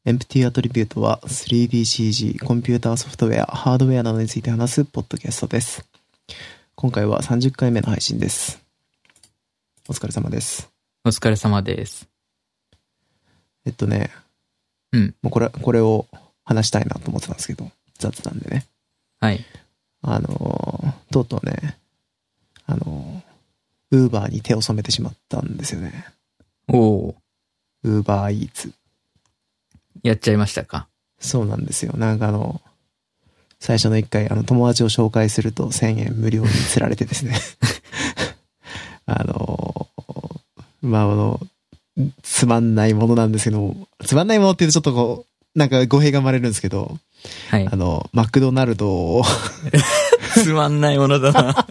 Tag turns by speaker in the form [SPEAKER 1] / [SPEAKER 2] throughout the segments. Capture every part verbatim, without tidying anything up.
[SPEAKER 1] エンプティアトリビュートは スリーディーシージー、コンピューターソフトウェア、ハードウェアなどについて話すポッドキャストです。今回はさんじゅっかいめの配信です。お疲れ様です。
[SPEAKER 2] お疲れ様です。
[SPEAKER 1] えっとね、
[SPEAKER 2] うん。
[SPEAKER 1] もうこれ、これを話したいなと思ってたんですけど、雑談でね。
[SPEAKER 2] はい。
[SPEAKER 1] あのー、とうとうね、あのー、ウーバーに手を染めてしまったんですよね。
[SPEAKER 2] おお。
[SPEAKER 1] ウーバーイーツ。
[SPEAKER 2] やっちゃいましたか？
[SPEAKER 1] そうなんですよ。なんかあの、最初の一回、あの、友達を紹介するとせんえん無料に釣られてですね。あの、まあ、あの、つまんないものなんですけど、つまんないものって言うとちょっとこう、なんか語弊が生まれるんですけど、
[SPEAKER 2] はい。
[SPEAKER 1] あの、マクドナルドを
[SPEAKER 2] つまんないものだな。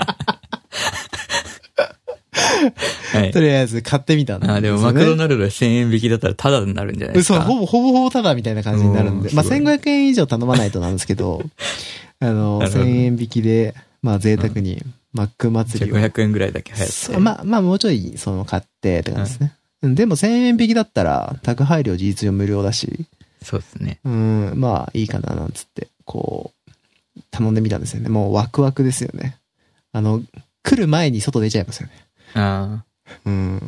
[SPEAKER 2] はい、
[SPEAKER 1] とりあえず買ってみたんですよね。
[SPEAKER 2] あ、でもマクドナルドはせんえん引きだったらタダになるんじゃないですか。
[SPEAKER 1] そう、ほぼほぼほぼタダみたいな感じになるんで、まあせんごひゃくえん以上頼まないとなんですけど、あの、せんえん引きで、まあ贅沢にマック祭りを。
[SPEAKER 2] ごひゃくえんぐらいだけ流行って。
[SPEAKER 1] まあ、まあもうちょい、その買ってって感じですね。うん、でもせんえん引きだったら、宅配料事実上無料だし。
[SPEAKER 2] そうですね。
[SPEAKER 1] うん、まあいいかななんつって、こう、頼んでみたんですよね。もうワクワクですよね。あの、来る前に外出ちゃいますよね。
[SPEAKER 2] ああ。
[SPEAKER 1] うん。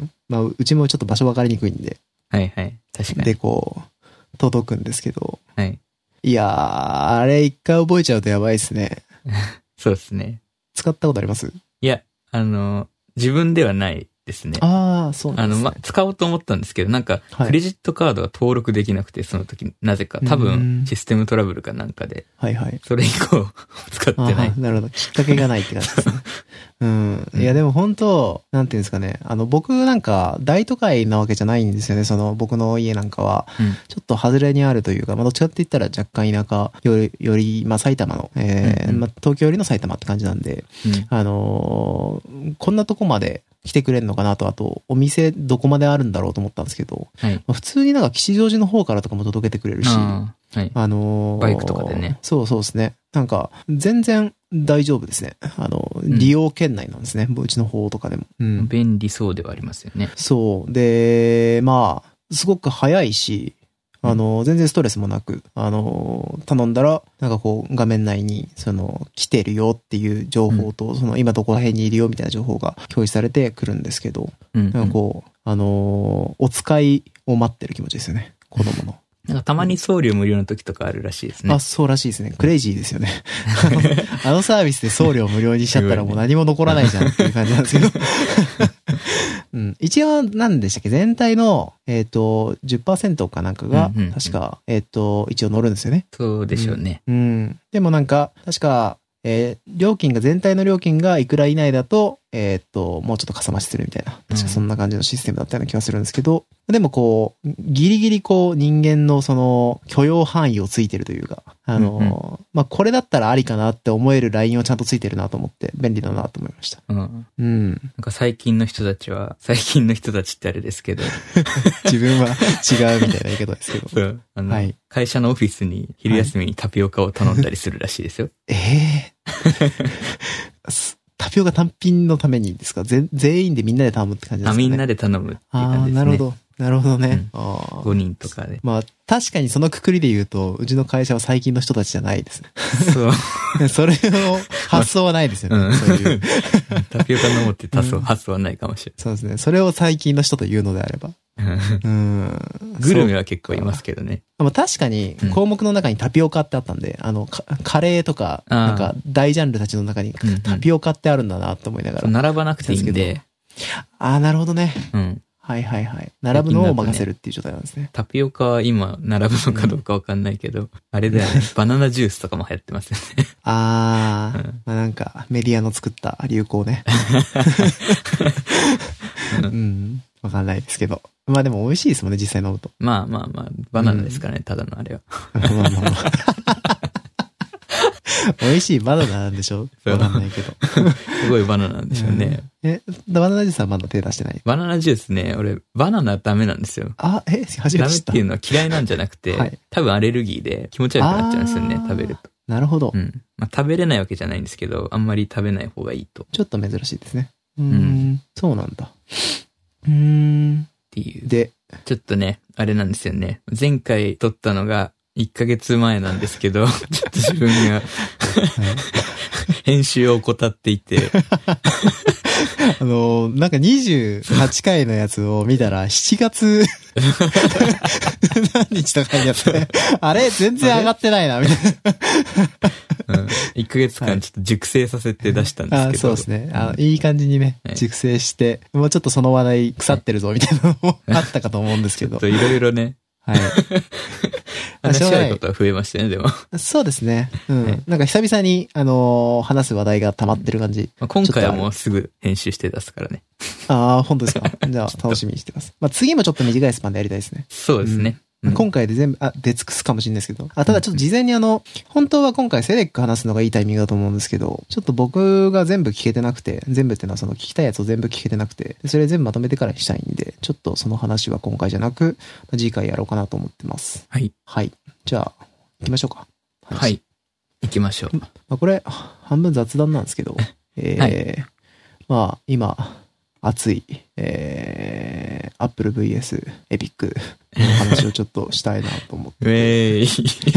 [SPEAKER 1] まあ、うちもちょっと場所分かりにくいんで。
[SPEAKER 2] はいはい。確かに。
[SPEAKER 1] で、こう、届くんですけど。
[SPEAKER 2] はい。
[SPEAKER 1] いやー、あれ一回覚えちゃうとやばいですね。
[SPEAKER 2] そうですね。
[SPEAKER 1] 使ったことあります？
[SPEAKER 2] いや、あの、自分ではないですね。
[SPEAKER 1] ああ、そうなんですね。
[SPEAKER 2] あの、ま、使おうと思ったんですけど、なんか、クレジットカードが登録できなくて、その時、なぜか、多分、システムトラブルかなんかで。
[SPEAKER 1] はいはい。
[SPEAKER 2] それ以降、使ってない。
[SPEAKER 1] なるほど。きっかけがないって感じですね。うん。いや、でも本当なんていうんですかね。あの、僕なんか、大都会なわけじゃないんですよね。その、僕の家なんかは。うん、ちょっと外れにあるというか、まあ、どっちかって言ったら若干田舎より、より、まあ、埼玉の、えー、うんうん、まあ、東京よりの埼玉って感じなんで、うん、あのー、こんなとこまで、来てくれんのかなと、あと、お店どこまであるんだろうと思ったんですけど、はい、まあ、普通になんか吉祥寺の方からとかも届けてくれるし、あ、
[SPEAKER 2] はい、
[SPEAKER 1] あのー、
[SPEAKER 2] バイクとかでね。
[SPEAKER 1] そうそうですね。なんか、全然大丈夫ですね。あの、利用圏内なんですね。うん、うちの方とかでも。
[SPEAKER 2] うん。便利そうではありますよね。
[SPEAKER 1] そう。で、まあ、すごく早いし、あの、全然ストレスもなく、あの、頼んだら、なんかこう、画面内に、その、来てるよっていう情報と、うん、その、今どこら辺にいるよみたいな情報が表示されてくるんですけど、うんうん、なんかこう、あの、お使いを待ってる気持ちですよね。子供の。
[SPEAKER 2] なんかたまに送料無料の時とかあるらしいですね。
[SPEAKER 1] あ、そうらしいですね。クレイジーですよね。あのサービスで送料無料にしちゃったらもう何も残らないじゃんっていう感じなんですけど。うん、一応何でしたっけ、全体の、えっと、じゅっパーセント かなんかが、確か、えっと、一応乗るんですよね。
[SPEAKER 2] そうでしょうね。
[SPEAKER 1] うん。うん、でもなんか、確か、えー、料金が、全体の料金がいくら以内だと、えー、っと、もうちょっとかさ増しするみたいな。確かそんな感じのシステムだったような気がするんですけど、でもこう、ギリギリこう、人間のその、許容範囲をついてるというか、あの、うんうん、まあ、これだったらありかなって思えるラインをちゃんとついてるなと思って、便利だなと思いました。
[SPEAKER 2] うん。うん。なんか最近の人たちは、最近の人たちってあれですけど。
[SPEAKER 1] 自分は違うみたいな言い方ですけど。
[SPEAKER 2] そう。あの、はい、会社のオフィスに昼休みにタピオカを頼んだりするらしいですよ。
[SPEAKER 1] ええー。タピオカ単品のためにですか？全員でみんなで頼むって感じですかね。
[SPEAKER 2] あ、みんなで頼むっていう感じですね。
[SPEAKER 1] あ、なるほど。なるほどね。
[SPEAKER 2] うん、あごにんとかで。
[SPEAKER 1] まあ、確かにそのくくりで言うと、うちの会社は最近の人たちじゃないですね。そう。それの発想はないですよね。うん、そういう。
[SPEAKER 2] タピオカ飲むって発想、うん、発想はないかもしれない。
[SPEAKER 1] そうですね。それを最近の人と言うのであれば。うん。
[SPEAKER 2] グルメは結構いますけどね。
[SPEAKER 1] まあ、確かに項目の中にタピオカってあったんで、うん、あの、カレーとか、なんか大ジャンルたちの中にタピオカってあるんだなと思いながら。
[SPEAKER 2] 並ばなくていいんで。
[SPEAKER 1] ああ、なるほどね。
[SPEAKER 2] うん。
[SPEAKER 1] はいはいはい。並ぶのを任せるっていう状態なんですね。
[SPEAKER 2] タピオカは今並ぶのかどうかわかんないけど、うん、あれだよね。バナナジュースとかも流行ってますよね。
[SPEAKER 1] あー、うん、まあなんかメディアの作った流行ね。うん。わかんないですけど。まあでも美味しいですもんね、実際飲むと。
[SPEAKER 2] まあまあまあ、バナナですからね、うん、ただのあれは。まあまあまあ。
[SPEAKER 1] 美味しいバナナなんでしょ？わかんないけど。
[SPEAKER 2] すごいバナナなんでしょうね。
[SPEAKER 1] うん、え、バナナジュースはまだ手出してない？
[SPEAKER 2] バナナジュースね、俺、バナナダメなんですよ。
[SPEAKER 1] あ、え、初めて知った。
[SPEAKER 2] ダメっていうのは嫌いなんじゃなくて、はい、多分アレルギーで気持ち悪くなっちゃうんですよね、食べると。
[SPEAKER 1] なるほど。
[SPEAKER 2] うん。まあ食べれないわけじゃないんですけど、あんまり食べない方がいいと。
[SPEAKER 1] ちょっと珍しいですね。うん。うん、そうなんだ。うーん。
[SPEAKER 2] っていう。
[SPEAKER 1] で、
[SPEAKER 2] ちょっとね、あれなんですよね。前回撮ったのがいっかげつまえなんですけど、ちょっと自分が、はい、編集を怠っていて。
[SPEAKER 1] あの、なんかにじゅうはちかいのやつを見たらしちがつ何日とかにやって、あれ全然上がってないな、みたい
[SPEAKER 2] な。うん。いっかげつかんちょっと熟成させて出したんですけど。
[SPEAKER 1] あ、そうですね。あの、いい感じにね、はい、熟成して、もうちょっとその話題腐ってるぞ、みたいなのもあったかと思うんですけど。
[SPEAKER 2] ちょっといろいろね。
[SPEAKER 1] はい。
[SPEAKER 2] 話し合うことは増えましたね、でも。
[SPEAKER 1] そうですね。うん。はい、なんか久々に、あのー、話す話題が溜まってる感じ。
[SPEAKER 2] まあ、今回はもうすぐ編集して出すからね。
[SPEAKER 1] ああ、本当ですか。じゃあ楽しみにしてます。まあ次もちょっと短いスパンでやりたいですね。
[SPEAKER 2] そうですね。
[SPEAKER 1] うん、今回で全部、あ、出尽くすかもしれないですけど。あ、ただちょっと事前にあの、本当は今回セレック話すのがいいタイミングだと思うんですけど、ちょっと僕が全部聞けてなくて、全部っていうのはその聞きたいやつを全部聞けてなくて、それ全部まとめてからにしたいんで、ちょっとその話は今回じゃなく、次回やろうかなと思ってます。
[SPEAKER 2] はい。
[SPEAKER 1] はい。じゃあ、行きましょうか。
[SPEAKER 2] はい。行きましょう。
[SPEAKER 1] まあ、これ、半分雑談なんですけど、えー、はい、まあ、今、熱い、えー、Apple ブイエス Epic の話をちょっとしたいなと思って。
[SPEAKER 2] ウェーイ。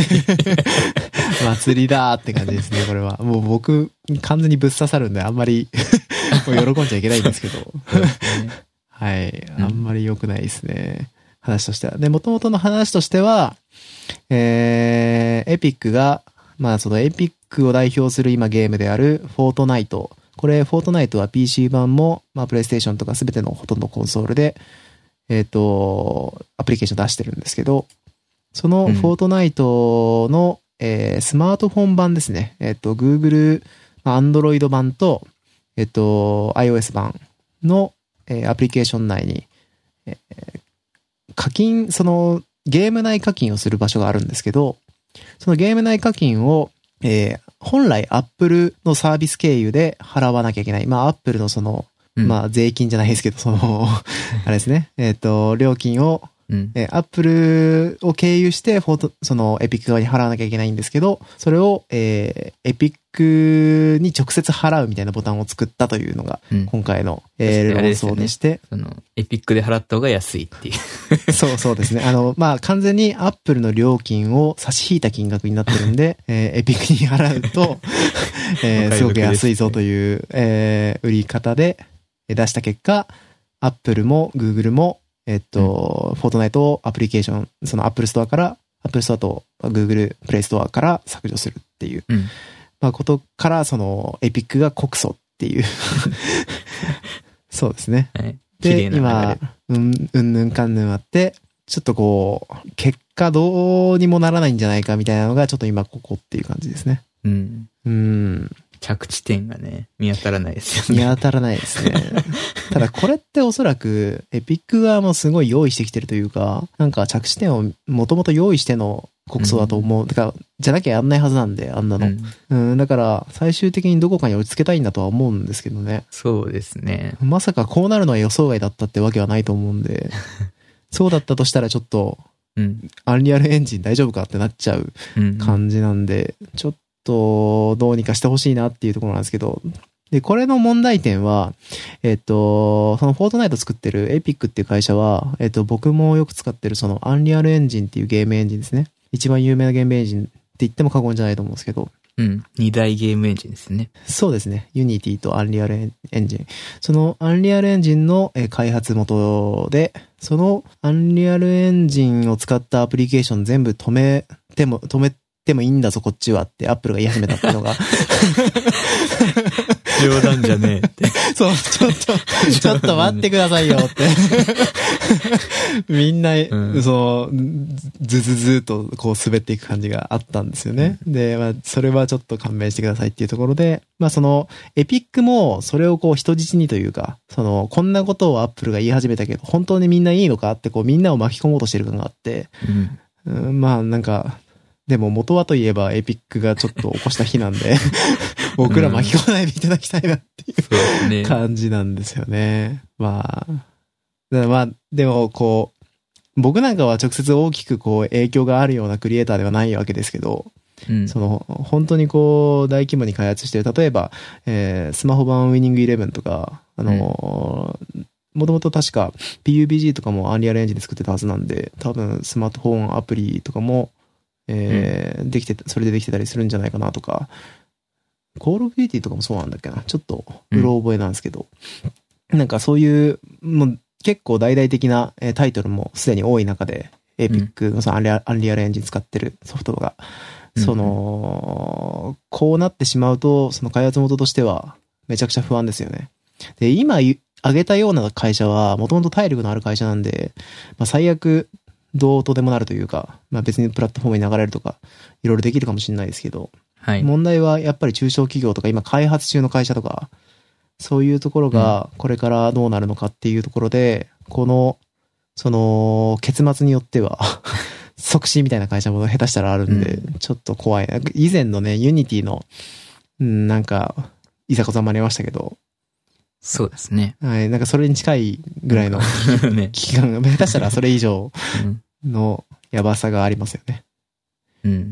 [SPEAKER 1] 祭りだーって感じですね、これは。もう僕、完全にぶっ刺さるんで、あんまりもう喜んじゃいけないんですけど。はい。あんまり良くないですね。話としては。で、元々の話としては、えー、Epic が、まあその Epic を代表する今ゲームであるフォートナイト。これ、フォートナイトは ピーシー 版も、まあ、プレイステーションとかすべてのほとんどコンソールで、えっと、アプリケーション出してるんですけど、そのフォートナイトの、うん、えー、スマートフォン版ですね。えっと、Google、まあ、Android 版と、えっと、iOS 版の、えー、アプリケーション内に、えー、課金、その、ゲーム内課金をする場所があるんですけど、そのゲーム内課金を、えー、本来 Apple のサービス経由で払わなきゃいけない。まあ Apple のその、うん、まあ税金じゃないですけど、その、あれですね。えっと、料金を、うんえー、Apple を経由してフォート、その Epic 側に払わなきゃいけないんですけど、それを、えー、Epic に直接払うみたいなボタンを作ったというのが、うん、今回の、えー、論争でして。
[SPEAKER 2] その、Epic で払った方が安いっていう。
[SPEAKER 1] そうそうですね。あの、まあ、完全に Apple の料金を差し引いた金額になってるんで、えー、Epic に払うと、えー、すごく安いぞという、えー、売り方で出した結果、Apple も Google も、えっと、うん、フォートナイトをアプリケーション、その Apple Store から、Apple Store と Google Play Store から削除するっていう、うん、まあ、ことから、その、エピックが告訴っていう。そうですね。
[SPEAKER 2] はい、
[SPEAKER 1] で、今、うん、うんぬんかんぬんあって、ちょっとこう、結果どうにもならないんじゃないかみたいなのが、ちょっと今ここっていう感じですね。
[SPEAKER 2] うん。
[SPEAKER 1] うん。
[SPEAKER 2] 着地点がね、見当たらないですよ
[SPEAKER 1] ね。見当たらないですね。ただこれっておそらく、エピック側もすごい用意してきてるというか、なんか着地点をもともと用意しての告訴だと思う。うん、だから、じゃなきゃやんないはずなんで、あんなの。うん、うん、だから、最終的にどこかに落ち着けたいんだとは思うんですけどね。
[SPEAKER 2] そうですね。
[SPEAKER 1] まさかこうなるのは予想外だったってわけはないと思うんで、そうだったとしたらちょっと、うん、アンリアルエンジン大丈夫かってなっちゃう感じなんで、うん、ちょっとどうにかしてほしいなっていうところなんですけど、で、これの問題点は、えっと、そのフォートナイト作ってるエピックっていう会社は、えっと、僕もよく使ってるそのアンリアルエンジンっていうゲームエンジンですね。一番有名なゲームエンジンって言っても過言じゃないと思うんですけど。
[SPEAKER 2] うん。二大ゲームエンジンですね。
[SPEAKER 1] そうですね。ユニティとアンリアルエンジン。そのアンリアルエンジンの開発元で、そのアンリアルエンジンを使ったアプリケーション全部止めても、止めてもいいんだぞこっちはってアップルが言い始めたっていうのが。
[SPEAKER 2] 冗談じゃねえって。
[SPEAKER 1] そう、ちょっと、ちょっと待ってくださいよって。みんな、うん、そう、ずずずーとこう滑っていく感じがあったんですよね。うん、で、まあ、それはちょっと勘弁してくださいっていうところで、まあその、エピックもそれをこう人質にというか、その、こんなことをアップルが言い始めたけど、本当にみんないいのかってこうみんなを巻き込もうとしてる感があって、うんうん、まあなんか、でも元はといえばエピックがちょっと起こした日なんで、僕ら巻き込まないでいただきたいなっていう感じなんですよね。まあ。だからまあ、でもこう、僕なんかは直接大きくこう影響があるようなクリエイターではないわけですけど、うん、その、本当にこう、大規模に開発してる、例えば、えー、スマホ版ウィニングイレブンとか、あのー、うん、 もともと確か ピーユービージー とかもアンリアルエンジンで作ってたはずなんで、多分スマートフォンアプリとかも、えーうん、できて、それでできてたりするんじゃないかなとか、コールオブデューティーとかもそうなんだっけな。ちょっと、うろ覚えなんですけど、うん、なんかそういう、もう結構大々的なタイトルもすでに多い中で、エピックのそのアンリア、アンリアルエンジン使ってるソフトが、その、うん、こうなってしまうと、その開発元としてはめちゃくちゃ不安ですよね。で、今挙げたような会社は、もともと体力のある会社なんで、まあ、最悪、どうとでもなるというか、まあ別にプラットフォームに流れるとか、いろいろできるかもしれないですけど、はい、問題はやっぱり中小企業とか、今開発中の会社とか、そういうところがこれからどうなるのかっていうところで、うん、この、その、結末によっては、即死みたいな会社も下手したらあるんで、うん、ちょっと怖いな。以前のね、ユニティの、うん、なんか、いざこざもありましたけど、
[SPEAKER 2] そうですね。
[SPEAKER 1] はい。なんかそれに近いぐらいの危機感が、下手したらそれ以上のやばさがありますよね。
[SPEAKER 2] うん。うん。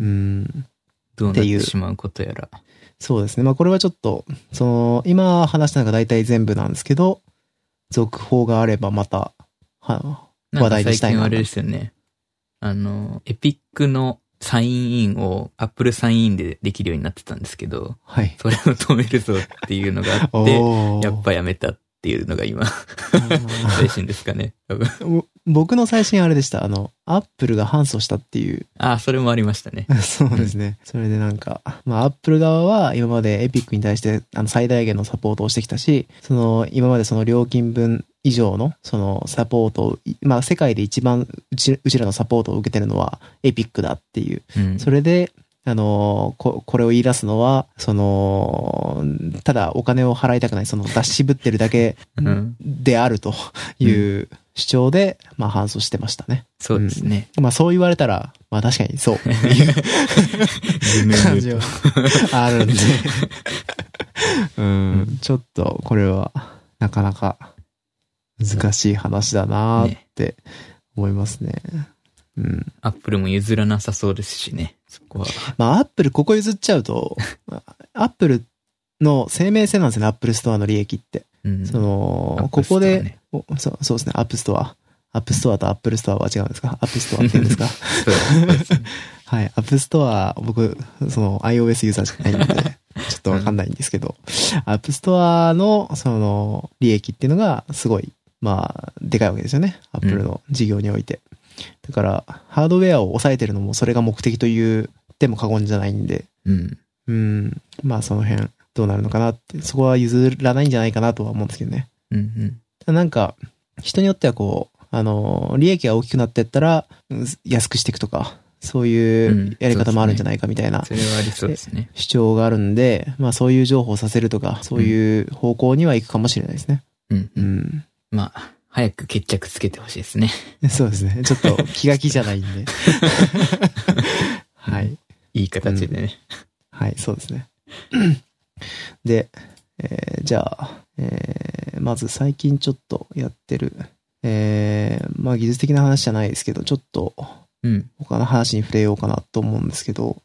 [SPEAKER 2] どうなってしまうことやら。
[SPEAKER 1] そうですね。まあこれはちょっと、その、今話したのが大体全部なんですけど、続報があればまた、は、話題にしたいな。
[SPEAKER 2] 最近あれですよね。あの、エピックのサインインを Apple サインインでできるようになってたんですけど、はい。それを止めるぞっていうのがあって、やっぱやめたっていうのが今、最新ですかね。多分
[SPEAKER 1] 僕の最新あれでした。あの、Apple が反訴したっていう。
[SPEAKER 2] ああ、それもありましたね。
[SPEAKER 1] そうですね。うん、それでなんか、まあ Apple 側は今まで Epic に対してあの最大限のサポートをしてきたし、その今までその料金分以上のそのサポートを、まあ世界で一番うち、うちらのサポートを受けてるのは Epic だっていう。うん、それで、あの、こ、これを言い出すのは、その、ただお金を払いたくない、その出し渋ってるだけであるという主張で、まあ反訴してましたね。
[SPEAKER 2] そうですね。
[SPEAKER 1] うん、まあそう言われたら、まあ確かにそうっていう感じはあるんで、うん、ちょっとこれはなかなか難しい話だなーって思いますね。うん。
[SPEAKER 2] アップルも譲らなさそうですしね、そこは。
[SPEAKER 1] まあ、アップルここ譲っちゃうと、アップルの生命線なんですよね、アップルストアの利益って。うん、その、ここで、ね、そう、そうですね、アップストア。アップストアとアップルストアは違うんですか？アップストアって言うんですか？そうですね。はい、アップストア、僕、その iOS ユーザーしかないんで、ちょっとわかんないんですけど、アップストアの、その、利益っていうのが、すごい、まあ、でかいわけですよね。アップルの事業において。うん、だから、ハードウェアを抑えてるのもそれが目的と言っても過言じゃないんで、うん。うん。まあその辺どうなるのかなって、そこは譲らないんじゃないかなとは思うんですけどね。うんうん。なんか、人によってはこう、あの、利益が大きくなっていったら、安くしていくとか、そういうやり方もあるんじゃないかみたいな、うん、
[SPEAKER 2] それはありそうですね。
[SPEAKER 1] 主張があるんで、まあそういう情報をさせるとか、そういう方向には行くかもしれないですね。うん。うん。
[SPEAKER 2] まあ、早く決着つけてほしいですね。
[SPEAKER 1] そうですね。ちょっと気が気じゃないんで。はい。
[SPEAKER 2] いい形でね。
[SPEAKER 1] うん、はい、そうですね。で、えー、じゃあ、えー、まず最近ちょっとやってる、えー、まあ技術的な話じゃないですけど、ちょっと、他の話に触れようかなと思うんですけど、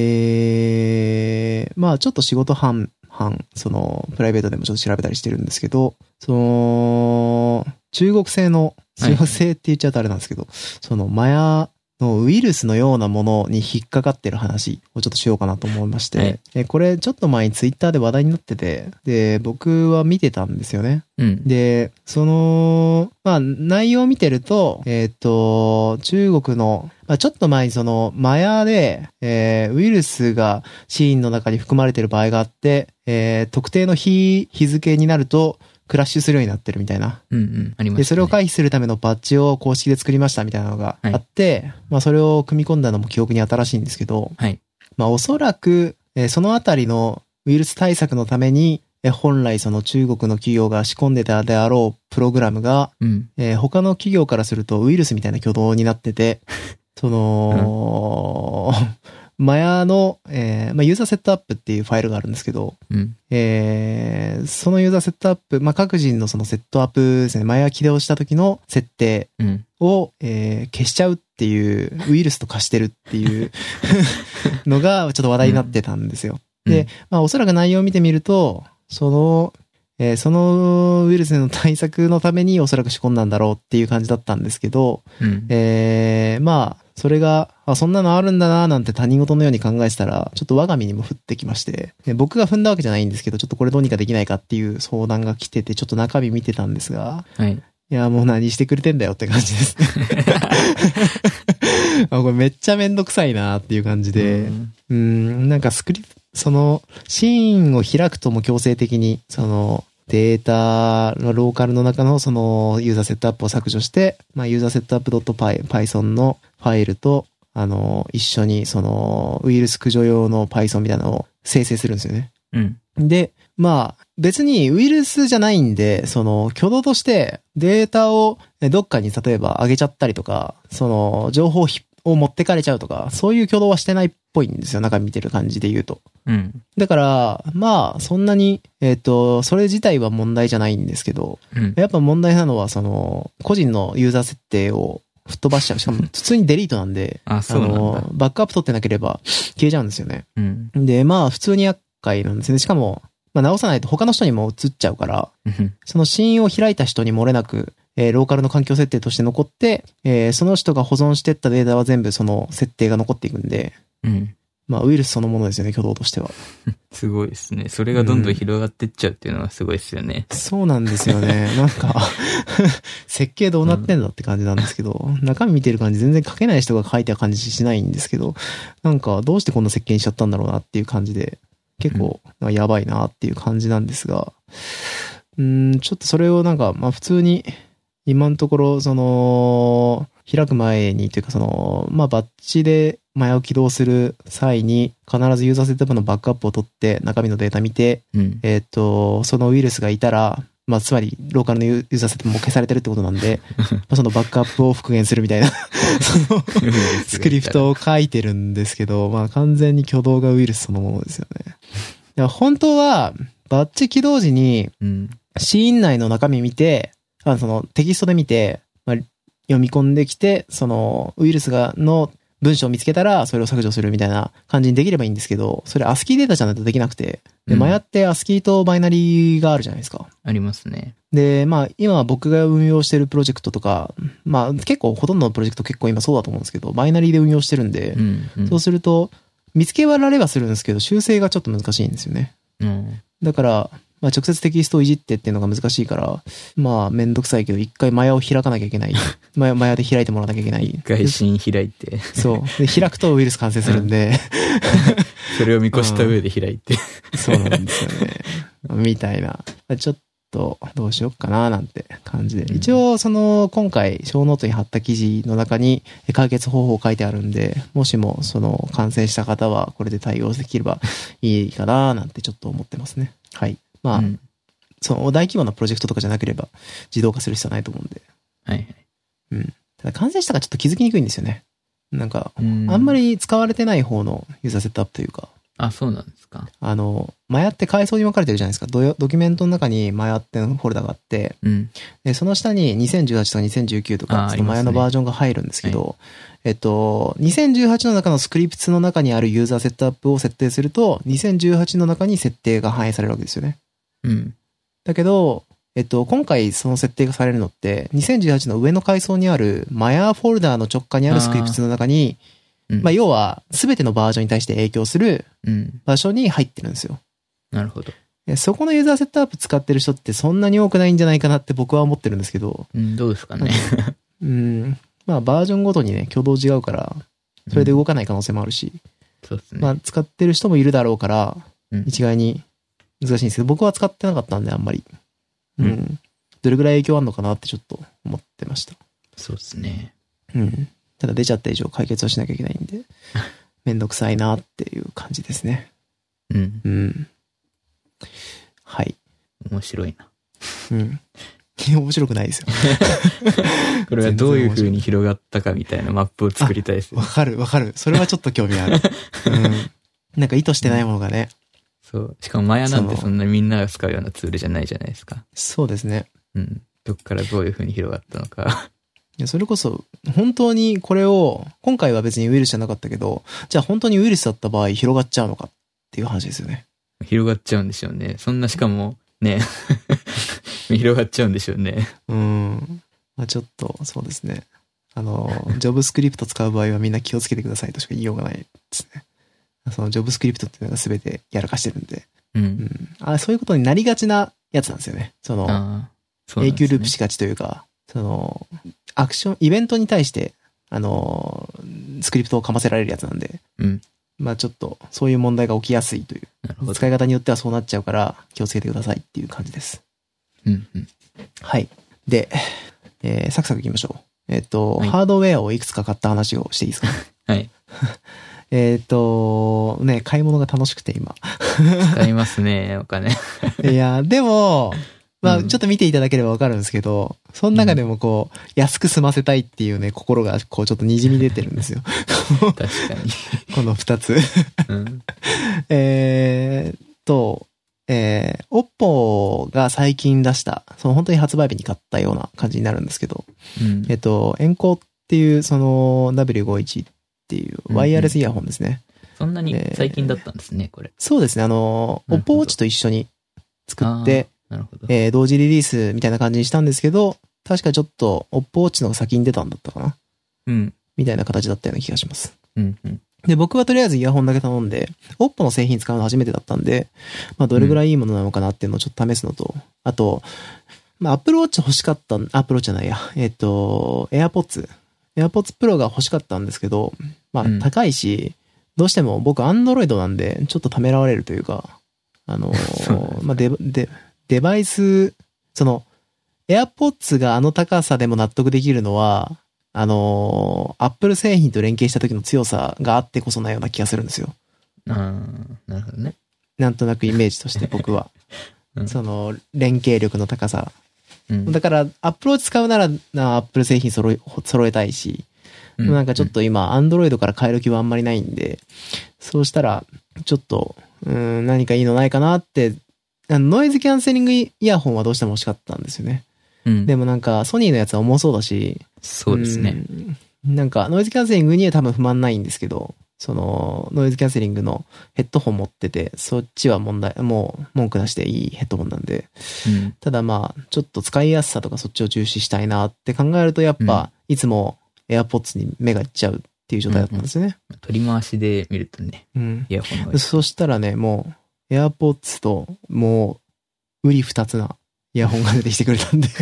[SPEAKER 1] えー、まあちょっと仕事半、半、その、プライベートでもちょっと調べたりしてるんですけど、その、中国製の、中国製って言っちゃうとあれなんですけど、はい、そのマヤのウイルスのようなものに引っかかってる話をちょっとしようかなと思いまして、はい、えこれちょっと前にツイッターで話題になってて、で、僕は見てたんですよね。うん、で、その、まあ内容を見てると、えっと、中国の、まあ、ちょっと前にそのマヤで、えー、ウイルスがシーンの中に含まれてる場合があって、えー、特定の日、日付になると、クラッシュするようになってるみたいな。うんうん。ありましたね。で、それを回避するためのパッチを公式で作りましたみたいなのがあって、はい、まあそれを組み込んだのも記憶に新しいんですけど、はい。まあおそらく、えー、そのあたりのウイルス対策のために、えー、本来その中国の企業が仕込んでたであろうプログラムが、うんえー、他の企業からするとウイルスみたいな挙動になってて、その、うんマヤの、えー、まあ、ユーザーセットアップっていうファイルがあるんですけど、うんえー、そのユーザーセットアップ、まあ、各人のそのセットアップですね、マヤ起動した時の設定を、うんえー、消しちゃうっていう、ウイルスと化してるっていうのがちょっと話題になってたんですよ。うん、で、まあ、おそらく内容を見てみると、その、 えー、そのウイルスの対策のためにおそらく仕込んだんだろうっていう感じだったんですけど、うん、えー、まあ、それが、あ、そんなのあるんだななんて他人事のように考えてたら、ちょっと我が身にも降ってきまして、僕が踏んだわけじゃないんですけど、ちょっとこれどうにかできないかっていう相談が来てて、ちょっと中身見てたんですが、はい。いや、もう何してくれてんだよって感じですね。あ、これめっちゃめんどくさいなっていう感じで、うん、うーん、なんかスクリプト、その、シーンを開くとも強制的に、その、データのローカルの中のそのユーザーセットアップを削除して、まあ、ユーザーセットアップ .python のファイルと、あの、一緒にそのウイルス駆除用の Python みたいなのを生成するんですよね。うん。で、まあ、別にウイルスじゃないんで、その挙動としてデータをどっかに例えば上げちゃったりとか、その情報を持ってかれちゃうとか、そういう挙動はしてないっぽいんですよ。中見てる感じで言うと。うん。だから、まあ、そんなに、えっと、それ自体は問題じゃないんですけど、うん、やっぱ問題なのは、その、個人のユーザー設定を吹っ飛ばしちゃう。しかも、普通にデリートなんで、あ、そうなんだ。あの、バックアップ取ってなければ消えちゃうんですよね。うん。で、まあ、普通に厄介なんですね。しかも、まあ、直さないと他の人にも移っちゃうから、そのシーンを開いた人に漏れなく、えー、ローカルの環境設定として残って、えー、その人が保存してったデータは全部その設定が残っていくんで、うん。まあ、ウイルスそのものですよね、挙動としては。
[SPEAKER 2] すごいですね。それがどんどん広がってっちゃうっていうのはすごいですよね。
[SPEAKER 1] うん、そうなんですよね。なんか、設計どうなってんだって感じなんですけど、うん、中身見てる感じ全然書けない人が書いた感じしないんですけど、なんかどうしてこんな設計にしちゃったんだろうなっていう感じで、結構やばいなっていう感じなんですが、うーん、ちょっとそれをなんか、まあ普通に、今のところ、その、開く前にというかその、まあバッチで前を起動する際に必ずユーザーセットアップのバックアップを取って中身のデータ見て、うん、えっと、そのウイルスがいたら、まあつまりローカルのユーザーセットも消されてるってことなんで、まあそのバックアップを復元するみたいな、そのスクリプトを書いてるんですけど、まあ完全に挙動がウイルスそのものですよね。いや本当は、バッチ起動時に、シーン内の中身見て、あのそのテキストで見て、まあ、読み込んできて、そのウイルスがの文章を見つけたらそれを削除するみたいな感じにできればいいんですけど、それ アスキー データじゃないとできなくて、で、マヤって アスキー とバイナリーがあるじゃないですか。
[SPEAKER 2] ありますね。
[SPEAKER 1] で、まあ今僕が運用してるプロジェクトとか、まあ結構ほとんどのプロジェクト結構今そうだと思うんですけど、バイナリーで運用してるんで、うんうん、そうすると見つけられはするんですけど、修正がちょっと難しいんですよね。うん、だから、まあ直接テキストをいじってっていうのが難しいから、まあめんどくさいけど一回マヤを開かなきゃいけない。マヤ、マヤで開いてもらわなきゃいけない。
[SPEAKER 2] 外信開いて。
[SPEAKER 1] そう。で、開くとウイルス感染するんで。
[SPEAKER 2] それを見越した上で開いて。
[SPEAKER 1] そうなんですよね。みたいな。ちょっとどうしよっかななんて感じで。うん、一応その今回小ノートに貼った記事の中に解決方法書いてあるんで、もしもその感染した方はこれで対応できればいいかななんてちょっと思ってますね。はい。まあ、うん、その大規模なプロジェクトとかじゃなければ自動化する必要はないと思うんで。はいはい。うん。ただ感染したからちょっと気づきにくいんですよね。なんか、あんまり使われてない方のユーザーセットアップというか。
[SPEAKER 2] あ、そうなんですか。
[SPEAKER 1] あの、マヤって階層に分かれてるじゃないですか。ド, ドキュメントの中にマヤってのフォルダがあって、うん、でその下ににせんじゅうはちとかにせんじゅうきゅうとか、そのマヤのバージョンが入るんですけど、はい、えっと、にせんじゅうはちの中のスクリプツの中にあるユーザーセットアップを設定すると、にせんじゅうはちの中に設定が反映されるわけですよね。うん。だけど、えっと、今回その設定がされるのって、にせんじゅうはちの上の階層にあるマヤフォルダーの直下にあるスクリプツの中に、うん、まあ要は全てのバージョンに対して影響する場所に入ってるんですよ。
[SPEAKER 2] うん、なるほど。
[SPEAKER 1] そこのユーザーセットアップ使ってる人ってそんなに多くないんじゃないかなって僕は思ってるんですけど。
[SPEAKER 2] うん、どうですかね。
[SPEAKER 1] うん。まあバージョンごとにね、挙動違うから、それで動かない可能性もあるし。うん、そうですね。まあ使ってる人もいるだろうから、一概に難しいんですけど、僕は使ってなかったんであんまり。うん。うん、どれぐらい影響あるのかなってちょっと思ってました。
[SPEAKER 2] そうですね。
[SPEAKER 1] うん。ただ出ちゃった以上解決はしなきゃいけないんで、めんどくさいなっていう感じですね。うん。うん。はい。
[SPEAKER 2] 面白いな。
[SPEAKER 1] うん。面白くないですよ。
[SPEAKER 2] これはどういう風に広がったかみたいなマップを作りたいですね。
[SPEAKER 1] わかるわかる。それはちょっと興味ある。うん。なんか意図してないものがね。
[SPEAKER 2] そう。しかもマヤなんてそんなみんなが使うようなツールじゃないじゃないですか。
[SPEAKER 1] そうですね。
[SPEAKER 2] うん。どっからどういう風に広がったのか。
[SPEAKER 1] いやそれこそ、本当にこれを、今回は別にウイルスじゃなかったけど、じゃあ本当にウイルスだった場合広がっちゃうのかっていう話ですよね。
[SPEAKER 2] 広がっちゃうんでしょうね。そんなしかも、ね、 広がっちゃうんでしょうね。
[SPEAKER 1] うん。まあちょっと、そうですね。あの、ジョブスクリプト使う場合はみんな気をつけてくださいとしか言いようがないですね。そのジョブスクリプトっていうのが全てやらかしてるんで。
[SPEAKER 2] うん。うん、
[SPEAKER 1] あ、そういうことになりがちなやつなんですよね。その、
[SPEAKER 2] そうなんですね、
[SPEAKER 1] 永久ループしがちというか、その、アクション、イベントに対して、あの、スクリプトをかませられるやつなんで、
[SPEAKER 2] うん。
[SPEAKER 1] まあちょっと、そういう問題が起きやすいという。使い方によってはそうなっちゃうから、気をつけてくださいっていう感じです。
[SPEAKER 2] うんうん。
[SPEAKER 1] はい。で、えー、サクサクいきましょう。えっと、
[SPEAKER 2] はい、
[SPEAKER 1] ハードウェアをいくつか買った話をしていいですか？
[SPEAKER 2] はい。
[SPEAKER 1] えっと、ね、買い物が楽しくて今。
[SPEAKER 2] 使いますね、お金。
[SPEAKER 1] いや、でも、まあ、ちょっと見ていただければわかるんですけど、うん、その中でもこう、安く済ませたいっていうね、心がこうちょっと滲み出てるんですよ。
[SPEAKER 2] 確かに。
[SPEAKER 1] この二つ。うん、えーと、えー、オッポが最近出した、その本当に発売日に買ったような感じになるんですけど、うん、えっと、エンコっていうその ダブリューごじゅういち っていうワイヤレスイヤホンですね。うんうん、
[SPEAKER 2] そんなに最近だったんですね、これ。
[SPEAKER 1] そうですね、あの、オッポウォッチと一緒に作って、
[SPEAKER 2] なるほど。
[SPEAKER 1] えー、同時リリースみたいな感じにしたんですけど、確かちょっと、オッポウォッチの方が先に出たんだったかな。
[SPEAKER 2] うん。
[SPEAKER 1] みたいな形だったような気がします。
[SPEAKER 2] うんうん。
[SPEAKER 1] で、僕はとりあえずイヤホンだけ頼んで、オッポの製品使うの初めてだったんで、まあどれぐらいいいものなのかなっていうのをちょっと試すのと、うん、あと、まあ Apple Watch 欲しかった、Apple Watch じゃないや、えっと、AirPods。AirPods Pro が欲しかったんですけど、まあ高いし、うん、どうしても僕 Android なんで、ちょっとためらわれるというか、あのー、まあデ、デ、デバイス、その、AirPods があの高さでも納得できるのは、あのー、Apple 製品と連携した時の強さがあってこそなような気がするんですよ。
[SPEAKER 2] ああ、なるほどね。
[SPEAKER 1] なんとなくイメージとして僕は。うん、その、連携力の高さ。うん、だから、Apple を使うなら、な Apple 製品揃え、揃えたいし、うん、なんかちょっと今、Android から変える気はあんまりないんで、そうしたら、ちょっと、うん、何かいいのないかなって、ノイズキャンセリングイヤホンはどうしても欲しかったんですよね。うん、でもなんか、ソニーのやつは重そうだし。
[SPEAKER 2] そうですね。
[SPEAKER 1] うん、なんか、ノイズキャンセリングには多分不満ないんですけど、その、ノイズキャンセリングのヘッドホン持ってて、そっちは問題、もう文句なしでいいヘッドホンなんで。うん、ただまあ、ちょっと使いやすさとかそっちを重視したいなって考えると、やっぱ、いつも AirPods に目がいっちゃうっていう状態だったんですよね。
[SPEAKER 2] うんうん、取り回しで見るとね。うん。イヤホン
[SPEAKER 1] の。そしたらね、もう、AirPods と、もう、売り二つなイヤホンが出てきてくれたんで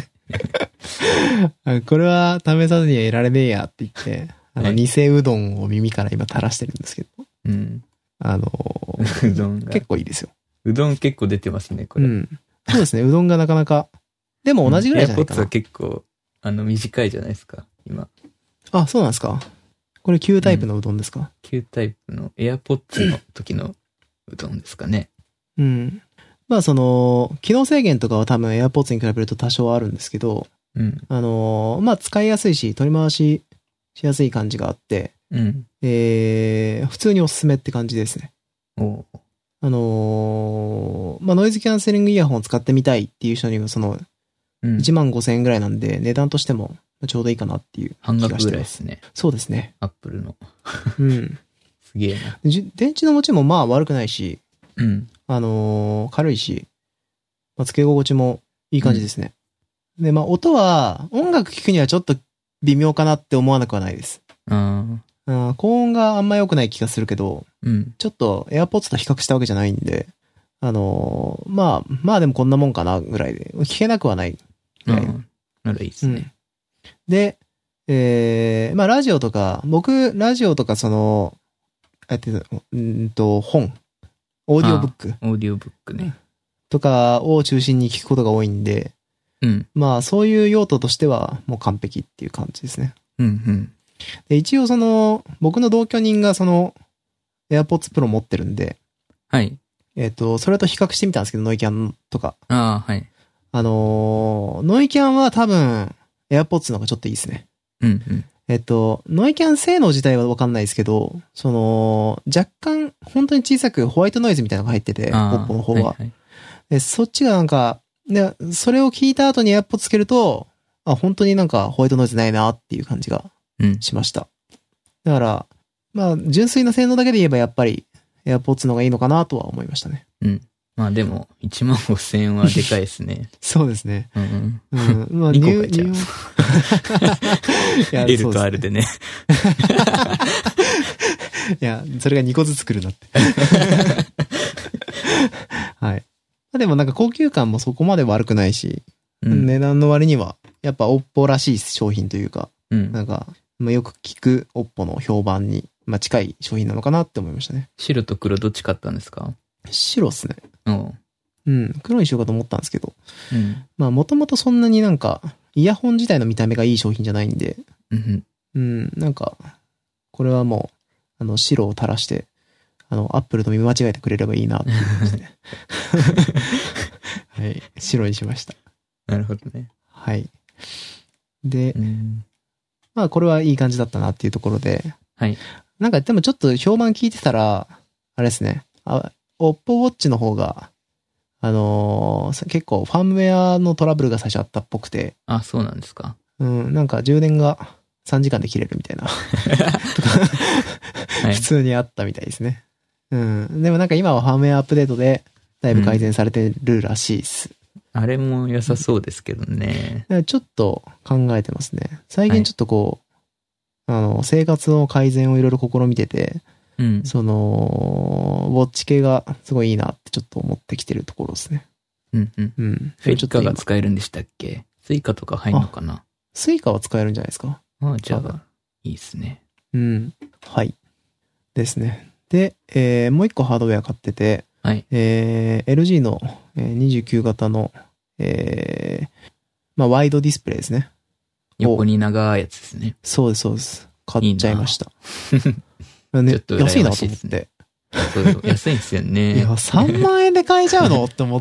[SPEAKER 1] これは試さずにはいられねえやって言って、あの、偽うどんを耳から今垂らしてるんですけど。うん。あのー、うどんが。結構いいですよ。
[SPEAKER 2] うどん結構出てますね、これ。
[SPEAKER 1] うん。そうですね、うどんがなかなか。でも同じぐらいじゃないかな。
[SPEAKER 2] AirPodsは結構、あの、短いじゃないですか、今。
[SPEAKER 1] あ、そうなんですか。これ旧タイプのうどんですか？
[SPEAKER 2] 旧タイプの AirPods の時のうどんですかね。
[SPEAKER 1] うん。まあその、機能制限とかは多分 AirPods に比べると多少あるんですけど、うん、あのー、まあ使いやすいし、取り回ししやすい感じがあって、うん、えー、普通におすすめって感じですね。おあのー、まあノイズキャンセリングイヤホンを使ってみたいっていう人にはその、いちまんごせんえんぐらいなんで、値段としてもちょうどいいかなっていう気がしてます。
[SPEAKER 2] 半額ぐらいですね。
[SPEAKER 1] そうですね。
[SPEAKER 2] アップルの。
[SPEAKER 1] うん。
[SPEAKER 2] すげえな。
[SPEAKER 1] 電池の持ちもまあ悪くないし、
[SPEAKER 2] うん。
[SPEAKER 1] あのー、軽いし、まあ、付け心地もいい感じですね。うん、で、まあ、音は、音楽聴くにはちょっと微妙かなって思わなくはないです。ああ。高音があんま良くない気がするけど、うん、ちょっと AirPods と比較したわけじゃないんで、あのー、まあ、まあでもこんなもんかなぐらいで、聞けなくはないぐらい。うん、
[SPEAKER 2] ならいいですね。
[SPEAKER 1] うん、で、えー、まあラジオとか、僕、ラジオとかその、えっと、うんと、本。オーディオブック。
[SPEAKER 2] オーディオブックね。
[SPEAKER 1] とかを中心に聞くことが多いんで、うん。まあ、そういう用途としてはもう完璧っていう感じですね。うんうん。で、一応その、僕の同居人がその、AirPods Pro 持ってるんで、はい。えっと、それと比較してみたんですけど、ノイキャンとか。ああ、はい。あのー、ノイキャンは多分、AirPods の方がちょっといいですね。うんうん。えっと、ノイキャン性能自体はわかんないですけど、その、若干、本当に小さくホワイトノイズみたいなのが入ってて、オッポの方は。はいはい、で、そっちがなんか、で、それを聞いた後にエアポッドつけると、あ、本当になんかホワイトノイズないなっていう感じがしました。うん、だから、まあ、純粋な性能だけで言えばやっぱり、AirPods の方がいいのかなとは思いましたね。
[SPEAKER 2] うん。 まあでも、いちまんごせんえんはでかいですね。
[SPEAKER 1] そうですね。
[SPEAKER 2] うん。
[SPEAKER 1] うん。まあ、
[SPEAKER 2] にこ買えちゃう。
[SPEAKER 1] いや
[SPEAKER 2] L と R でね。
[SPEAKER 1] いや、それがにこずつ来るなって。はい。でもなんか高級感もそこまで悪くないし、うん、値段の割には、やっぱ Oppo らしい商品というか、うん、なんか、まあ、よく聞く Oppo の評判に、まあ、近い商品なのかなって思いましたね。
[SPEAKER 2] 白と黒どっち買ったんですか？
[SPEAKER 1] 白っすね。
[SPEAKER 2] うん。
[SPEAKER 1] うん。黒にしようかと思ったんですけど。うん。まあ、もともとそんなになんか、イヤホン自体の見た目がいい商品じゃないんで。うん。うん。なんか、これはもう、あの、白を垂らして、あの、アップルと見間違えてくれればいいなっていう感じで。はい。白にしました。
[SPEAKER 2] なるほどね。
[SPEAKER 1] はい。で、うん、まあ、これはいい感じだったなっていうところで。
[SPEAKER 2] はい。
[SPEAKER 1] なんか、でもちょっと評判聞いてたら、あれですね。あ、Oppo Watch の方が、あのー、結構ファームウェアのトラブルが最初あったっぽくて。
[SPEAKER 2] あ、そうなんですか。
[SPEAKER 1] うん、なんか充電がさんじかんで切れるみたいな。とかはい、普通にあったみたいですね。うん。でもなんか今はファームウェアアップデートで、だいぶ改善されてるらしいです。
[SPEAKER 2] うん、あれも良さそうですけどね。
[SPEAKER 1] ちょっと考えてますね。最近ちょっとこう、はい、あの、生活の改善をいろいろ試みてて、うん、その、ウォッチ系がすごいいいなってちょっと思ってきてるところですね。
[SPEAKER 2] うんうん。うん。フェイカが使えるんでしたっけ？スイカとか入るのかな？
[SPEAKER 1] スイカは使えるんじゃないですか？
[SPEAKER 2] ああ、じゃあ、いいですね。
[SPEAKER 1] うん。はい。ですね。で、えー、もう一個ハードウェア買ってて、はい。えー、エルジー のにじゅうきゅう型の、えー、まあ、ワイドディスプレイですね。
[SPEAKER 2] 横に長いやつですね。
[SPEAKER 1] そうです、そうです。買っちゃいました。
[SPEAKER 2] いいね、ちょっと
[SPEAKER 1] 安いなと思って。
[SPEAKER 2] そう安いんですよね。
[SPEAKER 1] いや、さんまんえんで買えちゃうのって思って、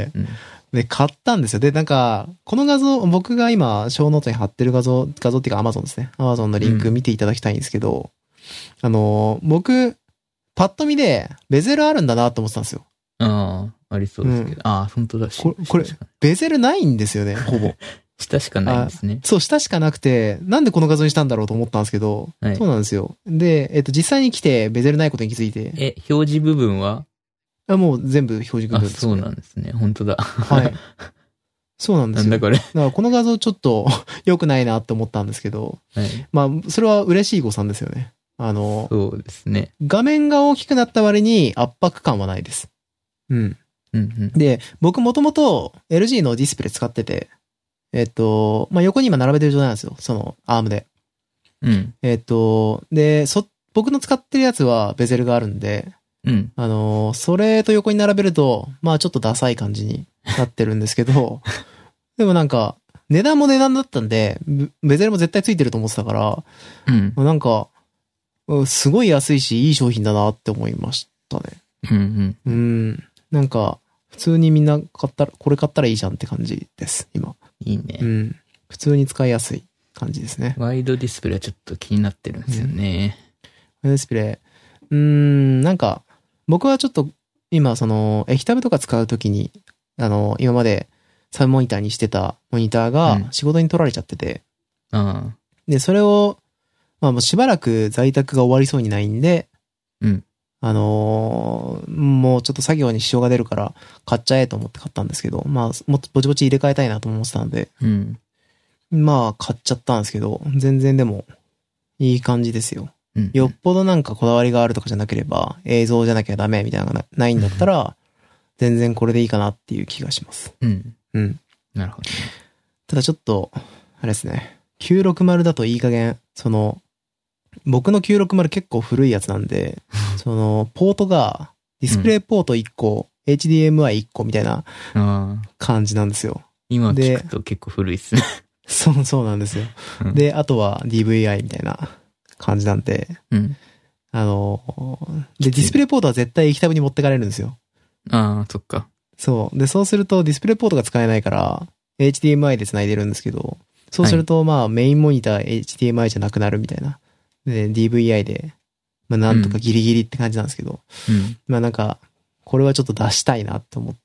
[SPEAKER 1] うんうん、で、買ったんですよ。で、なんか、この画像、僕が今、ショーノートに貼ってる画像、画像っていうか Amazon ですね。Amazon のリンク見ていただきたいんですけど、うん、あの、僕、パッと見で、ベゼルあるんだなと思ってたんですよ。
[SPEAKER 2] ああ、ありそうですけど。うん、ああ、本当だし。
[SPEAKER 1] これ、これベゼルないんですよね、ほぼ。
[SPEAKER 2] 下しかないんですね。
[SPEAKER 1] そう、下しかなくて、なんでこの画像にしたんだろうと思ったんですけど、はい、そうなんですよ。で、えっと、実際に来て、ベゼルないことに気づいて。
[SPEAKER 2] え、表示部分は？
[SPEAKER 1] あ、もう全部表示部分です、
[SPEAKER 2] ね。あ、そうなんですね。本当だ。
[SPEAKER 1] はい。そうなんですよ。
[SPEAKER 2] なんだこれ。
[SPEAKER 1] だからこの画像ちょっと良くないなって思ったんですけど、はい、まあ、それは嬉しい誤算ですよね。あの、
[SPEAKER 2] そうですね。
[SPEAKER 1] 画面が大きくなった割に圧迫感はないです。うん。うんうん、で、僕もともと エルジー のディスプレイ使ってて、えっと、まあ、横に今並べてる状態なんですよ。その、アームで。うん。えっと、で、そ、僕の使ってるやつはベゼルがあるんで、うん。あの、それと横に並べると、まあちょっとダサい感じになってるんですけど、でもなんか、値段も値段だったんで、ベゼルも絶対ついてると思ってたから、うん。なんか、すごい安いし、いい商品だなって思いましたね。うんうん。うん。なんか、普通にみんな買ったら、これ買ったらいいじゃんって感じです、今。
[SPEAKER 2] いいね。
[SPEAKER 1] うん。普通に使いやすい感じですね。
[SPEAKER 2] ワイドディスプレイはちょっと気になってるんですよね。
[SPEAKER 1] ワイドディスプレイ。うーん、なんか、僕はちょっと、今、その、液タブとか使うときに、あの、今までサブモニターにしてたモニターが仕事に取られちゃってて。うん、で、それを、まあもうしばらく在宅が終わりそうにないんで、うん。あのー、もうちょっと作業に支障が出るから買っちゃえと思って買ったんですけど、まあもっとぼちぼち入れ替えたいなと思ってたんで、うん、まあ買っちゃったんですけど、全然でもいい感じですよ。うん、よっぽどなんかこだわりがあるとかじゃなければ映像じゃなきゃダメみたいなのがないんだったら、全然これでいいかなっていう気がします。うん。うん。
[SPEAKER 2] なるほどね。
[SPEAKER 1] ただちょっと、あれですね。きゅうろくまるだといい加減、その、僕のきゅうろくまる結構古いやつなんで、その、ポートが、ディスプレイポートいっこ、うん、エイチディーエムアイいっこみたいな感じなんですよ。
[SPEAKER 2] 今聞くと結構古いっすね。
[SPEAKER 1] そう、そうなんですよ。うん、で、あとは ディーブイアイ みたいな感じなんで、うん、あの、で、ディスプレイポートは絶対液タブに持ってかれるんですよ。
[SPEAKER 2] ああ、そっか。
[SPEAKER 1] そう。で、そうするとディスプレイポートが使えないから、エイチディーエムアイ で繋いでるんですけど、そうすると、まあ、メインモニター エイチディーエムアイ じゃなくなるみたいな。で、ディーブイアイ で、まあ、なんとかギリギリって感じなんですけど、うん、まあなんか、これはちょっと出したいなと思って、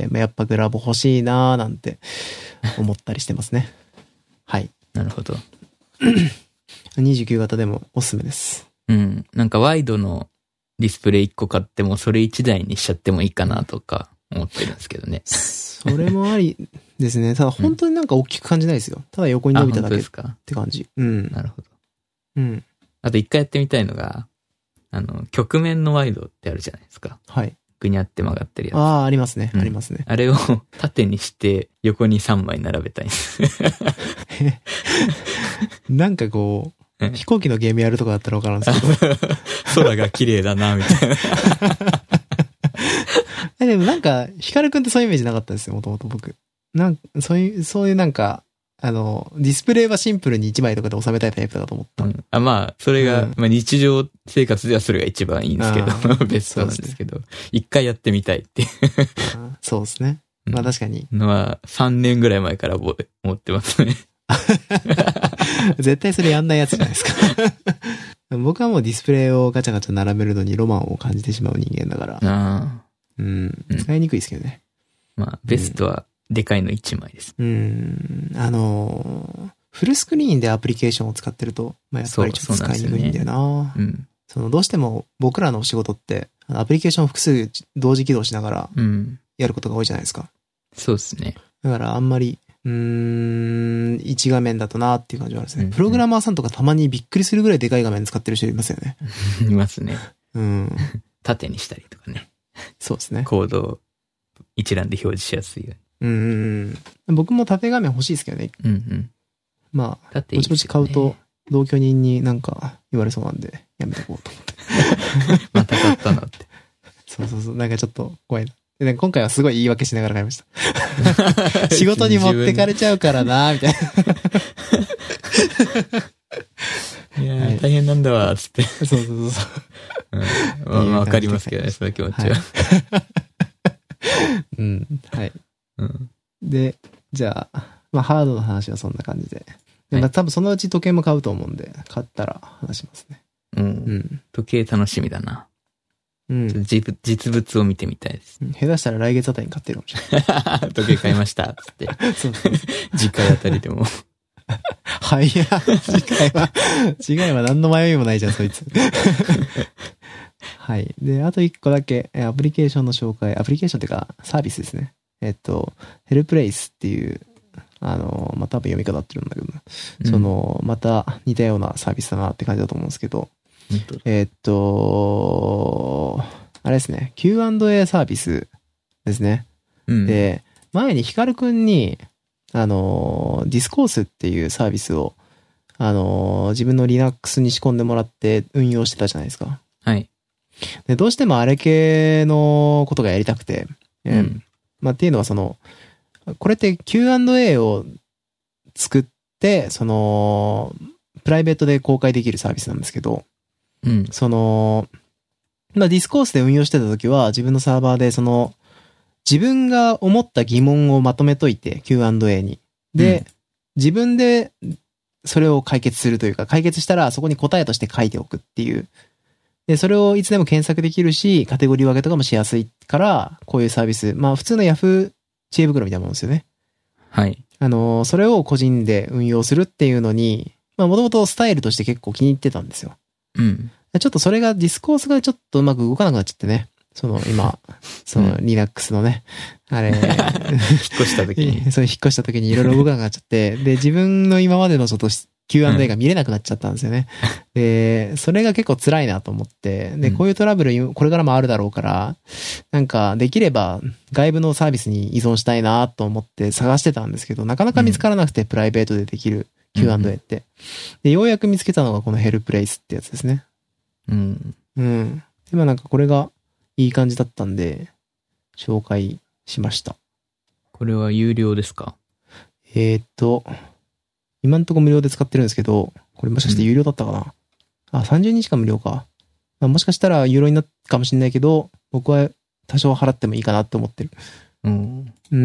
[SPEAKER 1] まあ、やっぱグラボ欲しいなーなんて思ったりしてますね。はい。
[SPEAKER 2] なるほど。
[SPEAKER 1] にじゅうきゅう型でもおすすめです。
[SPEAKER 2] うん。なんかワイドのディスプレイいっこ買ってもそれいちだいにしちゃってもいいかなとか思ってるんですけどね。
[SPEAKER 1] それもありですね。ただ本当になんか大きく感じないですよ。ただ横に伸びただけって感じ。うん。
[SPEAKER 2] なるほど。
[SPEAKER 1] うん。
[SPEAKER 2] あと一回やってみたいのが、あの、曲面のワイドってあるじゃないですか。
[SPEAKER 1] はい。
[SPEAKER 2] ぐにゃって曲がってるやつ。
[SPEAKER 1] ああ、ありますね。
[SPEAKER 2] うん、
[SPEAKER 1] ありますね。
[SPEAKER 2] あれを縦にして横にさんまい並べたい。
[SPEAKER 1] なんかこう、飛行機のゲームやるとかだったらわかるんですけど。
[SPEAKER 2] 空が綺麗だな、みたいな。
[SPEAKER 1] でもなんか、ヒカルくんってそういうイメージなかったですよ、もともと僕。なんそういう、そういうなんか、あの、ディスプレイはシンプルにいちまいとかで収めたいタイプだと思った。
[SPEAKER 2] うん、あまあ、それが、うん、まあ日常生活ではそれが一番いいんですけど、ベストなんですけど、一回やってみたいっていう
[SPEAKER 1] そうですね。まあ確かに。
[SPEAKER 2] のは、さんねんぐらい前から思ってますね。
[SPEAKER 1] 絶対それやんないやつじゃないですか。僕はもうディスプレイをガチャガチャ並べるのにロマンを感じてしまう人間だから。あうん。使いにくいですけどね。
[SPEAKER 2] まあ、ベストはでかいのいちまいです。
[SPEAKER 1] うん。あのー、フルスクリーンでアプリケーションを使ってると、まあやっぱりちょっと使いにくいんだよな。そう、そうなんですよね。うん。その、どうしても僕らの仕事って、アプリケーションを複数同時起動しながら、やることが多いじゃないですか。うん、
[SPEAKER 2] そうですね。
[SPEAKER 1] だからあんまり、うーん、一画面だとなっていう感じはあるんですね。うんうん、プログラマーさんとかたまにびっくりするぐらいでかい画面使ってる人いますよね。
[SPEAKER 2] いますね。
[SPEAKER 1] うん。
[SPEAKER 2] 縦にしたりとかね。
[SPEAKER 1] そうですね。
[SPEAKER 2] コードを一覧で表示しやすいよ
[SPEAKER 1] うに。うんうんうん。僕も縦画面欲しいですけどね。うんうん。まあ、ぼちぼち買うと同居人になんか言われそうなんで、やめとこうと思って。
[SPEAKER 2] また買ったのって。
[SPEAKER 1] そうそうそう。なんかちょっと怖いな。で今回はすごい言い訳しながら買いました。仕事に持ってかれちゃうからなみたい
[SPEAKER 2] な。いやー、はい、大変なんだわ、つって。そう
[SPEAKER 1] そうそうそう。
[SPEAKER 2] うん、まあ、まあ、わかりますけどね、そういう気持ちは。はい、
[SPEAKER 1] うん、はい。うん、で、じゃあ、まあ、ハードの話はそんな感じで。で、まあ、多分そのうち時計も買うと思うんで、買ったら話しますね。
[SPEAKER 2] うん。うん、時計楽しみだな。うん、実, 実物を見てみたいです。
[SPEAKER 1] 下手したら来月あたりに買ってるかもしれない。
[SPEAKER 2] 時計買いました、つって。そうそうそう。次回あたりでも。
[SPEAKER 1] はい、いや、次回は、次回は何の迷いもないじゃん、そいつ。はい。で、あと一個だけ、アプリケーションの紹介、アプリケーションっていうか、サービスですね。えっと、ヘルプレイスっていう、あの、まあ、多分読み方合ってるんだけど、うん、その、また似たようなサービスだなって感じだと思うんですけど、えー、っと、あれですね、キューアンドエー サービスですね。うん、で、前にヒカルくんに、あの、ディスコースっていうサービスを、あの、自分の Linux に仕込んでもらって運用してたじゃないですか。
[SPEAKER 2] はい。
[SPEAKER 1] で、どうしてもあれ系のことがやりたくて、うん、えー、まあ、っていうのはその、これって キューアンドエー を作って、その、プライベートで公開できるサービスなんですけど、うん、その、まあ、ディスコースで運用してた時は自分のサーバーでその、自分が思った疑問をまとめといて キューアンドエー に。で、うん、自分でそれを解決するというか、解決したらそこに答えとして書いておくっていう。で、それをいつでも検索できるし、カテゴリー分けとかもしやすいから、こういうサービス。まあ普通の Yahoo 知恵袋みたいなもんですよね。
[SPEAKER 2] はい。
[SPEAKER 1] あの、それを個人で運用するっていうのに、まあもともとスタイルとして結構気に入ってたんですよ。うん。ちょっとそれがディスコースがちょっとうまく動かなくなっちゃってね。その今、その Linux のね、うん、あれ、引っ
[SPEAKER 2] 越した時に。
[SPEAKER 1] そう、引っ越した時にいろいろ動かなくなっちゃって、で、自分の今までのちょっと キューアンドエー が見れなくなっちゃったんですよね。うん、で、それが結構辛いなと思って、で、こういうトラブルこれからもあるだろうから、なんかできれば外部のサービスに依存したいなと思って探してたんですけど、なかなか見つからなくて、プライベートでできる キューアンドエー って。で、ようやく見つけたのがこのヘルプレイスってやつですね。うん。うん。で、まあなんかこれがいい感じだったんで、紹介しました。
[SPEAKER 2] これは有料ですか？
[SPEAKER 1] えーっと、今んとこ無料で使ってるんですけど、これもしかして有料だったかな、うん、あ、さんじゅうにちかん無料か。まあ、もしかしたら有料になるかもしれないけど、僕は多少払ってもいいかなって思ってる。うん。うん。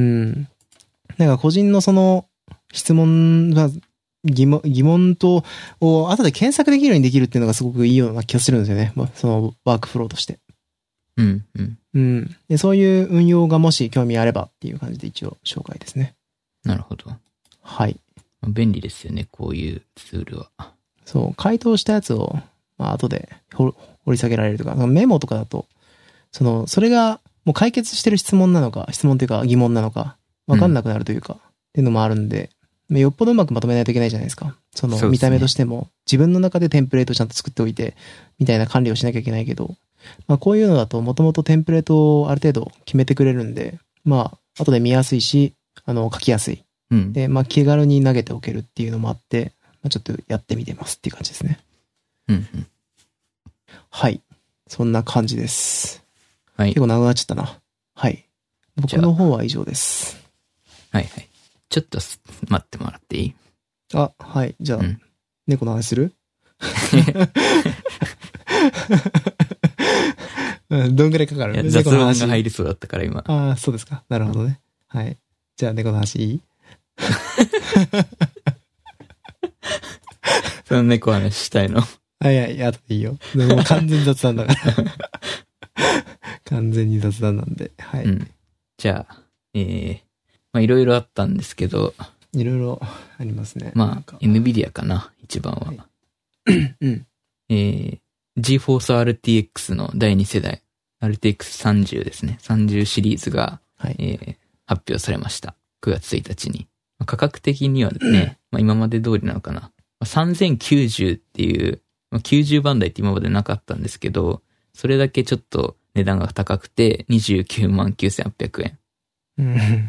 [SPEAKER 1] なんか個人のその質問は、疑問、疑問と、を後で検索できるようにできるっていうのがすごくいいような気がするんですよね。そのワークフローとして。
[SPEAKER 2] うん、うん。
[SPEAKER 1] うん。で、そういう運用がもし興味あればっていう感じで一応紹介ですね。
[SPEAKER 2] なるほど。
[SPEAKER 1] はい。
[SPEAKER 2] 便利ですよね、こういうツールは。
[SPEAKER 1] そう、回答したやつを、 まあ後で掘り下げられるとか、メモとかだと、その、それがもう解決してる質問なのか、質問というか疑問なのか、わかんなくなるというか、うん、っていうのもあるんで、よっぽどうまくまとめないといけないじゃないですか。その見た目としても、自分の中でテンプレートをちゃんと作っておいて、みたいな管理をしなきゃいけないけど、まあこういうのだともともとテンプレートをある程度決めてくれるんで、まあ後で見やすいし、あの書きやすい。うん、で、まあ気軽に投げておけるっていうのもあって、まあ、ちょっとやってみてますっていう感じですね。
[SPEAKER 2] うんうん、
[SPEAKER 1] はい。そんな感じです。
[SPEAKER 2] はい。
[SPEAKER 1] 結構長くなっちゃったな。はい。僕の方は以上です。
[SPEAKER 2] はいはい。ちょっと待ってもらっていい？
[SPEAKER 1] あ、はい。じゃあ、うん、猫の話するうん、どんぐらいかかる？
[SPEAKER 2] 雑音が入りそうだったから今。
[SPEAKER 1] ああ、そうですか。なるほどね。はい。じゃあ猫の話いい？
[SPEAKER 2] その猫話したいの？
[SPEAKER 1] はいはい、あとでいいよ。でも完全に雑談だから。完全に雑談なんで。はい。うん、
[SPEAKER 2] じゃあ、えー、まあいろいろあったんですけど。
[SPEAKER 1] いろいろありますね。
[SPEAKER 2] まあ、エヌビディア かな、一番は。はい、うん。えー、GeForce アールティーエックス のだいに世代、アールティーエックスさんじゅう ですね。さんじゅうシリーズが、はい、えー、発表されました。くがつついたちに。価格的にはね、まあ今まで通りなのかな。さんぜんきゅうじゅうっていう、きゅうじゅうばんだいって今までなかったんですけど、それだけちょっと値段が高くてにじゅうきゅうまんきゅうせんはっぴゃくえん。うん、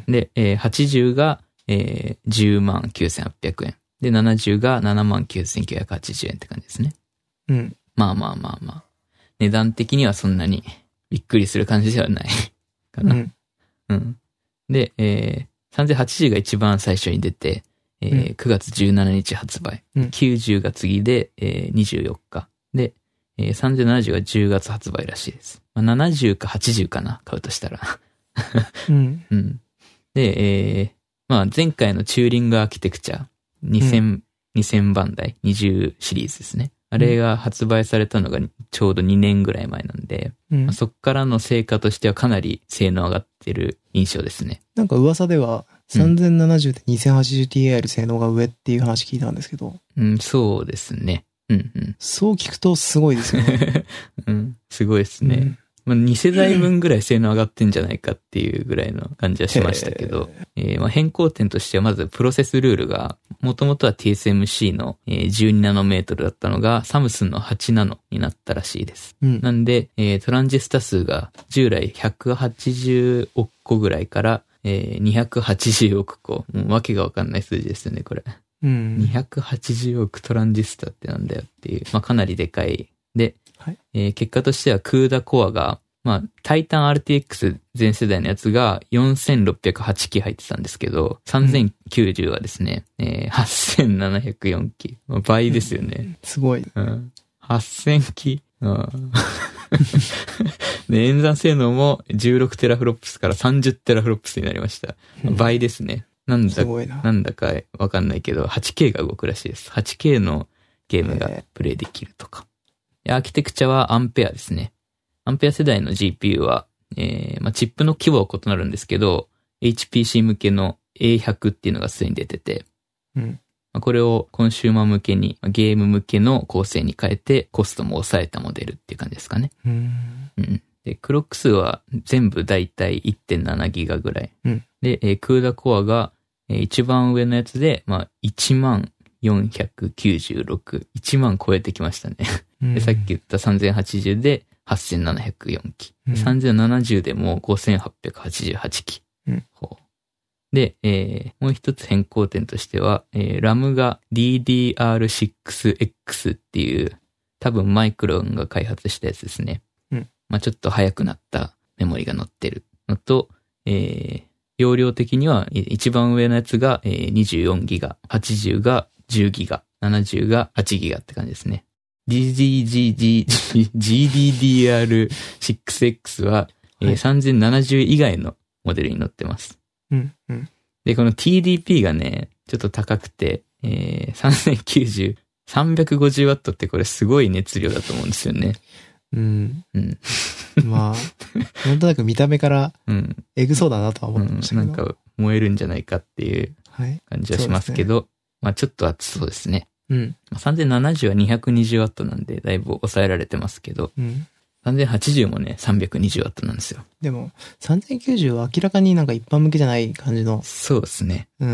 [SPEAKER 2] で、えー、はちじゅうが、えー、じゅうまんきゅうせんはっぴゃくえん。で、ななじゅうがななまんきゅうせんきゅうひゃくはちじゅうえんって感じですね。うん。まあまあまあまあ。値段的にはそんなにびっくりする感じではないかな。うん。うん。で、えー、さんぜんはちじゅうが一番最初に出て、えーうん、くがつじゅうしちにち発売。うん、きゅうじゅうが次で、えー、にじゅうよっか。で、えー、さんぜんななじゅうがじゅうがつ発売らしいです。まあ、ななじゅうかはちじゅうかな、買うとしたら。うん。うん。で、えー、まあ前回のチューリングアーキテクチャにせん、うん、にせんばんだいにじゅうシリーズですね。あれが発売されたのがちょうどにねんぐらい前なんで、うんまあ、そっからの成果としてはかなり性能上がってる印象ですね。
[SPEAKER 1] なんか噂ではさんぜんななじゅうで にせんはちじゅうティーアイ より性能が上っていう話聞いたんですけど。
[SPEAKER 2] うん、そうですね。うんうん。
[SPEAKER 1] そう聞くとすごいですよね。
[SPEAKER 2] うん、すごいですね。うんまあ、に世代分ぐらい性能上がってんじゃないかっていうぐらいの感じはしましたけど、えーまあ変更点としてはまずプロセスルールが、もともとは ティーエスエムシー のじゅうにナノメートルだったのがサムスンのはちナノになったらしいです。うん、なんで、えー、トランジスタ数が従来ひゃくはちじゅうおくこぐらいから、えー、にひゃくはちじゅうおくこ。もうわけがわかんない数字ですよね、これ。うん、にひゃくはちじゅうおくトランジスタってなんだよっていう、まあかなりでかい。で、はいえー、結果としてはクーダコアが、まあ、タイタン アールティーエックス 全世代のやつがよんせんろっぴゃくはちき入ってたんですけど、さんぜんきゅうじゅうはですね、うんえー、はっせんななひゃくよんき。まあ、倍ですよね。うん、
[SPEAKER 1] すごい。
[SPEAKER 2] うん、はっせんき。うん、で、演算性能もじゅうろくテラフロップスからさんじゅうテラフロップスになりました。倍ですね。なんだ、ななんだかわかんないけど、はちケー が動くらしいです。はちケー のゲームがプレイできるとか。アーキテクチャはアンペアですね。アンペア世代の ジーピーユー は、えー、まあ、チップの規模は異なるんですけど、エイチピーシー 向けの エーひゃく っていうのがすでに出てて、うん、まあ、これをコンシューマー向けに、ゲーム向けの構成に変えて、コストも抑えたモデルっていう感じですかね。うん、うん、で、クロック数は全部だいたい いってんななギガぐらい。うん、で、えー、クーダコアが、えー、一番上のやつで、まあ、いちまんよんひゃくきゅうじゅうろく。いちまん超えてきましたね。で、さっき言ったさんぜんはちじゅうではっせんななひゃくよんき。うん、さんぜんななじゅうでもごせんはっぴゃくはちじゅうはちき。うん、で、えー、もう一つ変更点としては、えー、ラム が ディーディーアールシックスエックス っていう、多分マイクロンが開発したやつですね。うん、まあちょっと速くなったメモリが載ってるのと、えー、容量的には一番上のやつがにじゅうよんギガ、はちじゅうがじゅうギガ、ななじゅうがはちギガって感じですね。ディーディージージー、ジーディーディーアールシックスエックス は、はいえー、さんぜんななじゅう以外のモデルに載ってます。うんうん、で、この ティーディーピー がね、ちょっと高くて、えー、さんぜんきゅうじゅう、さんびゃくごじゅうワット ってこれすごい熱量だと思うんですよね。うん。うん。
[SPEAKER 1] まあ、なんとなく見た目から、エグそうだなとは思ってましたけど、うん、
[SPEAKER 2] なんか燃えるんじゃないかっていう感じはしますけど、はいね、まあちょっと熱そうですね。
[SPEAKER 1] うん。
[SPEAKER 2] さんぜんななじゅうは にひゃくにじゅうワット なんで、だいぶ抑えられてますけど、
[SPEAKER 1] うん。
[SPEAKER 2] さんぜんはちじゅうもね、さんびゃくにじゅうワット なんですよ。
[SPEAKER 1] でも、さんぜんきゅうじゅうは明らかになんか一般向けじゃない感じの。
[SPEAKER 2] そうですね。
[SPEAKER 1] うん、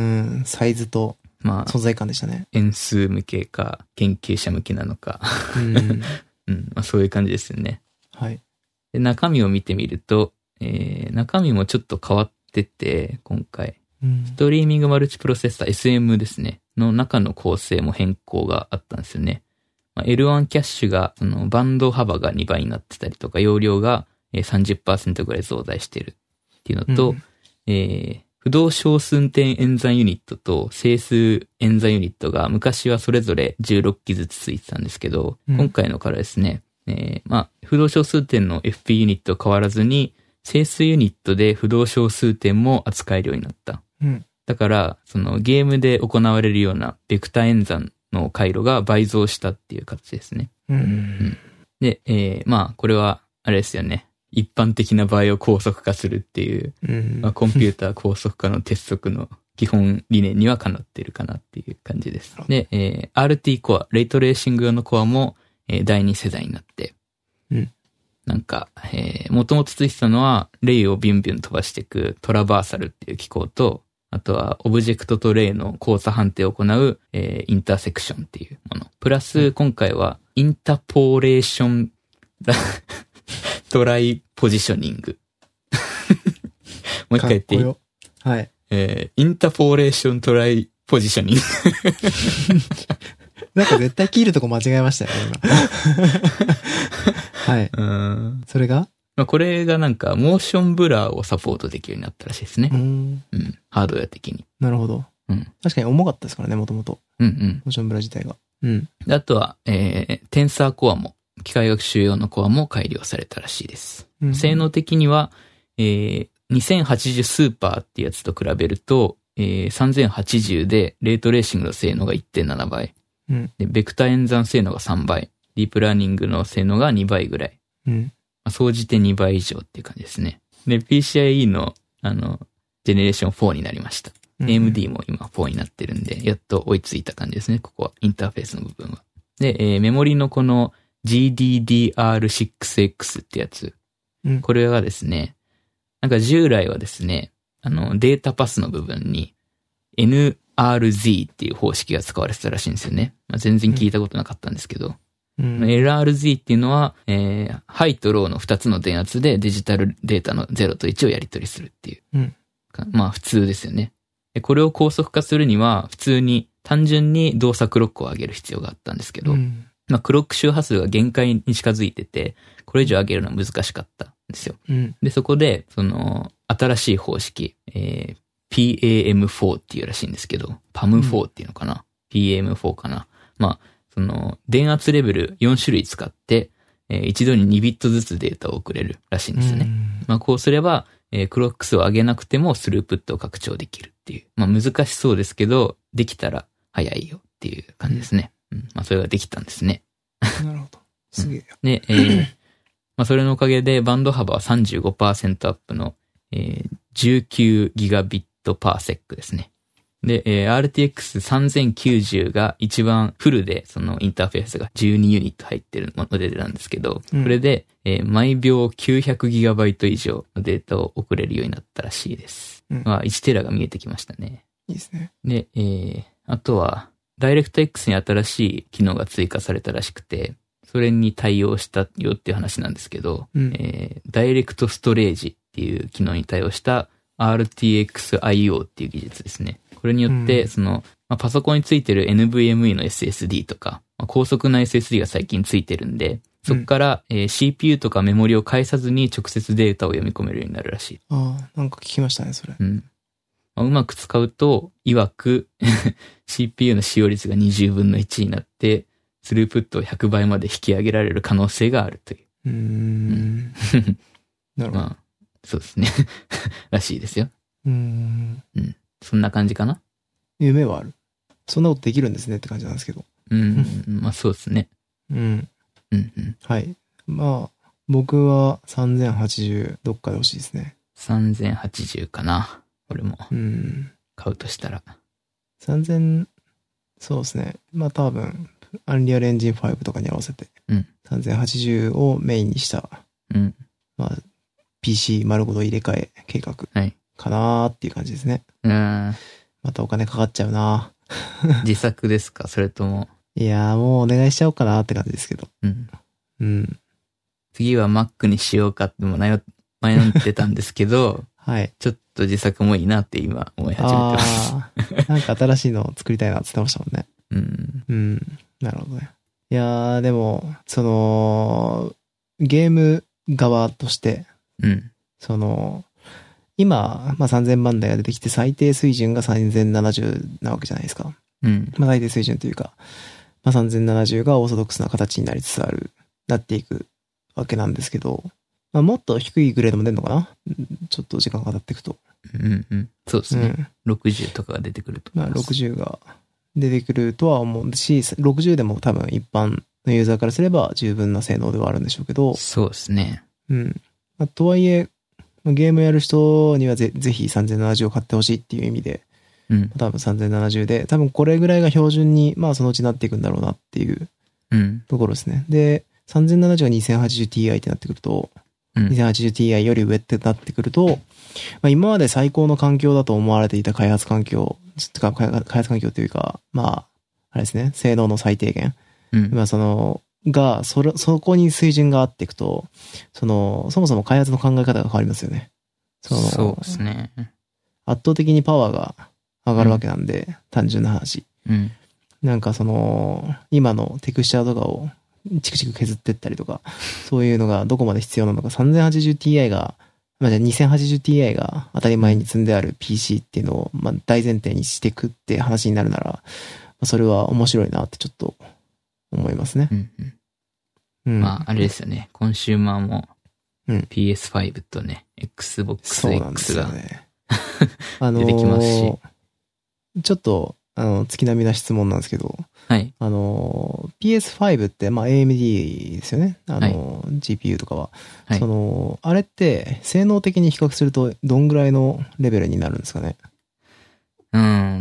[SPEAKER 1] サイズと、まあ、存在感でしたね。
[SPEAKER 2] 円数向けか、研究者向けなのか。うん。うん。まあそういう感じですよね。
[SPEAKER 1] はい。
[SPEAKER 2] で、中身を見てみると、えー、中身もちょっと変わってて、今回。うん、ストリーミングマルチプロセッサー エスエム ですね。の中の構成も変更があったんですよね。まあ、エルワン キャッシュが、そのバンド幅がにばいになってたりとか、容量が さんじゅっパーセント ぐらい増大してるっていうのと、うん、えー、不動小数点演算ユニットと整数演算ユニットが昔はそれぞれじゅうろっきずつついてたんですけど、うん、今回のからですね、えー、まあ、不動小数点の エフピー ユニット変わらずに、整数ユニットで不動小数点も扱えるようになった。うん、だから、そのゲームで行われるようなベクター演算の回路が倍増したっていう形ですね。うんうん、で、えー、まあ、これは、あれですよね。一般的な場合を高速化するっていう、うん、まあ、コンピューター高速化の鉄則の基本理念にはかなっているかなっていう感じです。で、えー、アールティー コア、レイトレーシング用のコアも、えー、だいに世代になって、うん、なんか、えー、もともとついてたのは、レイをビュンビュン飛ばしていくトラバーサルっていう機構と、あとは、オブジェクトとレイの交差判定を行う、えー、インターセクションっていうもの。プラス、今回は、インタポーレーショントライポジショニング。もう一回言っていい？
[SPEAKER 1] はい。
[SPEAKER 2] えー、インタポーレーショントライポジショニング。
[SPEAKER 1] なんか絶対切るとこ間違えましたよね、今。はい。うん。それが
[SPEAKER 2] まあ、これがなんか、モーションブラーをサポートできるようになったらしいですね。うん。うん。ハードウェア的に。
[SPEAKER 1] なるほど。うん。確かに重かったですからね、もともと。うんうん。モーションブラー自体が。うん。
[SPEAKER 2] で、あとは、えー、テンサーコアも、機械学習用のコアも改良されたらしいです。うん、性能的には、えー、にせんはちじゅうスーパーってやつと比べると、えー、さんぜんはちじゅうで、レートレーシングの性能が いってんななばい。うん。で、ベクター演算性能がさんばい。ディープラーニングの性能がにばいぐらい。うん。総じてにばい以上っていう感じですね。で、ピーシーアイイー の、あの、ジェネレーションフォーになりました。うん、エーエムディー も今フォーになってるんで、やっと追いついた感じですね。ここは、インターフェースの部分は。で、えー、メモリのこの ジーディーディーアールシックスエックス ってやつ。うん、これはですね、なんか従来はですね、あの、データパスの部分に エヌアールゼット っていう方式が使われてたらしいんですよね。まあ、全然聞いたことなかったんですけど。うん、エルアールゼット っていうのは、えー、ハイとローのふたつの電圧でデジタルデータのゼロといちをやり取りするっていう。うん、まあ普通ですよね。これを高速化するには、普通に単純に動作クロックを上げる必要があったんですけど、うん、まあクロック周波数が限界に近づいてて、これ以上上げるのは難しかったんですよ。うん、で、そこで、その、新しい方式、えー、ピーエーエムフォー っていうらしいんですけど、パムフォー っていうのかな、うん、ピーエーエムフォー かな。まあ、その、電圧レベルよん種類使って、えー、一度ににビットずつデータを送れるらしいんですよね。うん、まあこうすれば、えー、クロック数を上げなくてもスループットを拡張できるっていう。まあ難しそうですけど、できたら早いよっていう感じですね。うん。うん、まあそれができたんですね。
[SPEAKER 1] なるほど。すげえ。
[SPEAKER 2] うん、で、えー、まあそれのおかげでバンド幅は さんじゅうごパーセント アップの、えー、じゅうきゅうギガビットパーセックですね。で、えー、アールティーエックスさんぜんきゅうじゅう が一番フルで、そのインターフェースがじゅうにユニット入ってるモデルなんですけど、うん、これで、えー、毎秒 きゅうひゃくギガバイト 以上のデータを送れるようになったらしいです。うん、まあ、いちテラが見えてきましたね。
[SPEAKER 1] いいですね。
[SPEAKER 2] で、えー、あとは、ダイレクト X に新しい機能が追加されたらしくて、それに対応したよっていう話なんですけど、うん、えー、ダイレクトストレージっていう機能に対応した アールティーエックスアイオー っていう技術ですね。これによって、その、まあ、パソコンについてる エヌブイエムイー の エスエスディー とか、まあ、高速な エスエスディー が最近ついてるんで、そこから、うんえー、シーピーユー とかメモリを介さずに直接データを読み込めるようになるらしい。
[SPEAKER 1] ああ、なんか聞きましたね、それ。
[SPEAKER 2] うん。まあ、うまく使うと、曰く、シーピーユー の使用率がにじゅうぶんのいちになって、スループットをひゃくばいまで引き上げられる可能性があるという。うーん。うん、
[SPEAKER 1] なるほど。
[SPEAKER 2] まあ、そうですね。らしいですよ。
[SPEAKER 1] うーん。
[SPEAKER 2] うん。そんな感じかな？
[SPEAKER 1] 夢はある。そんなことできるんですねって感じなんですけど。
[SPEAKER 2] うん。まあそうですね。
[SPEAKER 1] うん。
[SPEAKER 2] うんうん。
[SPEAKER 1] はい。まあ、僕はさんぜんはちじゅうどっかで欲しいですね。
[SPEAKER 2] さんぜんはちじゅうかな。俺も。
[SPEAKER 1] うん。
[SPEAKER 2] 買うとしたら。
[SPEAKER 1] さんぜん、 そうですね。まあ多分、アンリアルエンジンファイブとかに合わせて、
[SPEAKER 2] うん、
[SPEAKER 1] さんぜんはちじゅうをメインにした、
[SPEAKER 2] うん、
[SPEAKER 1] まあ、ピーシー 丸ごと入れ替え計画かなーっていう感じですね。
[SPEAKER 2] はい、うん
[SPEAKER 1] またお金かかっちゃうな
[SPEAKER 2] 自作ですかそれとも。
[SPEAKER 1] いやーもうお願いしちゃおうかなって感じですけど。うん。うん。
[SPEAKER 2] 次は Mac にしようかっても迷ってたんですけど、
[SPEAKER 1] はい。
[SPEAKER 2] ちょっと自作もいいなって今思い始めてます。
[SPEAKER 1] あーなんか新しいのを作りたいなって言ってましたもんね。
[SPEAKER 2] うん。
[SPEAKER 1] うん。なるほどね。いやーでも、その、ゲーム側として、
[SPEAKER 2] うん。
[SPEAKER 1] その、今、まあ、さんぜんまん台が出てきて最低水準がさんぜんななじゅうなわけじゃないですか。
[SPEAKER 2] うん。
[SPEAKER 1] まあ、最低水準というか、まあ、さんぜんななじゅうがオーソドックスな形になりつつある、なっていくわけなんですけど、まあ、もっと低いグレードも出るのかなちょっと時間が経っていくと。
[SPEAKER 2] うんうん。そうですね。うん、ろくじゅうとかが出てくると思います。
[SPEAKER 1] まあ、ろくじゅうが出てくるとは思うし、ろくじゅうでも多分一般のユーザーからすれば十分な性能ではあるんでしょうけど。
[SPEAKER 2] そうですね。
[SPEAKER 1] うん。まあ、とはいえ、ゲームやる人にはぜぜひさんぜんななじゅうを買ってほしいっていう意味で、
[SPEAKER 2] うん、
[SPEAKER 1] 多分さんぜんななじゅうで、多分これぐらいが標準に、まあそのうちなっていくんだろうなっていうところですね。うん、で、さんぜんななじゅうが にせんはちじゅうティーアイ ってなってくると、うん、にせんはちじゅうティーアイ より上ってなってくると、まあ今まで最高の環境だと思われていた開発環境、とか開発環境というか、まあ、あれですね、性能の最低限。うん、まあその、が、それ、そこに水準が合っていくと、その、そもそも開発の考え方が変わりますよね。
[SPEAKER 2] そのそうですね。
[SPEAKER 1] 圧倒的にパワーが上がるわけなんで、うん、単純な話。うん。なんかその、今のテクスチャーとかをチクチク削ってったりとか、そういうのがどこまで必要なのか、さんぜんはちじゅうティーアイ が、まあじゃあ にせんはちじゅうティーアイ が当たり前に積んである ピーシー っていうのを、まあ大前提にしていくって話になるなら、まあ、それは面白いなってちょっと思いますね。うんうん
[SPEAKER 2] うん、まあ、あれですよね。コンシューマーも、ピーエスファイブ とね、Xbox X が、ね、出てきますし。
[SPEAKER 1] ちょっと、あの、月並みな質問なんですけど、
[SPEAKER 2] はい。
[SPEAKER 1] あの、ピーエスファイブ って、まあ エーエムディー ですよね。あの、はい、ジーピーユー とかは。はい、その、あれって、性能的に比較すると、どんぐらいのレベルになるんですかね。
[SPEAKER 2] うん、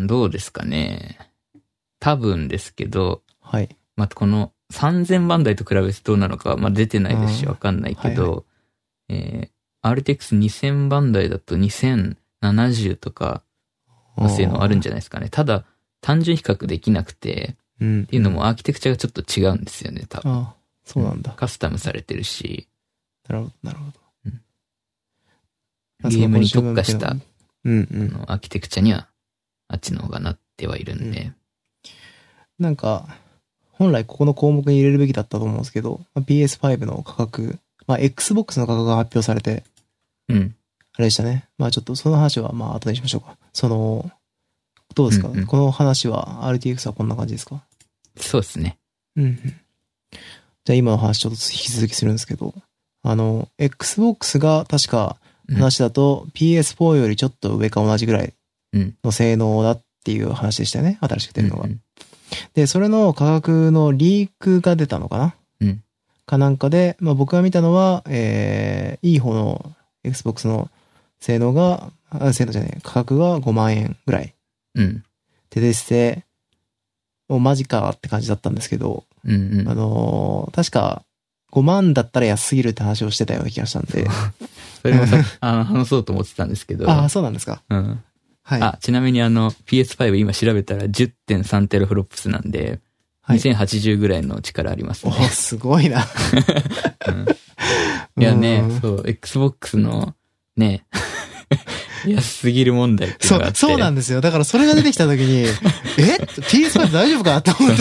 [SPEAKER 2] どうですかね。多分ですけど、はい。まあ、この、さんぜんばん台と比べてどうなのかは、まあ、出てないですし、わかんないけど、はいはい、えー、アールティーエックスにせん 番台だとにせんななじゅうとかの性能あるんじゃないですかね。ただ、単純比較できなくて、うん、っていうのもアーキテクチャがちょっと違うんですよね、多分。
[SPEAKER 1] ああ、そうなんだ。
[SPEAKER 2] カスタムされてるし。
[SPEAKER 1] なるほど、なるほど。うん、
[SPEAKER 2] ゲームに特化した、うんうん、あのアーキテクチャには、あっちの方がなってはいるんで。
[SPEAKER 1] うん、なんか、本来ここの項目に入れるべきだったと思うんですけど、ピーエスファイブ の価格、まあ Xbox の価格が発表されて、
[SPEAKER 2] うん。
[SPEAKER 1] あれでしたね。まあちょっとその話はまあ後にしましょうか。その、どうですか、うんうん、この話は アールティーエックス はこんな感じですか？
[SPEAKER 2] そうですね。
[SPEAKER 1] うん。じゃあ今の話ちょっと引き続きするんですけど、あの、Xbox が確か話だと ピーエスフォー よりちょっと上か同じぐらいの性能だっていう話でしたよね。新しく出るのが。うんうん、で、それの価格のリークが出たのかな、うん、かなんかで、まあ僕が見たのは、えー、いい方の Xbox の性能が、あ、性能じゃない、価格がごまんえんぐらい。
[SPEAKER 2] うん。
[SPEAKER 1] ででして、もうマジかって感じだったんですけど、
[SPEAKER 2] うんうん、
[SPEAKER 1] あのー、確かごまんだったら安すぎるって話をしてたような気がしたんで。
[SPEAKER 2] それもさ、あの、話そうと思ってたんですけど。
[SPEAKER 1] ああ、そうなんですか。
[SPEAKER 2] うん。はい。あ、ちなみにあの、ピーエスファイブ 今調べたら じゅってんさん テロフロップスなんで、はい、にせんはちじゅうぐらいの力ありますね。
[SPEAKER 1] お、すごいな。
[SPEAKER 2] うん、いやね、そう、Xbox のね、安すぎる問題っていうのがあって。
[SPEAKER 1] そう、そうなんですよ。だからそれが出てきた時に、え ピーエスファイブ 大丈夫かと思って。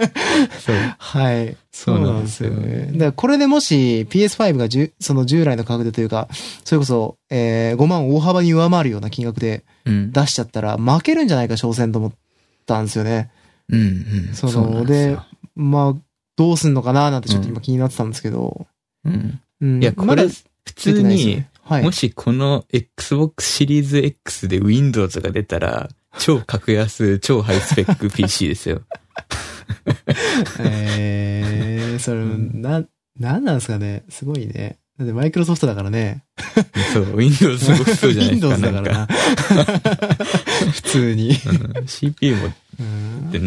[SPEAKER 1] そう。はい。そうなんですよね。だからこれでもし ピーエスファイブ がじゅその従来の価格でというか、それこそ、えー、ごまん大幅に上回るような金額で出しちゃったら負けるんじゃないか、挑戦と思ったんですよね。
[SPEAKER 2] うんうん。
[SPEAKER 1] その、で、まあ、どうすんのかななんてちょっと今気になってたんですけど。
[SPEAKER 2] うん。うん、いや、これ、普通に、はい、もしこの Xbox シリーズ X で Windows が出たら、超格安、超ハイスペック ピーシー ですよ。
[SPEAKER 1] えー、それ、な、なんなんですかね。すごいね。だってマイクロソフトだからね。
[SPEAKER 2] そう、Windows すごくそうじゃないですか。
[SPEAKER 1] Windows だからな。普通に、
[SPEAKER 2] うん。シーピーユー も、ってね。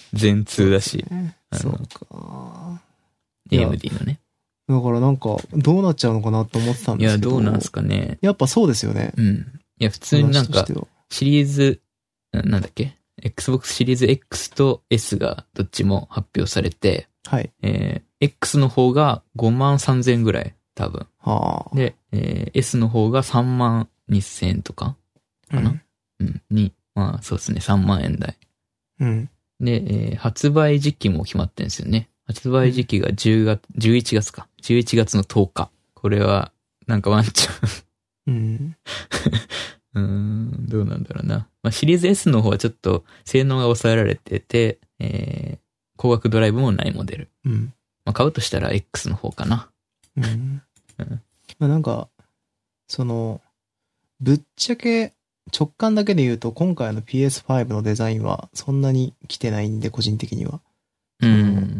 [SPEAKER 2] 全ツーだし。
[SPEAKER 1] そうか。
[SPEAKER 2] エーエムディー のね。
[SPEAKER 1] だからなんか、どうなっちゃうのかなと思ってたんですけど。
[SPEAKER 2] いや、どうなんすかね。
[SPEAKER 1] やっぱそうですよね。
[SPEAKER 2] うん。いや、普通になんか、シリーズ、なんだっけ ?Xbox シリーズ X と S がどっちも発表されて、
[SPEAKER 1] はい。
[SPEAKER 2] えー、X の方がごまんさんぜんぐらい、多分。
[SPEAKER 1] はあ。
[SPEAKER 2] で、えー、S の方がさんまんにせんとかかな、うん、うん。に、まあそうですね、さんまんえん台。
[SPEAKER 1] うん。
[SPEAKER 2] で、えー、発売時期も決まってるんですよね。発売時期がじゅうがつ、じゅういちがつか。じゅういちがつのとおか。これは、なんかワンチャ
[SPEAKER 1] ン。うん。
[SPEAKER 2] うーん、どうなんだろうな。まあ、シリーズ S の方はちょっと性能が抑えられてて、えー、光学ドライブもないモデル。
[SPEAKER 1] うん。
[SPEAKER 2] まあ、買うとしたら X の方かな。
[SPEAKER 1] うん。うん、まあなんか、その、ぶっちゃけ直感だけで言うと今回の ピーエスファイブ のデザインはそんなに来てないんで、個人的には。
[SPEAKER 2] うん。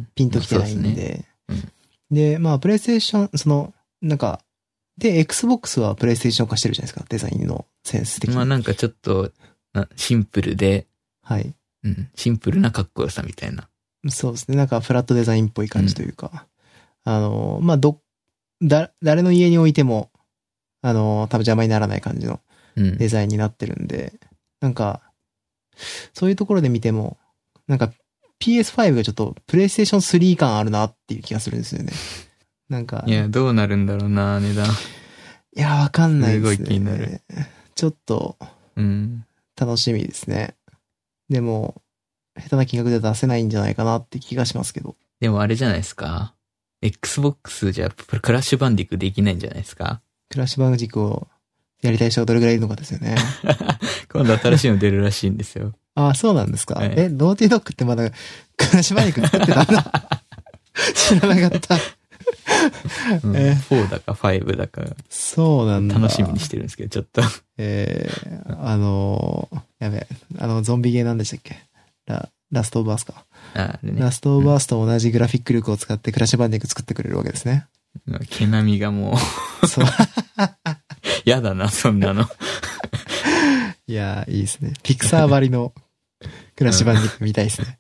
[SPEAKER 1] ピンと来てないんで。まあそうですね。うん、で、まあ、プレイステーション、その、なんか、で、Xbox はプレイステーション化してるじゃないですか、デザインのセンス的に。
[SPEAKER 2] まあなんかちょっと、シンプルで、
[SPEAKER 1] はい。
[SPEAKER 2] うん。シンプルなかっこよさみたいな。
[SPEAKER 1] そうですね。なんかフラットデザインっぽい感じというか。うん、あの、まあ、ど、だ、誰の家に置いても、あの、多分邪魔にならない感じのデザインになってるんで、うん、なんか、そういうところで見ても、なんか ピーエスファイブ がちょっとプレイステーションスリー感あるなっていう気がするんですよね。なんか。
[SPEAKER 2] いや、どうなるんだろうな、値段。
[SPEAKER 1] いや、わかんないですね。
[SPEAKER 2] すごい気になる。
[SPEAKER 1] ちょっと、うん。楽しみですね。でも、下手な金額で出せないんじゃないかなって気がしますけど。
[SPEAKER 2] でもあれじゃないですか。Xbox じゃクラッシュバンディックできないんじゃないですか。
[SPEAKER 1] クラッシュバンディックをやりたい人がどれぐらいいるのかですよね。
[SPEAKER 2] 今度新しいの出るらしいんですよ。
[SPEAKER 1] ああ、そうなんですか。はい、え、ノーティードックってまだクラッシュバンディック作ってたんだ。知らなかった。
[SPEAKER 2] うん、えー、フォーだかファイブだか。
[SPEAKER 1] そうなんだ。
[SPEAKER 2] 楽しみにしてるんですけど、ちょっと。
[SPEAKER 1] えー、あのー、やべえ、あの、ゾンビゲーなんでしたっけラ、ラストオブアースか。
[SPEAKER 2] あれね、
[SPEAKER 1] ラストオブアースと同じグラフィック力を使ってクラッシュバンディック作ってくれるわけですね。
[SPEAKER 2] 毛並みがもう。そう。やだな、そんなの。
[SPEAKER 1] いやー、いいですね。ピクサーばりのクラッシュバンディック見たいですね。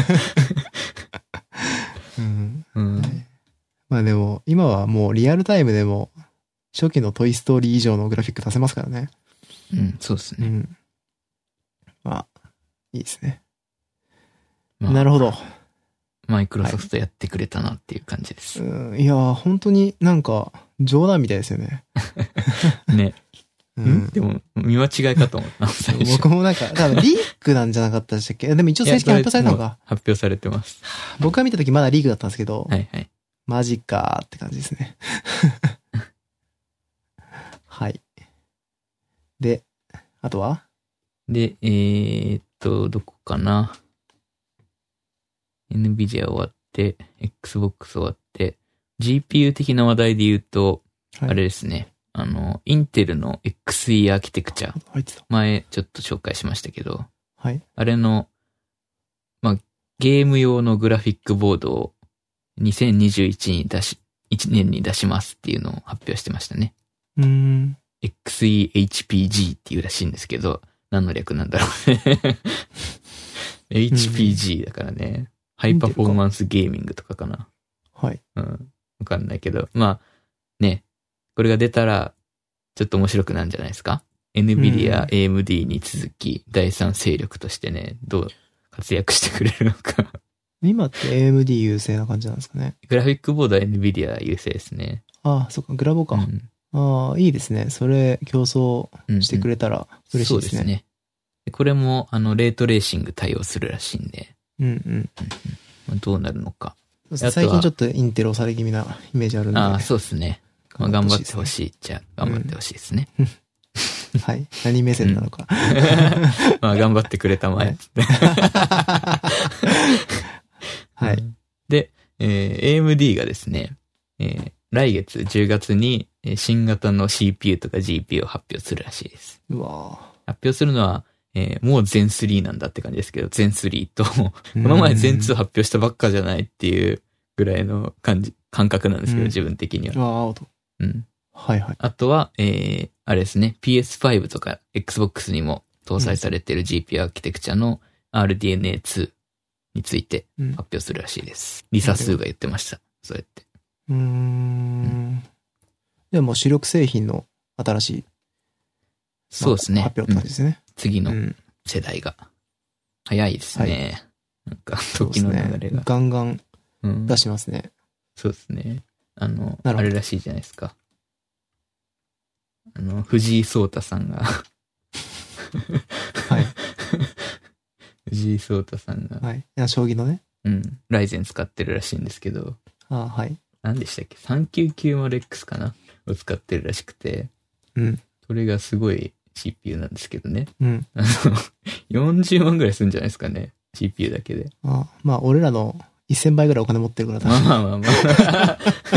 [SPEAKER 1] うんうんはい、まあでも、今はもうリアルタイムでも、初期のトイストーリー以上のグラフィック出せますからね。
[SPEAKER 2] うん、そうですね。うん、
[SPEAKER 1] まあ、いいですね。まあ、なるほど。
[SPEAKER 2] マイクロソフトやってくれたなっていう感じです。
[SPEAKER 1] はい、うんいやー、本当になんか、冗談みたいですよね。
[SPEAKER 2] ね。うん、でも、見間違いかと思った。
[SPEAKER 1] 僕もなんか、多分リークなんじゃなかったでしたっけでも一応正式に発表されたのか。
[SPEAKER 2] 発表されてます。
[SPEAKER 1] 僕が見た時まだリークだったんですけど、
[SPEAKER 2] はいはい。
[SPEAKER 1] マジかーって感じですね。はい。で、あとは
[SPEAKER 2] で、えー、っと、どこかな。Nvidia 終わって、Xbox 終わって、ジーピーユー 的な話題で言うと、はい、あれですね。あの、インテルの エックスイー アーキテクチャ。前ちょっと紹介しましたけど、
[SPEAKER 1] はい。
[SPEAKER 2] あれの、まあ、ゲーム用のグラフィックボードをにせんにじゅういちに出し、いちねんに出しますっていうのを発表してましたね。
[SPEAKER 1] うーん。
[SPEAKER 2] エックスイーエイチピージー っていうらしいんですけど、何の略なんだろうね。エイチピージー だからね。ハイパフォーマンスゲーミングとかかな。
[SPEAKER 1] はい。
[SPEAKER 2] うん。わかんないけど。まあ、ね。これが出たら、ちょっと面白くなるんじゃないですか？ Nvidia、エーエムディー に続き、第三勢力としてね、どう活躍してくれるのか。
[SPEAKER 1] 今って エーエムディー 優勢な感じなんですかね。
[SPEAKER 2] グラフィックボードは Nvidia 優勢ですね。
[SPEAKER 1] ああ、そっか、グラボか。うん、ああ、いいですね。それ、競争してくれたら嬉しいですね。そうですね。
[SPEAKER 2] これも、あの、レートレーシング対応するらしいんで。
[SPEAKER 1] うんうん。
[SPEAKER 2] うん、どうなるのか。
[SPEAKER 1] 最近ちょっとインテル押され気味なイメージあるんで。
[SPEAKER 2] ああ、そうですね。まあ、頑張ってほしい。じゃあ、頑張ってほしいですね。
[SPEAKER 1] うん、はい。何目線なのか。うん、
[SPEAKER 2] まあ、頑張ってくれたまえ。
[SPEAKER 1] はい。
[SPEAKER 2] で、えー、エーエムディー がですね、えー、来月じゅうがつに新型の シーピーユー とか ジーピーユー を発表するらしいです。
[SPEAKER 1] うわ
[SPEAKER 2] 発表するのは、えー、もう ゼンスリー なんだって感じですけど、ゼンスリー と、この前 ゼンツー 発表したばっかじゃないっていうぐらいの感じ、感覚なんですけど、自分的には。
[SPEAKER 1] うわアウト。
[SPEAKER 2] うん。
[SPEAKER 1] はいはい。
[SPEAKER 2] あとは、えー、あれですね、ピーエスファイブ とか Xbox にも搭載されている ジーピーユー アーキテクチャの アールディーエヌエーツーについて発表するらしいです。リサスーが言ってました。そうやって。
[SPEAKER 1] うーん。うん、でも主力製品の新しい、
[SPEAKER 2] そうですね。
[SPEAKER 1] 発表って感じですね。うん、
[SPEAKER 2] 次の世代が。早いですね。はい、なんか、時の流れが。
[SPEAKER 1] ね、ガンガン出しますね。
[SPEAKER 2] うん、そうですね。あの、あれらしいじゃないですか。あの、藤井聡太さんが。はい。藤井聡太さんが。
[SPEAKER 1] はい。将棋のね。
[SPEAKER 2] うん。ライゼン使ってるらしいんですけど。
[SPEAKER 1] ああ、はい。
[SPEAKER 2] 何でしたっけ ?さんきゅうきゅうまるエックス かなを使ってるらしくて。
[SPEAKER 1] うん。
[SPEAKER 2] それがすごい シーピーユー なんですけどね。
[SPEAKER 1] うん。
[SPEAKER 2] あの、よんじゅうまんぐらいするんじゃないですかね。シーピーユー だけで。
[SPEAKER 1] ああ、まあ、俺らのせんばいぐらいお金持ってるから。
[SPEAKER 2] まあまあまあまあ。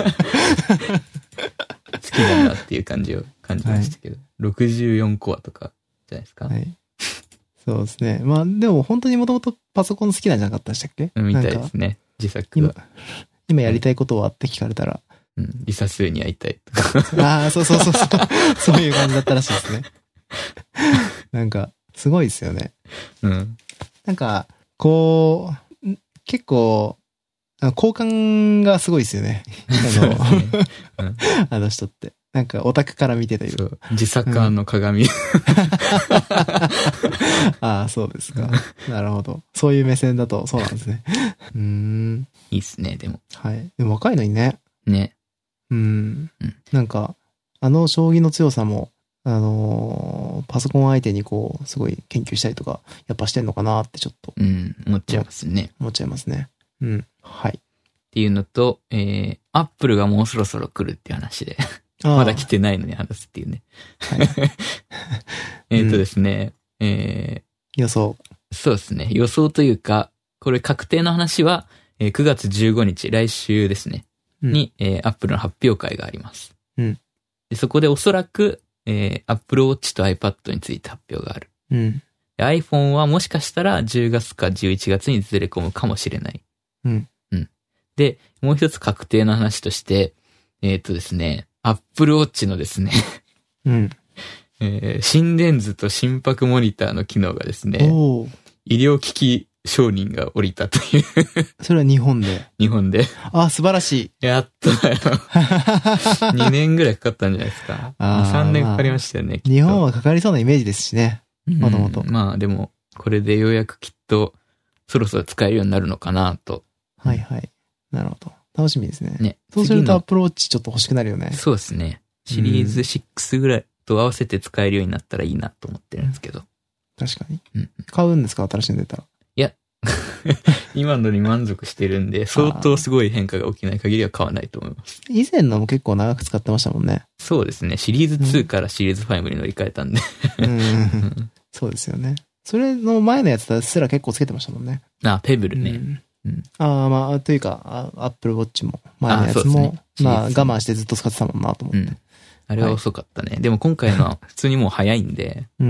[SPEAKER 2] 好きだなっていう感じを感じましたけど。はい、ろくじゅうよんコアとかじゃないですか。
[SPEAKER 1] はい。そうですね。まあ、でも本当にもともとパソコン好きなんじゃなかったでしたっけ？
[SPEAKER 2] みたいですね。自作は。
[SPEAKER 1] 今、今やりたいことはって聞かれたら。
[SPEAKER 2] うん。リサスーに会いたいと
[SPEAKER 1] か。ああ、そうそうそうそう。そういう感じだったらしいですね。なんか、すごいですよね。
[SPEAKER 2] うん。
[SPEAKER 1] なんか、こう、結構、好感がすごいですよね。あの、うん、あの人って。なんか、オタクから見てという。そう。
[SPEAKER 2] 自作案の鏡。うん、
[SPEAKER 1] ああ、そうですか。なるほど。そういう目線だと、そうなんですね。うーん。
[SPEAKER 2] いいっすね、でも。
[SPEAKER 1] はい。でも若いのにね。
[SPEAKER 2] ね。
[SPEAKER 1] うん。うん、なんか、あの将棋の強さも、あのー、パソコン相手にこう、すごい研究したりとか、やっぱしてんのかなってちょっと。
[SPEAKER 2] うん、思っちゃいますね。
[SPEAKER 1] 思っちゃいますね。うん。はい。
[SPEAKER 2] っていうのと、えー、アップルがもうそろそろ来るっていう話で。まだ来てないのに話すっていうね。はい、えっとですね、うん、え
[SPEAKER 1] ー、予想。
[SPEAKER 2] そうですね。予想というか、これ確定の話は、えー、くがつじゅうごにち、来週ですね。うん、に、えー、アップルの発表会があります。
[SPEAKER 1] うん、
[SPEAKER 2] でそこでおそらく、えー、Apple Watch と iPad について発表がある。
[SPEAKER 1] うん、
[SPEAKER 2] iPhone はもしかしたらじゅうがつかじゅういちがつにずれ込むかもしれない。
[SPEAKER 1] うん。
[SPEAKER 2] うん。で、もう一つ確定の話として、えっとですね、Apple Watch のですね、
[SPEAKER 1] うん。
[SPEAKER 2] えー、心電図と心拍モニターの機能がですね、医療機器承認が降りたという。
[SPEAKER 1] それは日本で。
[SPEAKER 2] 日本で。
[SPEAKER 1] あ、素晴らしい。
[SPEAKER 2] やっとだよ。にねんぐらいかかったんじゃないですか。あさんねんかかりましたよね、
[SPEAKER 1] まあ、日本はかかりそうなイメージですしね。もともと。
[SPEAKER 2] まあでも、これでようやくきっと、そろそろ使えるようになるのかなと。
[SPEAKER 1] はいはい。なるほど。楽しみですね。
[SPEAKER 2] ね。
[SPEAKER 1] そうするとアプローチちょっと欲しくなるよね。
[SPEAKER 2] そうですね。シリーズシックスぐらいと合わせて使えるようになったらいいなと思ってるんですけど。
[SPEAKER 1] 確かに。
[SPEAKER 2] うん、
[SPEAKER 1] 買うんですか新しいの出たら。
[SPEAKER 2] いや、今のに満足してるんで、相当すごい変化が起きない限りは買わないと思います。
[SPEAKER 1] 以前のも結構長く使ってましたもんね。
[SPEAKER 2] そうですね。シリーズツーからシリーズファイブに乗り換えたんで
[SPEAKER 1] うん。そうですよね。それの前のやつすら結構つけてましたもんね。
[SPEAKER 2] あ、ペブルね。
[SPEAKER 1] うんうん、ああ、まあ、というか、アップルウォッチも、前のやつも、ね、まあ、我慢してずっと使ってたもんなと思って。うん、
[SPEAKER 2] あれは遅かったね。はい、でも今回のは普通にもう早いんで、
[SPEAKER 1] うん、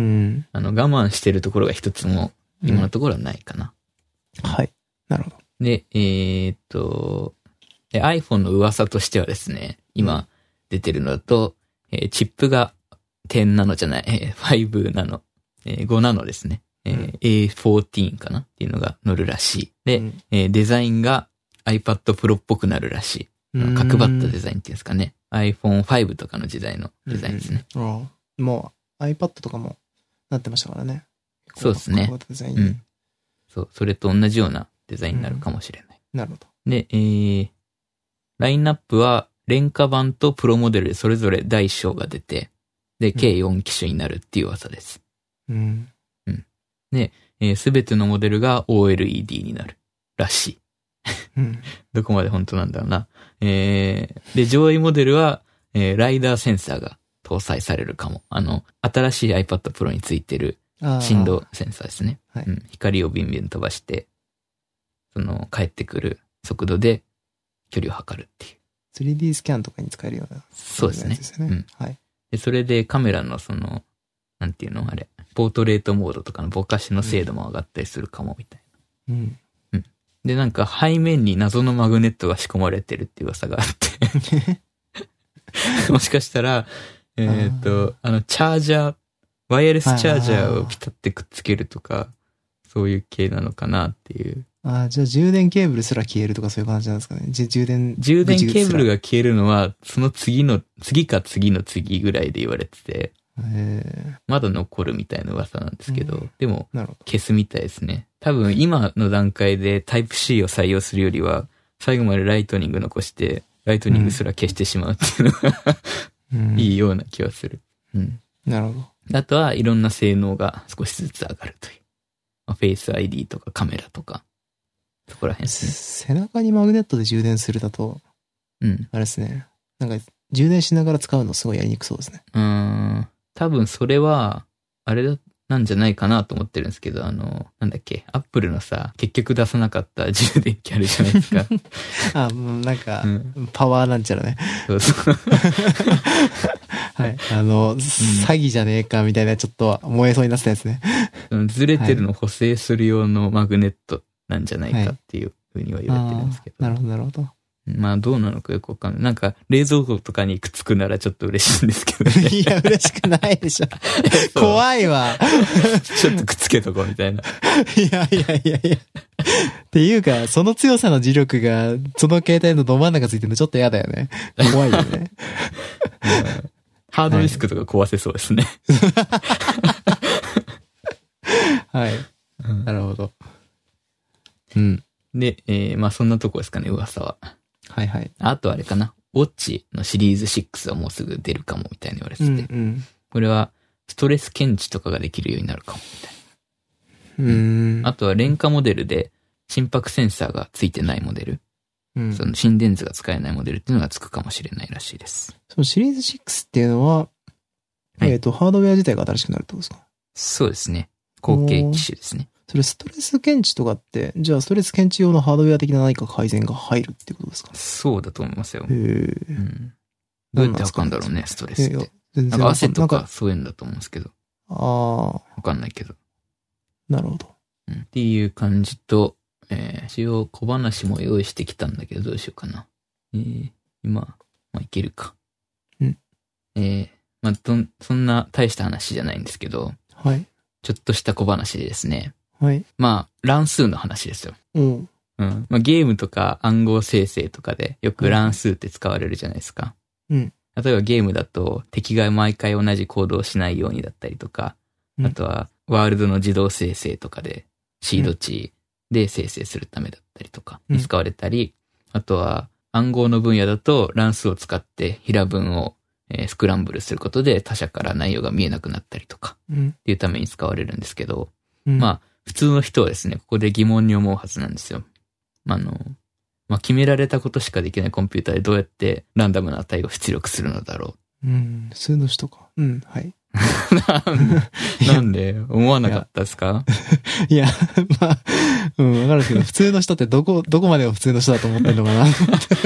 [SPEAKER 2] あの、我慢してるところが一つも、今のところはないかな。
[SPEAKER 1] うん、はい。なるほど。
[SPEAKER 2] で、えー、っと、iPhone の噂としてはですね、今出てるのだと、えー、チップがじゅうナノじゃない、えー、ごナノ、えー、ごナノですね。えーうん、エーフォーティーン かなっていうのが乗るらしい。で、うん、えー、デザインが iPad Pro っぽくなるらしい。角張ったデザインっていうんですかね。アイフォンファイブ とかの時代のデザインですね。
[SPEAKER 1] うんうん、もう iPad とかもなってましたからね。
[SPEAKER 2] そうですね。
[SPEAKER 1] デザイン、うん。
[SPEAKER 2] そう、それと同じようなデザインになるかもしれない。
[SPEAKER 1] うん、なるほど。
[SPEAKER 2] で、えー、ラインナップは廉価版とプロモデルでそれぞれだいいっ章が出て、で、計よん機種になるっていう噂です。
[SPEAKER 1] うん。
[SPEAKER 2] うん。で、すべ、えー、てのモデルが オーエルイーディー になるらしい。
[SPEAKER 1] うん、
[SPEAKER 2] どこまで本当なんだろうな。えー、で、上位モデルは、えー、ライダーセンサーが搭載されるかも。あの、新しい iPad Pro についてる振動センサーですね。
[SPEAKER 1] はい、
[SPEAKER 2] うん。光をビンビン飛ばして、その、帰ってくる速度で距離を測るっていう。
[SPEAKER 1] スリーディー スキャンとかに使えるような、
[SPEAKER 2] そうですね。
[SPEAKER 1] ですね。うん。はい。
[SPEAKER 2] で、それでカメラのその、なんていうのあれ、ポートレートモードとかのぼかしの精度も上がったりするかもみたい
[SPEAKER 1] な。うん。
[SPEAKER 2] うん。で、なんか背面に謎のマグネットが仕込まれてるっていう噂があってもしかしたら、えっと、あの、チャージャー、ワイヤレスチャージャーをピタってくっつけるとか、そういう系なのかなっていう
[SPEAKER 1] ああ、じゃあ充電ケーブルすら消えるとかそういう感じなんですかね。じ充電。
[SPEAKER 2] 充電ケーブルが消えるのは、その次の、次か次の次ぐらいで言われてて、まだ残るみたいな噂なんですけど、うん、でも、消すみたいですね。多分今の段階でタイプ C を採用するよりは、最後までライトニング残して、ライトニングすら消してしまうっていうのが、うん、いいような気はする。うん。
[SPEAKER 1] なるほ
[SPEAKER 2] ど。あとはいろんな性能が少しずつ上がるという。まあ、フェイス アイディー とかカメラとか、そこら辺ですね。
[SPEAKER 1] 背中にマグネットで充電するだと、うん。あれですね。なんか、充電しながら使うのすごいやりにくそうですね。
[SPEAKER 2] うーん。多分それは、あれだ、なんじゃないかなと思ってるんですけど、あの、なんだっけ、アップルのさ、結局出さなかった充電器あるじゃないですか。
[SPEAKER 1] あ、もうなんか、うん、パワーなんちゃらね。そうそう。はい。あの、うん、詐欺じゃねえかみたいなちょっと燃えそうになってたやつね。
[SPEAKER 2] ずれてるの補正する用のマグネットなんじゃないかっていうふうには言われてるんですけど。
[SPEAKER 1] はい、なるほど、なるほど。
[SPEAKER 2] まあどうなのかよくわかんない。なんか冷蔵庫とかにくっつくならちょっと嬉しいんですけどね。
[SPEAKER 1] いや、嬉しくないでしょ。怖いわ。
[SPEAKER 2] ちょっとくっつけとこうみたいな。
[SPEAKER 1] いやいやいやいや。っていうか、その強さの磁力が、その携帯のど真ん中ついてるのちょっと嫌だよね。怖いよね。
[SPEAKER 2] ハードディスクとか壊せそうですね。
[SPEAKER 1] はい。なるほど。うん。
[SPEAKER 2] で、えー、まあそんなとこですかね、噂は。
[SPEAKER 1] はいはい。
[SPEAKER 2] あとあれかな。ウォッチのシリーズろくはもうすぐ出るかもみたいに言われてて。うんうん、これはストレス検知とかができるようになるかもみたいな。うん。あとは廉価モデルで心拍センサーがついてないモデル。うん、その心電図が使えないモデルっていうのがつくかもしれないらしいです。
[SPEAKER 1] そのシリーズろくっていうのは、はい、えっと、ハードウェア自体が新しくなるってことですか？
[SPEAKER 2] そうですね。後継機種ですね。
[SPEAKER 1] それストレス検知とかって、じゃあストレス検知用のハードウェア的な何か改善が入るってことですか？
[SPEAKER 2] そうだと思いますよ。
[SPEAKER 1] へー。うん。
[SPEAKER 2] どうやって測るんだろうね、ストレスって。全然なんか汗とかそういうんだと思うんですけど。ああ。わかんないけど。
[SPEAKER 1] なるほど。
[SPEAKER 2] うん。っていう感じと、えー、一応小話も用意してきたんだけど、どうしようかな。えー、今、まあ、いけるか。うん。えー、まあ、どん、そんな大した話じゃないんですけど。はい。ちょっとした小話でですね。はい。まあ、乱数の話ですよ。うん。うん。まあ、ゲームとか暗号生成とかでよく乱数って使われるじゃないですか。うん。例えばゲームだと敵が毎回同じ行動をしないようにだったりとか、うん、あとはワールドの自動生成とかでシード値で生成するためだったりとかに使われたり、うん、あとは暗号の分野だと乱数を使って平文をスクランブルすることで他者から内容が見えなくなったりとかっていうために使われるんですけど、うん、まあ普通の人はですね、ここで疑問に思うはずなんですよ。あの、まあ、決められたことしかできないコンピューターでどうやってランダムな値を出力するのだろ
[SPEAKER 1] う。うん、普通の人か。うん、はい。
[SPEAKER 2] なんで、なんで思わなかったですか？
[SPEAKER 1] いや、いやまあ、うん、わかるけど、普通の人ってどこ、どこまでを普通の人だと思ってるのかな。一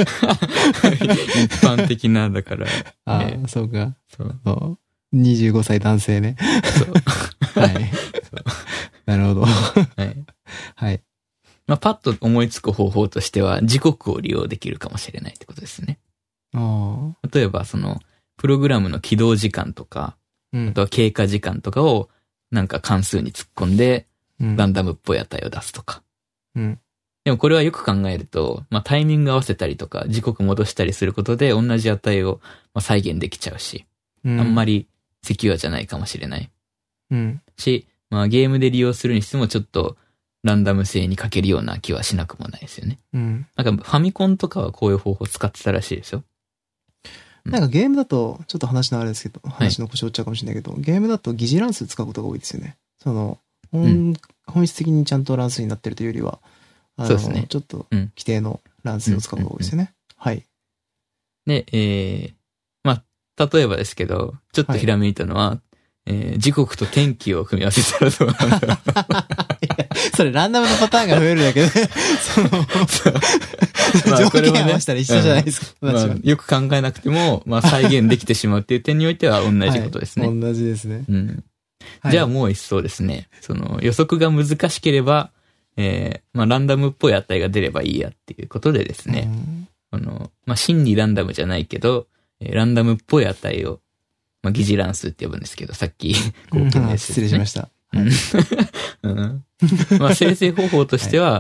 [SPEAKER 2] 般的なんだから。
[SPEAKER 1] ああ、えー、そうか。そう。そうにじゅうごさい男性ね。そう。はい。そうなるほど。はい。
[SPEAKER 2] はい。まあ、パッと思いつく方法としては、時刻を利用できるかもしれないってことですね。ああ。例えば、その、プログラムの起動時間とか、うん、あとは経過時間とかを、なんか関数に突っ込んで、うん、ランダムっぽい値を出すとか。うん。でもこれはよく考えると、まあ、タイミング合わせたりとか、時刻戻したりすることで、同じ値を再現できちゃうし、うん、あんまりセキュアじゃないかもしれない。うん。し、まあゲームで利用するにしてもちょっとランダム性に欠けるような気はしなくもないですよね。うん。なんかファミコンとかはこういう方法使ってたらしいですよ。
[SPEAKER 1] うん、なんかゲームだと、ちょっと話のあれですけど、話の腰折っちゃうかもしれないけど、はい、ゲームだと疑似乱数使うことが多いですよね。その、本、うん、本質的にちゃんと乱数になってるというよりは、あの、そうですね。ちょっと規定の乱数を使うことが多いですよね。はい。
[SPEAKER 2] で、えー、まあ、例えばですけど、ちょっとひらめいたのは、はいえー、時刻と天気を組み合わせたらどうなんだろう。
[SPEAKER 1] それランダムのパターンが増えるだけで、その、まあ、条件合わせたら一緒じゃないですか。
[SPEAKER 2] うんまあ、よく考えなくても、まあ再現できてしまうっていう点においては同じことですね。
[SPEAKER 1] はい、同じですね。
[SPEAKER 2] うん。はい、じゃあもう一層ですね、その予測が難しければ、えー、まあランダムっぽい値が出ればいいやっていうことでですね、あの、まあ真にランダムじゃないけど、ランダムっぽい値をまあ、疑似乱数って呼ぶんですけど、さっき、
[SPEAKER 1] こう、ね、失礼しました。
[SPEAKER 2] うん、まあ、生成方法としては、は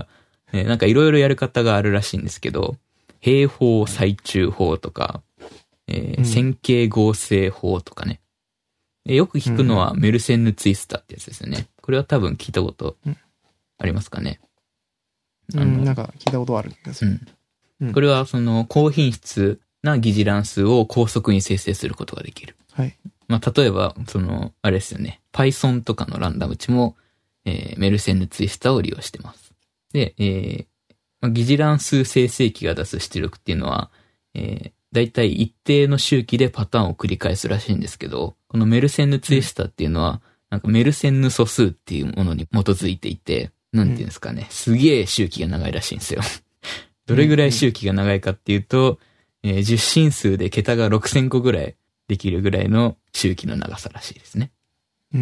[SPEAKER 2] えー、なんかいろいろやる方があるらしいんですけど、平方最中法とか、えー、線形合成法とかね。えー、よく聞くのはメルセンヌツイスターってやつですよね。これは多分聞いたことありますかね。
[SPEAKER 1] うん、あのなんか聞いたことある気がする。
[SPEAKER 2] うん。これはその高品質な疑似乱数を高速に生成することができる。
[SPEAKER 1] はい。
[SPEAKER 2] まあ、例えば、その、あれですよね。Python とかのランダム値も、えー、メルセンヌツイスターを利用してます。で、えー、まあ、疑似乱数生成器が出す出力っていうのは、えー、だいたい一定の周期でパターンを繰り返すらしいんですけど、このメルセンヌツイスターっていうのは、なんかメルセンヌ素数っていうものに基づいていて、なんていうんですかね、すげえ周期が長いらしいんですよ。どれぐらい周期が長いかっていうと、えー、じゅう進数で桁がろくせんこぐらいできるぐらいの周期の長さらしいですね。
[SPEAKER 1] うん。うん、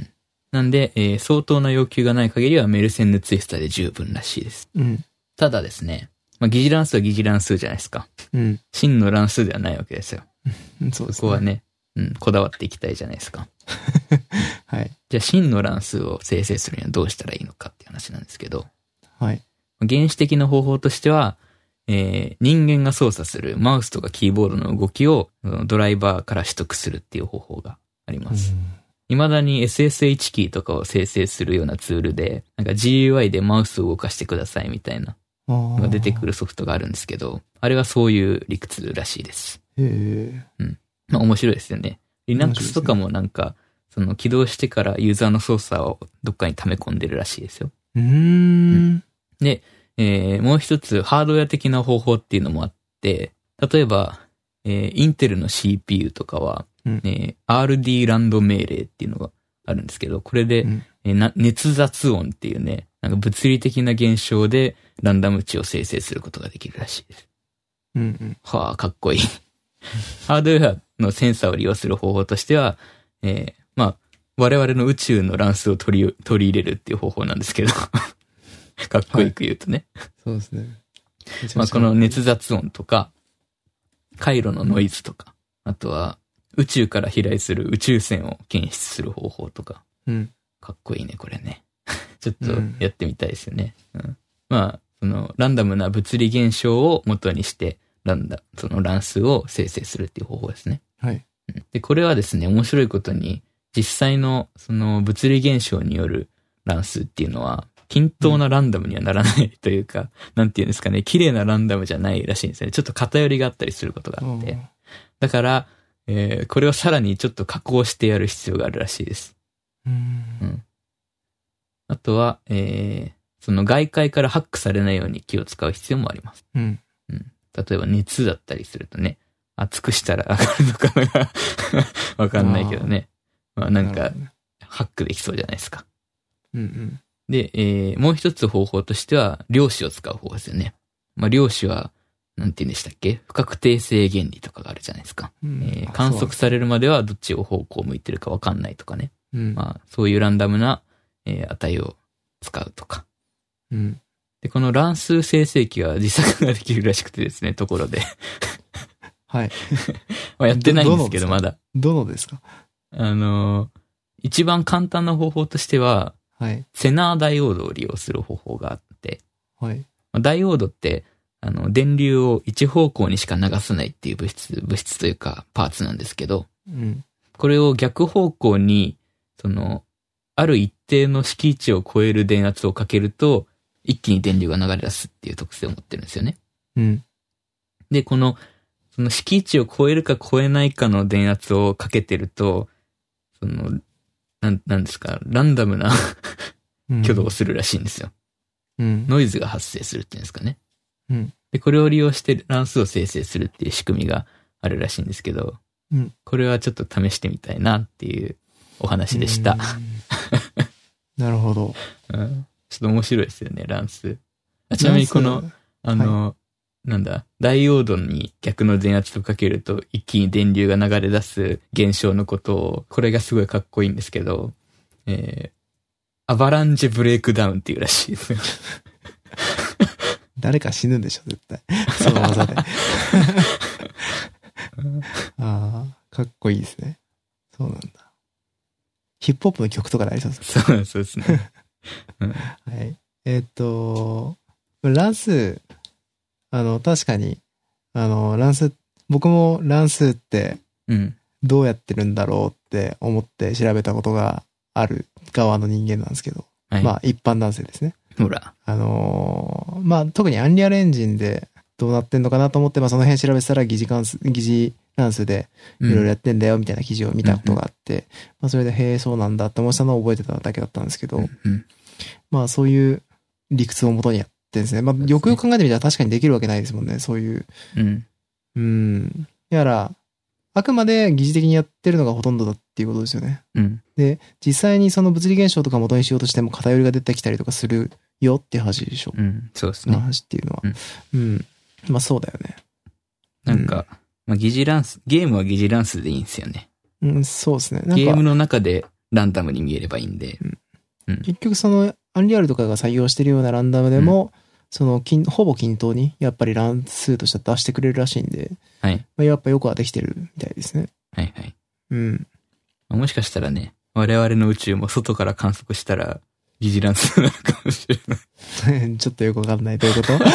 [SPEAKER 2] なんで、えー、相当な要求がない限りはメルセンヌツイスターで十分らしいです。
[SPEAKER 1] うん、
[SPEAKER 2] ただですね、まあ、疑似乱数は疑似乱数じゃないですか。
[SPEAKER 1] うん、
[SPEAKER 2] 真の乱数ではないわけですよ。
[SPEAKER 1] そうですね。
[SPEAKER 2] そこはね、うん、こだわっていきたいじゃないですか。
[SPEAKER 1] はい。
[SPEAKER 2] じゃあ真の乱数を生成するにはどうしたらいいのかっていう話なんですけど、
[SPEAKER 1] はい。
[SPEAKER 2] 原始的な方法としては、えー、人間が操作するマウスとかキーボードの動きをドライバーから取得するっていう方法があります。未だに エスエスエイチ キーとかを生成するようなツールで、なんか ジーユーアイ でマウスを動かしてくださいみたいなのが出てくるソフトがあるんですけど、あれはそういう理屈らしいです。
[SPEAKER 1] へえ。
[SPEAKER 2] うん。まあ面白いですよね。Linux とかもなんか、その起動してからユーザーの操作をどっかに溜め込んでるらしいですよ。
[SPEAKER 1] うーん。うん、
[SPEAKER 2] で、えー、もう一つハードウェア的な方法っていうのもあって、例えば、えー、インテルの シーピーユー とかは、うんえー、アールディー ランド命令っていうのがあるんですけど、これで、うんえー、な熱雑音っていうね、なんか物理的な現象でランダム値を生成することができるらしいです。
[SPEAKER 1] うんうん、
[SPEAKER 2] はあ、かっこいい。ハードウェアのセンサーを利用する方法としては、えー、まあ、我々の宇宙の乱数を取り、取り入れるっていう方法なんですけど、かっこよく言うとね。
[SPEAKER 1] はい、そうですね。
[SPEAKER 2] まあ、この熱雑音とか、回路のノイズとか、うん、あとは宇宙から飛来する宇宙線を検出する方法とか、
[SPEAKER 1] うん、
[SPEAKER 2] かっこいいね、これね。ちょっとやってみたいですよね。うん、まあ、そのランダムな物理現象を元にして、ランダ、その乱数を生成するっていう方法ですね。
[SPEAKER 1] はい。
[SPEAKER 2] で、これはですね、面白いことに、実際のその物理現象による乱数っていうのは、均等なランダムにはならないというか、うん、なんていうんですかね、綺麗なランダムじゃないらしいんですよね。ちょっと偏りがあったりすることがあって。だから、えー、これをさらにちょっと加工してやる必要があるらしいです。
[SPEAKER 1] うん、
[SPEAKER 2] うん、あとは、えー、その外界からハックされないように気を使う必要もあります。
[SPEAKER 1] うん
[SPEAKER 2] うん、例えば熱だったりするとね、熱くしたら上がるのかなわかんないけどね。まあなんか、ハックできそうじゃないですか。
[SPEAKER 1] うんうん、
[SPEAKER 2] で、えー、もう一つ方法としては、量子を使う方法ですよね。まあ量子は、なんて言うんでしたっけ？不確定性原理とかがあるじゃないですか。うんえー、観測されるまではどっちを方向を向いてるかわかんないとかね。
[SPEAKER 1] うん、
[SPEAKER 2] まあそういうランダムな、えー、値を使うとか。
[SPEAKER 1] うん、
[SPEAKER 2] で、この乱数生成器は自作ができるらしくてですね、ところで。
[SPEAKER 1] はい。
[SPEAKER 2] まあやってないんですけど、まだ。
[SPEAKER 1] どのですか？
[SPEAKER 2] あのー、一番簡単な方法としては、
[SPEAKER 1] はい。
[SPEAKER 2] セナーダイオードを利用する方法があって、
[SPEAKER 1] はい。
[SPEAKER 2] ダイオードって、あの、電流を一方向にしか流さないっていう物質、物質というか、パーツなんですけど、
[SPEAKER 1] うん。
[SPEAKER 2] これを逆方向に、その、ある一定の式値を超える電圧をかけると、一気に電流が流れ出すっていう特性を持ってるんですよね。
[SPEAKER 1] うん。で、
[SPEAKER 2] この、その式値を超えるか超えないかの電圧をかけてると、その、なん、なんですか、ランダムな挙動をするらしいんですよ。
[SPEAKER 1] うん。
[SPEAKER 2] ノイズが発生するっていうんですかね。
[SPEAKER 1] うん。
[SPEAKER 2] で、これを利用して乱数を生成するっていう仕組みがあるらしいんですけど、
[SPEAKER 1] うん。
[SPEAKER 2] これはちょっと試してみたいなっていうお話でした。
[SPEAKER 1] なるほど、
[SPEAKER 2] うん。ちょっと面白いですよね、乱数。あちなみにこの、あの、はい、なんだ、ダイオードに逆の電圧をかけると一気に電流が流れ出す現象のことを、これがすごいかっこいいんですけど、えー、アバランジェブレイクダウンっていうらしいですよ。
[SPEAKER 1] 誰か死ぬんでしょ、絶対。その技で。ああ、かっこいいですね。そうなんだ。ヒップホップの曲とかでありそうですね。
[SPEAKER 2] そうそうですね。うん、
[SPEAKER 1] はい。えー、っと、 乱数、あの、確かに、あの、乱数、僕も乱数ってどうやってるんだろうって思って調べたことがある側の人間なんですけど、はい、まあ一般男性ですね。
[SPEAKER 2] ほら。
[SPEAKER 1] あのー、まあ特にアンリアルエンジンでどうなってんのかなと思って、まあその辺調べてたら疑似関数、疑似乱数でいろいろやってんだよみたいな記事を見たことがあって、うん、まあそれでへえそうなんだって思ってたのを覚えてただけだったんですけど、うんうん、まあそういう理屈をもとにやってんですね。まあよくよく考えてみたら確かにできるわけないですもんね、そういう。うん。うん。だから、あくまで疑似的にやってるのがほとんどだっていうことですよね。うん。で、実際にその物理現象とか元にしようとしても偏りが出てきたりとかするよっていう話でしょ。
[SPEAKER 2] うん。そうですね。
[SPEAKER 1] 話っていうのは。うん。うん、まあそうだよね。
[SPEAKER 2] なんか、うん、まあ疑似乱数、ゲームは疑似乱数でいいんですよね。
[SPEAKER 1] うん、そうですね。
[SPEAKER 2] なんかゲームの中でランダムに見えればいいんで。うん
[SPEAKER 1] うん、結局その、アンリアルとかが採用してるようなランダムでも、うんその、ほぼ均等に、やっぱり乱数として出してくれるらしいんで、はい。まあ、やっぱよくはできてるみたいですね。
[SPEAKER 2] はいはい。
[SPEAKER 1] うん。
[SPEAKER 2] もしかしたらね、我々の宇宙も外から観測したら、疑似乱数なのかもしれ
[SPEAKER 1] ない。ちょっとよくわかんない。どういうこと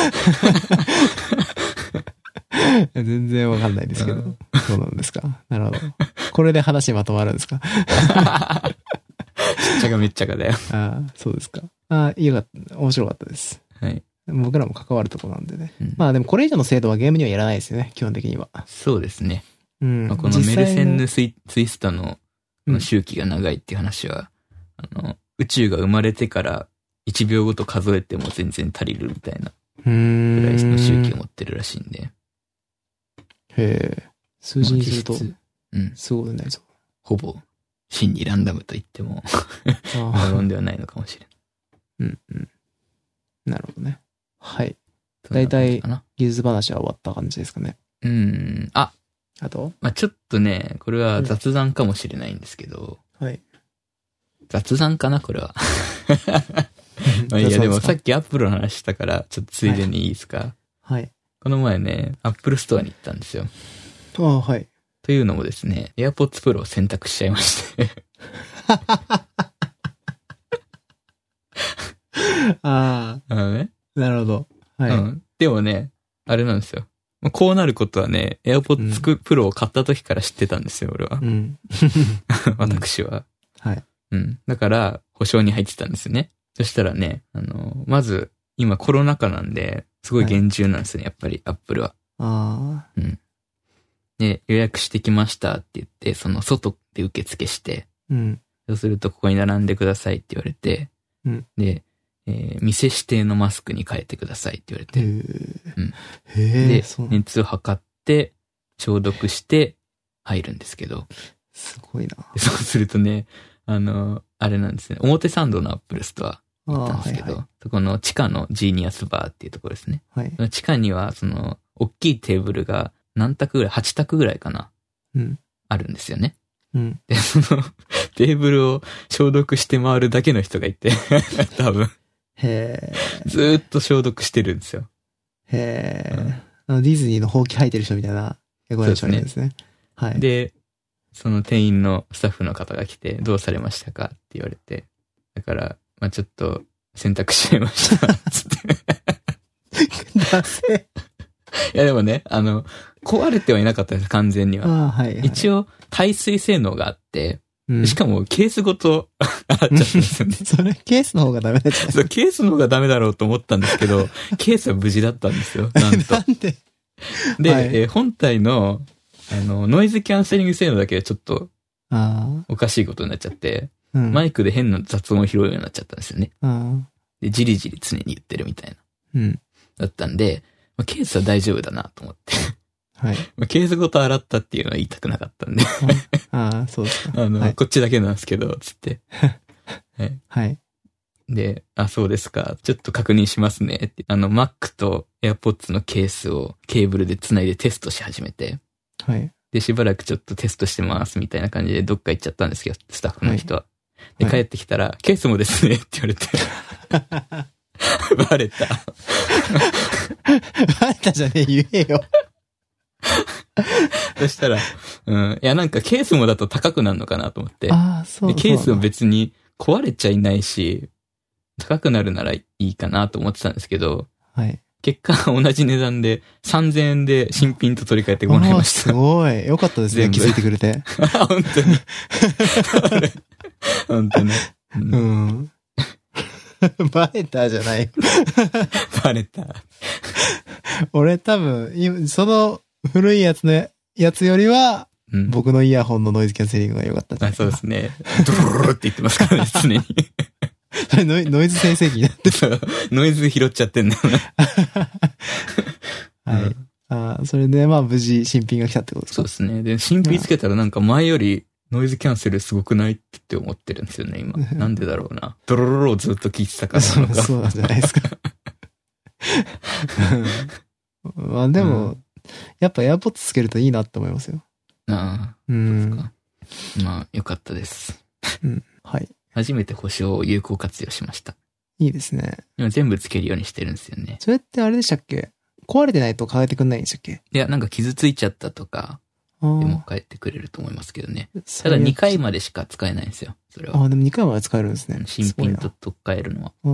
[SPEAKER 1] 全然わかんないですけど。そうなんですか。なるほど。これで話まとまるんですか。
[SPEAKER 2] ちっちゃかめっちゃかだよ。
[SPEAKER 1] ああ、そうですか。ああ、よかった。面白かったです。
[SPEAKER 2] はい。
[SPEAKER 1] 僕らも関わるとこなんでね。うん、まあでもこれ以上の精度はゲームにはやらないですよね、基本的には。
[SPEAKER 2] そうですね。うん。まあ、このメルセンヌスイツイストの周期が長いっていう話は、うん、あの、宇宙が生まれてからいちびょうごと数えても全然足りるみたいなぐらいの周期を持ってるらしいんで。
[SPEAKER 1] へえ。数字にすると、うん。すごくないぞ。
[SPEAKER 2] ほぼ、真にランダムと言っても過言ではないのかもしれない。
[SPEAKER 1] うんうん。なるほどね。はい。だいたい技術話は終わった感じですかね。
[SPEAKER 2] うん。あ
[SPEAKER 1] あと
[SPEAKER 2] まあ、ちょっとね、これは雑談かもしれないんですけど。
[SPEAKER 1] うん、はい。
[SPEAKER 2] 雑談かなこれは。まあいや、でもさっきアップルの話したから、ちょっとついでにいいですか、
[SPEAKER 1] はい、はい。
[SPEAKER 2] この前ね、アップルストアに行ったんですよ。
[SPEAKER 1] ああ、はい。
[SPEAKER 2] というのもですね、AirPods Pro を選択しちゃいまして
[SPEAKER 1] ああ。
[SPEAKER 2] あのね。
[SPEAKER 1] なるほど。はい、うん。
[SPEAKER 2] でもね、あれなんですよ。こうなることはね、AirPods Pro を買った時から知ってたんですよ、俺は。うん、私は、
[SPEAKER 1] うん。はい。
[SPEAKER 2] うん。だから、保証に入ってたんですよね。そしたらね、あの、まず、今コロナ禍なんで、すごい厳重なんですね、はい、やっぱり、Apple は。
[SPEAKER 1] ああ。
[SPEAKER 2] うん。で、予約してきましたって言って、その外で受付して、
[SPEAKER 1] うん。
[SPEAKER 2] そうするとここに並んでくださいって言われて、
[SPEAKER 1] うん。
[SPEAKER 2] で、えー、店指定のマスクに変えてくださいって言われて、
[SPEAKER 1] へ
[SPEAKER 2] うん、
[SPEAKER 1] へ
[SPEAKER 2] で、熱を測って、消毒して入るんですけど、
[SPEAKER 1] すごいな。
[SPEAKER 2] そうするとね、あの、あれなんですね、表参道のアップルストア行ったんですけど、はいはい、そこの地下のジーニアスバーっていうところですね。
[SPEAKER 1] はい、
[SPEAKER 2] その地下には、その、大きいテーブルが何択ぐらい、はち択ぐらいかな、
[SPEAKER 1] うん、
[SPEAKER 2] あるんですよね。
[SPEAKER 1] うん、
[SPEAKER 2] で、その、テーブルを消毒して回るだけの人がいて、多分。
[SPEAKER 1] へ
[SPEAKER 2] ーずーっと消毒してるんですよ。
[SPEAKER 1] へー、うん、あのディズニーのほうき履いてる人みたいな役割の人ですね。はい。
[SPEAKER 2] で、その店員のスタッフの方が来て、どうされましたかって言われて、だから、まあちょっと選択しちゃいました、つって。
[SPEAKER 1] だせ。
[SPEAKER 2] いやでもね、あの、壊れてはいなかったです、完全には。
[SPEAKER 1] あ、はいはい、
[SPEAKER 2] 一応、耐水性能があって、うん、しかもケースごと洗っちゃったんですよね。
[SPEAKER 1] それケースの方がダメだった。
[SPEAKER 2] そう、ケースの方がダメだろうと思ったんですけど、ケースは無事だったんですよ。なんと。
[SPEAKER 1] なんで
[SPEAKER 2] で、はい、えー、本体の、あの、ノイズキャンセリング性能だけはちょっと、おかしいことになっちゃって、
[SPEAKER 1] うん、
[SPEAKER 2] マイクで変な雑音を拾うようになっちゃったんですよね。
[SPEAKER 1] あ
[SPEAKER 2] で、じりじり常に言ってるみたいな。
[SPEAKER 1] うん。
[SPEAKER 2] だったんで、まあ、ケースは大丈夫だなと思って。
[SPEAKER 1] はい。
[SPEAKER 2] まあ、ケースごと洗ったっていうのは言いたくなかったんで。
[SPEAKER 1] ああ、そうですか。
[SPEAKER 2] あの、
[SPEAKER 1] はい、
[SPEAKER 2] こっちだけなんですけど、つって。はい。
[SPEAKER 1] はい。
[SPEAKER 2] で、あ、そうですか。ちょっと確認しますね。って。あの、Mac と AirPods のケースをケーブルで繋いでテストし始めて。
[SPEAKER 1] はい。
[SPEAKER 2] で、しばらくちょっとテストしてますみたいな感じでどっか行っちゃったんですけど、スタッフの人は。はい、で、帰ってきたら、ケースもですねって言われて。バレた。
[SPEAKER 1] バレたじゃねえ、言えよ。
[SPEAKER 2] そしたら、うん。いや、なんかケースもだと高くなるのかなと思って。
[SPEAKER 1] ああ、そう
[SPEAKER 2] で、ケースも別に壊れちゃいないし、高くなるならいいかなと思ってたんですけど、
[SPEAKER 1] はい。
[SPEAKER 2] 結果同じ値段でさんぜんえんで新品と取り替えてもらいました。
[SPEAKER 1] すごい。よかったですね。気づいてくれて。
[SPEAKER 2] 本当に。本当に。
[SPEAKER 1] うん。うんバレたじゃない。
[SPEAKER 2] バレた。
[SPEAKER 1] 俺多分、その古いやつのやつよりは、うん、僕のイヤホンのノイズキャンセリングが良かったじゃない
[SPEAKER 2] ですか。あ、そうですね。ドロロロって言ってますからね、常に。
[SPEAKER 1] それノイノイズ先生になって
[SPEAKER 2] る。ノイズ拾っちゃってんだよね。
[SPEAKER 1] はい。うん、あそれで、まあ無事新品が来たってことですか？
[SPEAKER 2] そうですね。で、新品つけたらなんか前よりノイズキャンセルすごくないって思ってるんですよね、今。なんでだろうな。ドロロロをずっと聞いてたから
[SPEAKER 1] そう、そうなんじゃないですか。まあでも、うん、やっぱ AirPods つけるといいなって思いますよ。
[SPEAKER 2] ああ。うん。そうですか。まあ、よかったです。
[SPEAKER 1] うん。はい。
[SPEAKER 2] 初めて星を有効活用しました。
[SPEAKER 1] いいですね。
[SPEAKER 2] 今全部つけるようにしてるんですよね。
[SPEAKER 1] それってあれでしたっけ？壊れてないと変えてくんないんでしたっけ？
[SPEAKER 2] いや、なんか傷ついちゃったとか、でも変えてくれると思いますけどね。ただにかいまでしか使えないんですよ、それは。
[SPEAKER 1] ああ、でもにかいまで使えるんですね。
[SPEAKER 2] 新品と取っ替えるのは。
[SPEAKER 1] うん。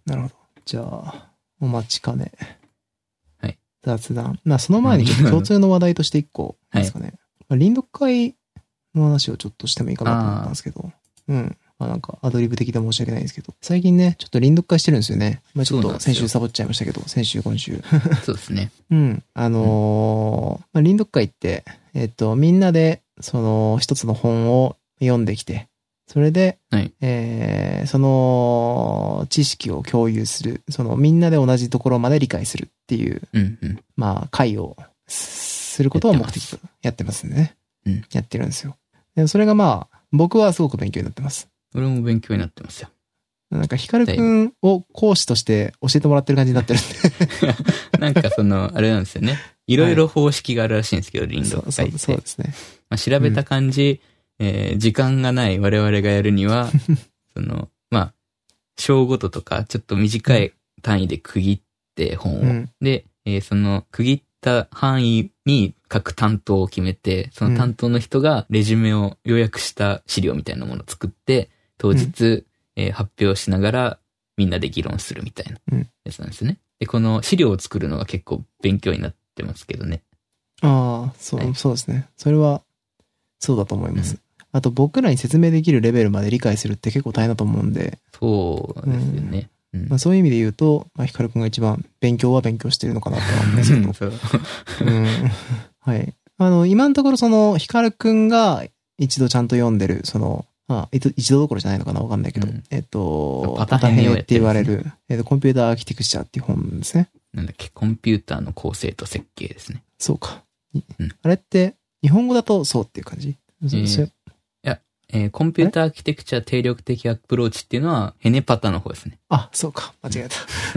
[SPEAKER 1] なるほど。じゃあ、お待ちかね。
[SPEAKER 2] はい。
[SPEAKER 1] 雑談。まあ、その前にちょっと共通の話題としていっこですかね。はい、まあ、臨読会の話をちょっとしてもいいかなと思ったんですけど。うん。まあなんかアドリブ的で申し訳ないんですけど。最近ね、ちょっと臨読会してるんですよね。まあちょっと先週サボっちゃいましたけど、先週今週。
[SPEAKER 2] そうですね。
[SPEAKER 1] うん。あのー、まあ、臨読会って、えっと、みんなで、その、一つの本を読んできて、それで、
[SPEAKER 2] はい、
[SPEAKER 1] えー、その、知識を共有する。その、みんなで同じところまで理解するっていう、
[SPEAKER 2] うんうん、
[SPEAKER 1] まあ、会をすることを目的とやってますんでね。
[SPEAKER 2] うん、
[SPEAKER 1] やってるんですよ。でそれがまあ、僕はすごく勉強になってます。
[SPEAKER 2] 俺も勉強になってますよ。
[SPEAKER 1] なんか、ヒカルくんを講師として教えてもらってる感じになってるんで。
[SPEAKER 2] なんかその、あれなんですよね。いろいろ方式があるらしいんですけど、臨読会って。
[SPEAKER 1] そうですね。
[SPEAKER 2] まあ、調べた感じ、うん、えー、時間がない我々がやるには、その、まあ、章ごととか、ちょっと短い単位で区切って本を。うん、で、えー、その区切った範囲に各担当を決めて、その担当の人がレジュメを要約した資料みたいなものを作って、当日、うんえー、発表しながらみんなで議論するみたいなやつなんですね。で、この資料を作るのが結構勉強になってますけどね。
[SPEAKER 1] ああ、そう、はい、そうですね。それは、そうだと思います。うん、あと僕らに説明できるレベルまで理解するって結構大変だと思うんで。
[SPEAKER 2] そうですよね。
[SPEAKER 1] うんまあ、そういう意味で言うと、まあ、ヒカルくんが一番勉強は勉強してるのかなと思うんですけど。そううん、はい。あの、今のところその、ヒカルくんが一度ちゃんと読んでる、その、まあ、一度どころじゃないのかなわかんないけど、うん、えっと、パタヘネって言われる、えっと、コンピューターアーキテクチャっていう本ですね。
[SPEAKER 2] なんだっけ、コンピューターの構成と設計ですね。
[SPEAKER 1] そうか。うん、あれって、日本語だとそうっていう感じ、えー、
[SPEAKER 2] いや、えー、コンピューターアーキテクチャ定力的アプローチっていうのは、ヘネパタの方ですね。
[SPEAKER 1] あ、そうか。間違えた。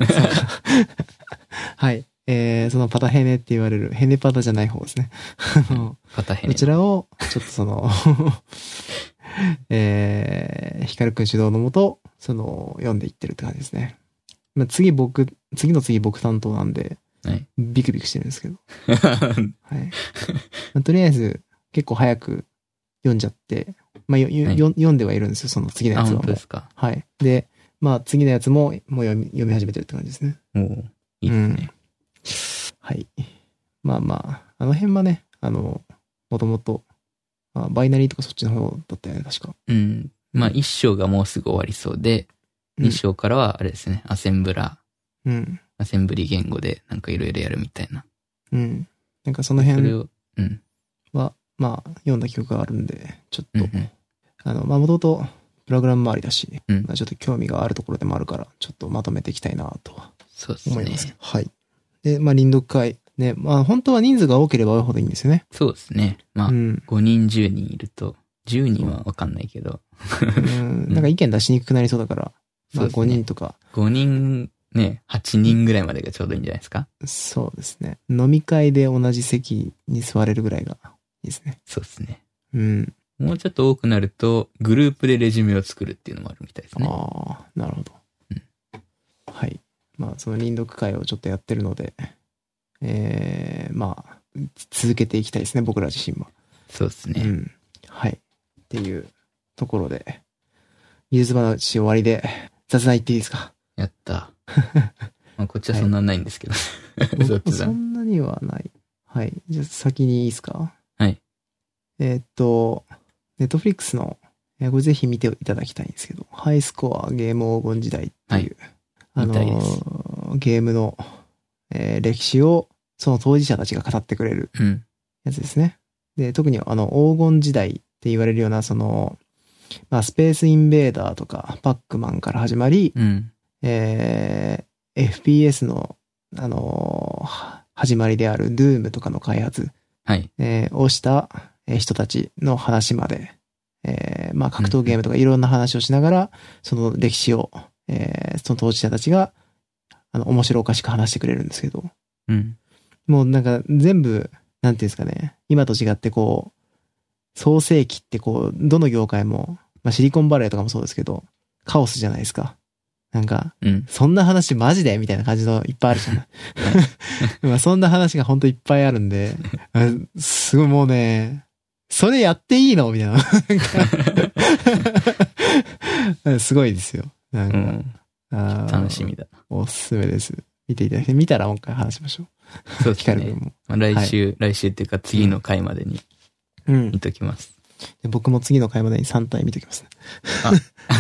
[SPEAKER 1] はい。えー、そのパタヘネって言われる、ヘネパタじゃない方ですね。
[SPEAKER 2] パタヘネ。
[SPEAKER 1] こちらを、ちょっとその、えー、ヒカルくん主導のもと、その、読んでいってるって感じですね。まあ、次僕、次の次僕担当なんで、
[SPEAKER 2] はい、
[SPEAKER 1] ビクビクしてるんですけど。はいまあ、とりあえず、結構早く読んじゃって、まあ、よよはい、読んではいるんですよ、その次のやつはもう。
[SPEAKER 2] 本当ですか。
[SPEAKER 1] はい。で、まあ、次のやつも、もう読み、読み始めてるって感じですね。
[SPEAKER 2] おー、いいですね、
[SPEAKER 1] うん。はい。まあまあ、あの辺はね、あの、もともと、あバイナリーとかそっちの方だったよね、確か。
[SPEAKER 2] うん。まあ、一章がもうすぐ終わりそうで、うん、二章からはあれですね、アセンブラー。
[SPEAKER 1] うん。
[SPEAKER 2] アセンブリ言語でなんかいろいろやるみたいな。
[SPEAKER 1] うん。なんかその辺は、
[SPEAKER 2] うん、
[SPEAKER 1] まあ、読んだ記憶があるんで、ちょっと、うんうん、あの、まあ、もともとプログラム周りだし、うん、まあ、ちょっと興味があるところでもあるから、ちょっとまとめていきたいなとは思います。そうですね。はい。で、まあ、臨読会。ね、まあ、本当は人数が多ければ多いほどいいんですよね。
[SPEAKER 2] そうですね。まあ、うん、ごにん、じゅうにんいると、じゅうにんはわかんないけど。
[SPEAKER 1] うん、なんか意見出しにくくなりそうだから、まあ、ごにんとか。
[SPEAKER 2] ごにん、ね、はちにんぐらいまでがちょうどいいんじゃないですか？
[SPEAKER 1] そうですね。飲み会で同じ席に座れるぐらいがいいですね。
[SPEAKER 2] そうですね。
[SPEAKER 1] うん。
[SPEAKER 2] もうちょっと多くなると、グループでレジュメを作るっていうのもあるみたいですね。
[SPEAKER 1] ああ、なるほど。うん。はい。まあ、その臨読会をちょっとやってるので、えー、まあ、続けていきたいですね、僕ら自身は。
[SPEAKER 2] そうですね。
[SPEAKER 1] うん。はい。っていうところで、技術話終わりで、雑談言っていいですか？
[SPEAKER 2] やった。 まあ、こっちはそんなないんですけど。
[SPEAKER 1] はい、そ, そんなにはない。はい。じゃあ先にいいですか？
[SPEAKER 2] はい。
[SPEAKER 1] えー、っと、ネットフリックスの、えー、これぜひ見ていただきたいんですけど、ハイスコアゲーム黄金時代っていう、はい、あのー、ゲームの、えー、歴史をその当事者たちが語ってくれるやつですね。うん、で、特にあの黄金時代って言われるような、その、まあ、スペースインベーダーとか、パックマンから始まり、うん、えー、エフピーエス の、あのー、始まりである ドゥーム とかの開発、
[SPEAKER 2] はい
[SPEAKER 1] えー、をした人たちの話まで、えー、まあ、格闘ゲームとかいろんな話をしながら、うん、その歴史を、えー、その当事者たちが、あの、面白おかしく話してくれるんですけど、
[SPEAKER 2] うん、
[SPEAKER 1] もうなんか全部、なんていうんですかね、今と違ってこう、創世期ってこう、どの業界も、まあ、シリコンバレーとかもそうですけど、カオスじゃないですか。なんか、うん、そんな話マジでみたいな感じのいっぱいあるじゃない。まあそんな話がほんといっぱいあるんで、すごいもうね、それやっていいのみたいな。すごいですよ。なんか、うん、
[SPEAKER 2] あ楽しみだ。
[SPEAKER 1] おすすめです。見ていただいて、見たらもう一回話しましょう。
[SPEAKER 2] そうですね。まあ、来週、はい、来週っていうか次の回までに見ときます。
[SPEAKER 1] うん、で僕も次の回までにさん体見ときますね。あ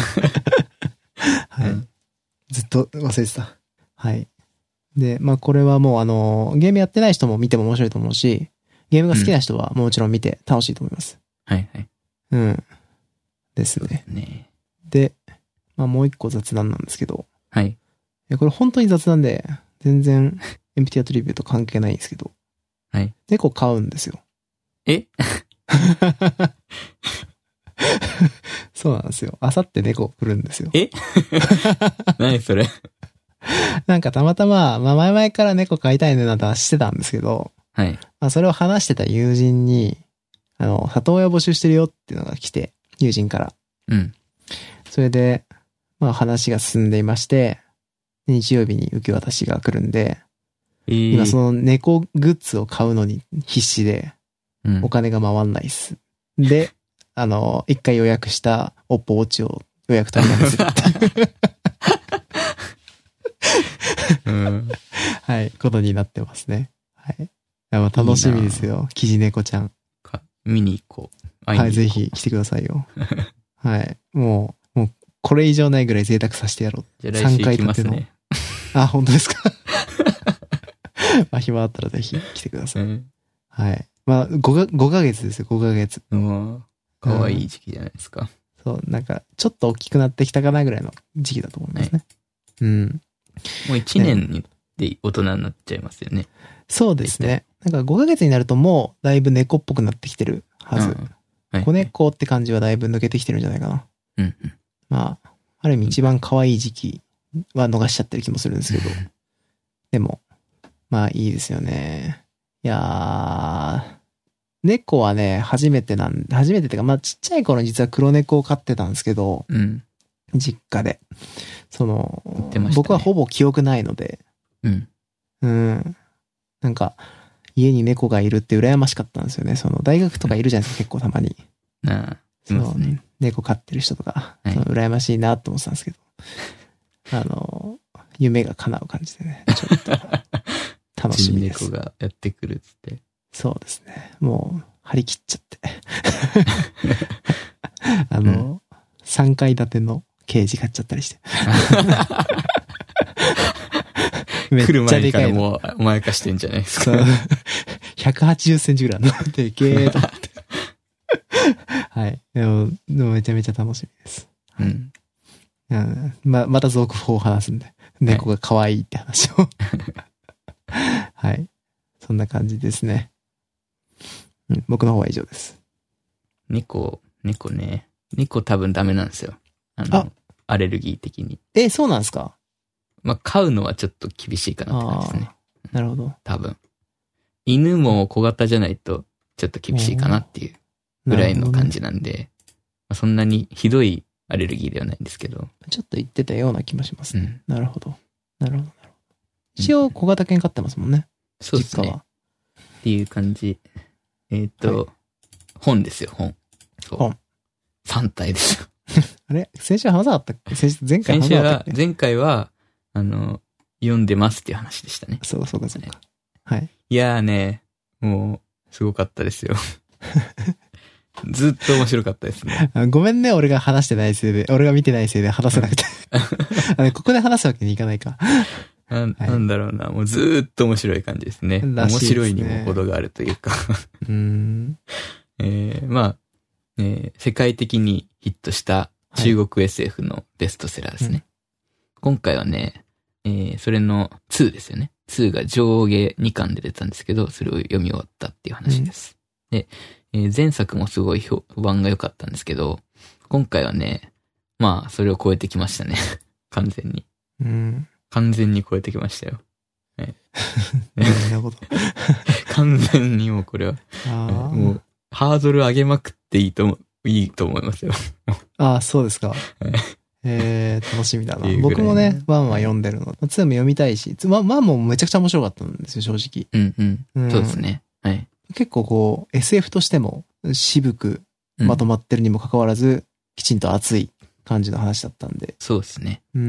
[SPEAKER 1] はい、うん。ずっと忘れてた。はい。で、まあこれはもうあの、ゲームやってない人も見ても面白いと思うし、ゲームが好きな人はもちろん見て楽しいと思います。
[SPEAKER 2] うん、はいはい。
[SPEAKER 1] うん。ですね。
[SPEAKER 2] ね
[SPEAKER 1] で、まあもう一個雑談なんですけど。
[SPEAKER 2] はい。
[SPEAKER 1] これ本当に雑談で、全然エンプティアトリビューと関係ないんですけど。
[SPEAKER 2] はい。
[SPEAKER 1] 猫飼うんですよ。
[SPEAKER 2] え
[SPEAKER 1] そうなんですよ。あさって猫来るんですよ。
[SPEAKER 2] え何それ
[SPEAKER 1] なんかたまたま、まあ前々から猫飼いたいねなんてしてたんですけど、
[SPEAKER 2] はい。
[SPEAKER 1] まあそれを話してた友人に、あの、里親募集してるよっていうのが来て、友人から。
[SPEAKER 2] うん。
[SPEAKER 1] それで、まあ話が進んでいまして、日曜日に受け渡しが来るんで、
[SPEAKER 2] えー、
[SPEAKER 1] 今その猫グッズを買うのに必死で、お金が回んないっす。うん、で、あの、一回予約したオッポウォッチを予約取りなんですよ。
[SPEAKER 2] うん、
[SPEAKER 1] はい、ことになってますね。はい。楽しみですよ。キジ猫ちゃん。
[SPEAKER 2] か見に行こう。
[SPEAKER 1] はい、ぜひ来てくださいよ。はい。もう、もう、これ以上ないぐらい贅沢させてやろう。
[SPEAKER 2] じゃあ来週行きますね。
[SPEAKER 1] あ、本当ですか。まあ、暇だったらぜひ来てください。うん、はい。まあ、ごか、ごかげつですよ、ごかげつ。
[SPEAKER 2] うん。かわいい時期じゃないですか。
[SPEAKER 1] そう、なんか、ちょっと大きくなってきたかなぐらいの時期だと思いますね。はい、うん。
[SPEAKER 2] もういちねんで大人になっちゃいますよね。
[SPEAKER 1] そうですね。なんかごかげつになるともうだいぶ猫っぽくなってきてるはず。うんはい、子猫って感じはだいぶ抜けてきてるんじゃないかな。
[SPEAKER 2] うんうん、
[SPEAKER 1] まあ、ある意味一番可愛い時期は逃しちゃってる気もするんですけど。でも、まあいいですよね。いやー、猫はね、初めてなん、初めてってか、まあちっちゃい頃に実は黒猫を飼ってたんですけど、
[SPEAKER 2] うん、
[SPEAKER 1] 実家で。その、
[SPEAKER 2] ね、
[SPEAKER 1] 僕はほぼ記憶ないので、
[SPEAKER 2] うん。
[SPEAKER 1] うん。なんか、家に猫がいるって羨ましかったんですよね。その、大学とかいるじゃないですか、結構たまに。
[SPEAKER 2] ああ、
[SPEAKER 1] そう、ね、猫飼ってる人とか、はい、その羨ましいなと思ってたんですけど、あの、夢が叶う感じでね、ちょっと、楽しみです。
[SPEAKER 2] 猫がやってくるっつって。
[SPEAKER 1] そうですね。もう、張り切っちゃって。あの、うん、さんかい建てのケージ買っちゃったりして。
[SPEAKER 2] めっちゃでかいの。もう甘やかしてんじゃないですか。
[SPEAKER 1] ひゃくはちじゅっセンチぐらいのでけーと思って。はい。でも、でもめちゃめちゃ楽しみです。
[SPEAKER 2] うん。
[SPEAKER 1] うん、ま、また続報を話すんで。猫が可愛いって話を。はい。そんな感じですね。うん、僕の方は以上です。
[SPEAKER 2] 猫、猫ね。猫多分ダメなんですよ。あの、あアレルギー的に。
[SPEAKER 1] え、そうなんですか？
[SPEAKER 2] まあ、飼うのはちょっと厳しいかなって感じですね。
[SPEAKER 1] なるほど。
[SPEAKER 2] 多分。犬も小型じゃないとちょっと厳しいかなっていうぐらいの感じなんで、ね、まあ、そんなにひどいアレルギーではないんですけど。
[SPEAKER 1] ちょっと言ってたような気もしますね。うん、なるほど。なるほど、なるほど。一応小型犬飼ってますもんね。
[SPEAKER 2] うん、そうですね。実家は。っていう感じ。えっ、ー、と、はい、本ですよ、本。そう
[SPEAKER 1] 本。
[SPEAKER 2] さん体ですよ。
[SPEAKER 1] あれ先週話さなかったっけ？先週、前回話さなかったっけ？
[SPEAKER 2] 先週は、前回は、あの、 読んでますっていう話でしたね。
[SPEAKER 1] そうそうかそうか。はい。
[SPEAKER 2] いやーね、もう、すごかったですよ。ずっと面白かったですね。
[SPEAKER 1] ごめんね、俺が話してないせいで、俺が見てないせいで話せなくて。ここで話すわけにいかないか。
[SPEAKER 2] な, なんだろうな、もうずーっと面白い感じですね。面白いにも程があるというか。
[SPEAKER 1] うーん
[SPEAKER 2] えー、まあ、えー、世界的にヒットした中国 エスエフ のベストセラーですね。はい、今回はね、えー、それのにですよね。にが上下にかんで出たんですけど、それを読み終わったっていう話です。うん、で、えー、前作もすごい評判が良かったんですけど、今回はね、まあ、それを超えてきましたね。完全に。
[SPEAKER 1] うん、
[SPEAKER 2] 完全に超えてきましたよ。え
[SPEAKER 1] ー、なるほど。
[SPEAKER 2] 完全にもうこれは、もう、ハードル上げまくっていいと思、いいと思いますよ。
[SPEAKER 1] ああ、そうですか。えー、楽しみだな。僕もね、ワンは読んでるの。ツーも読みたいし、ワンもめちゃくちゃ面白かったんですよ、正直。
[SPEAKER 2] うんうん。うん、そうですね。はい。
[SPEAKER 1] 結構こう、エスエフ としても渋くまとまってるにもかかわらず、うん、きちんと熱い感じの話だったんで。
[SPEAKER 2] そうですね。
[SPEAKER 1] うん。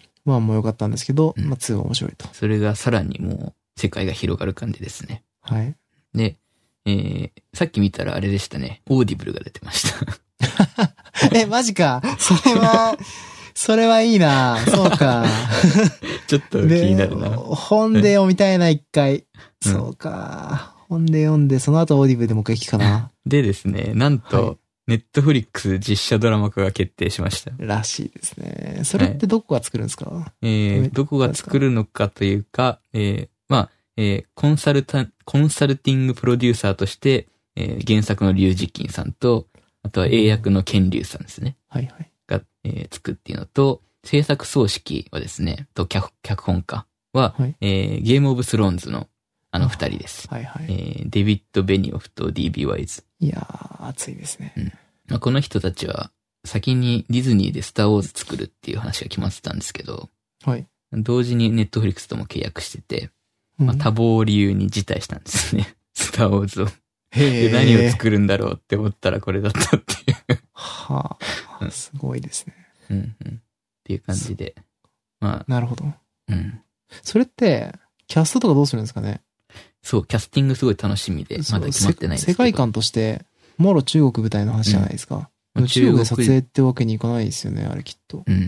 [SPEAKER 1] ワンも良かったんですけど、うん、まあツーは面白いと。
[SPEAKER 2] それがさらにもう世界が広がる感じですね。
[SPEAKER 1] はい。
[SPEAKER 2] で、えー、さっき見たらあれでしたね。オーディブルが出てました。
[SPEAKER 1] え、マジか。それは、それはいいな。そうか。
[SPEAKER 2] ちょっと気になるな。
[SPEAKER 1] 本で読みたいな、一回。うん、そうか。本で読んで、その後オーディブルでもう一回聞くかな。
[SPEAKER 2] でですね、なんと、ネットフリックス実写ドラマ化が決定しました。
[SPEAKER 1] らしいですね。それってどこが作るんですか？はい、
[SPEAKER 2] えー、どこが作るのかというか、えー、まあ、えー、コンサルタ、コンサルティングプロデューサーとして、えー、原作のリュウジキンさんと、あとは英訳のケンリュウさんですね。
[SPEAKER 1] はいはい。
[SPEAKER 2] が、えー、作っていうのと、制作総指揮はですね、と脚、脚本家は、はい、えー、ゲームオブスローンズのあの二人です。
[SPEAKER 1] はいはい。
[SPEAKER 2] えー、デビッド・ベニオフと ディービー ワイズ。
[SPEAKER 1] いやー、熱いですね。
[SPEAKER 2] うんまあ、この人たちは、先にディズニーでスターウォーズ作るっていう話が決まってたんですけど、
[SPEAKER 1] はい。
[SPEAKER 2] 同時にネットフリックスとも契約してて、まあ、多忙を理由に辞退したんですね。スターウォーズを。で何を作るんだろうって思ったらこれだったっていう。
[SPEAKER 1] はあ、うん、すごいですね。
[SPEAKER 2] うんうん。っていう感じで。まあ。
[SPEAKER 1] なるほど。
[SPEAKER 2] うん。
[SPEAKER 1] それって、キャストとかどうするんですかね？
[SPEAKER 2] そう、キャスティングすごい楽しみで、まだ決まってないんですけど。
[SPEAKER 1] 世界観として、もろ中国舞台の話じゃないですか。うん、中国で撮影ってわけにいかないですよね、あれきっと。
[SPEAKER 2] うんうん。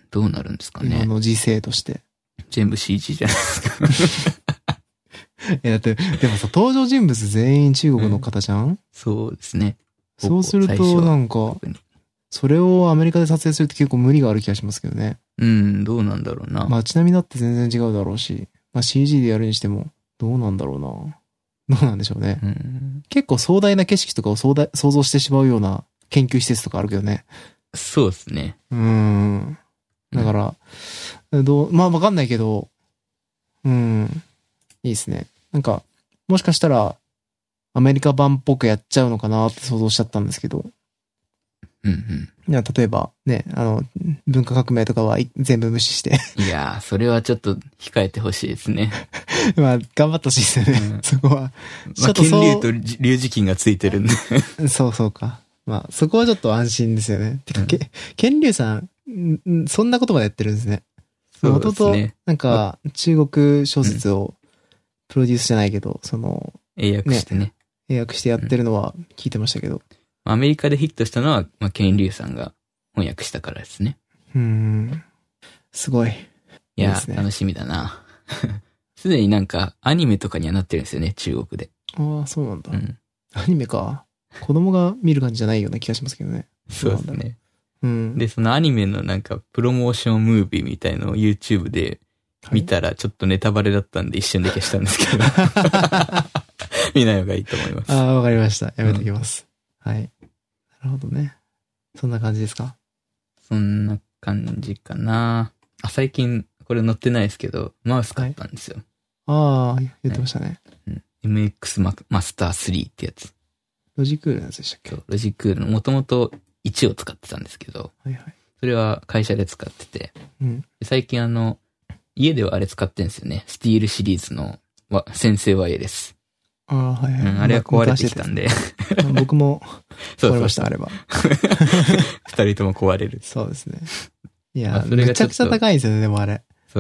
[SPEAKER 2] どうなるんですかね。
[SPEAKER 1] 今の時勢として。
[SPEAKER 2] 全部 シージー じゃないですか。
[SPEAKER 1] え、だって、でもさ、登場人物全員中国の方じゃん、うん、
[SPEAKER 2] そうですね。
[SPEAKER 1] そうすると、なんか、それをアメリカで撮影するって結構無理がある気がしますけどね。
[SPEAKER 2] うん、どうなんだろうな。
[SPEAKER 1] 街並みだって全然違うだろうし、まあ シージー でやるにしても、どうなんだろうな。どうなんでしょうね。うん、結構壮大な景色とかを壮大想像してしまうような研究施設とかあるけどね。
[SPEAKER 2] そうですね。
[SPEAKER 1] うーん。だから、うん、どう、まあわかんないけど、うん。いいですね。なんか、もしかしたら、アメリカ版っぽくやっちゃうのかなって想像しちゃったんですけど。
[SPEAKER 2] うんうん。
[SPEAKER 1] いや、例えば、ね、あの、文化革命とかは全部無視して。
[SPEAKER 2] いやー、それはちょっと控えてほしいですね。
[SPEAKER 1] まあ、頑張ってほしいですよね。うん、そこは。
[SPEAKER 2] まあ、剣竜と龍磁金がついてるんで。
[SPEAKER 1] そうそうか。まあ、そこはちょっと安心ですよね。てか、うん、剣竜さん、そんなことまでやってるんですね。
[SPEAKER 2] そうですね。
[SPEAKER 1] 元々、なんか、中国小説を、プロデュースじゃないけど、その、
[SPEAKER 2] 英訳してね。
[SPEAKER 1] 英訳してやってるのは聞いてましたけど。うん、
[SPEAKER 2] アメリカでヒットしたのは、まあ、ケンリュウさんが翻訳したからですね。
[SPEAKER 1] うーん。すごい。
[SPEAKER 2] いや、いいですね、楽しみだな。すでになんか、アニメとかにはなってるんですよね、中国で。
[SPEAKER 1] ああ、そうなんだ。うん。アニメか。子供が見る感じじゃないような気がしますけどね。
[SPEAKER 2] そうですね。
[SPEAKER 1] うん。
[SPEAKER 2] で、そのアニメのなんか、プロモーションムービーみたいのを YouTube で見たらちょっとネタバレだったんで一瞬で消したんですけど。見ない方がいいと思います。
[SPEAKER 1] ああ、わかりました。やめときます。うん、はい。なるほどね。そんな感じですか？
[SPEAKER 2] そんな感じかな。あ、最近これ載ってないですけど、マウス買ったんですよ。
[SPEAKER 1] はい、ああ、言ってましたね。
[SPEAKER 2] うん、エムエックス マ, マスタースリーってやつ。
[SPEAKER 1] ロジクールのやつでしたっけ？
[SPEAKER 2] そう、ロジクールのもともといちを使ってたんですけど、
[SPEAKER 1] はいはい。
[SPEAKER 2] それは会社で使ってて、
[SPEAKER 1] うん、
[SPEAKER 2] 最近あの、家ではあれ使ってんですよね。スティールシリーズの先生ワイヤレス。
[SPEAKER 1] ああ、はいはい、
[SPEAKER 2] うん。あれは壊れてきたんで。
[SPEAKER 1] 僕も壊れました、あれば。
[SPEAKER 2] 二人とも壊れる。
[SPEAKER 1] そうですね。いや、めちゃくちゃ高いんですよね、でもあれ。
[SPEAKER 2] そう。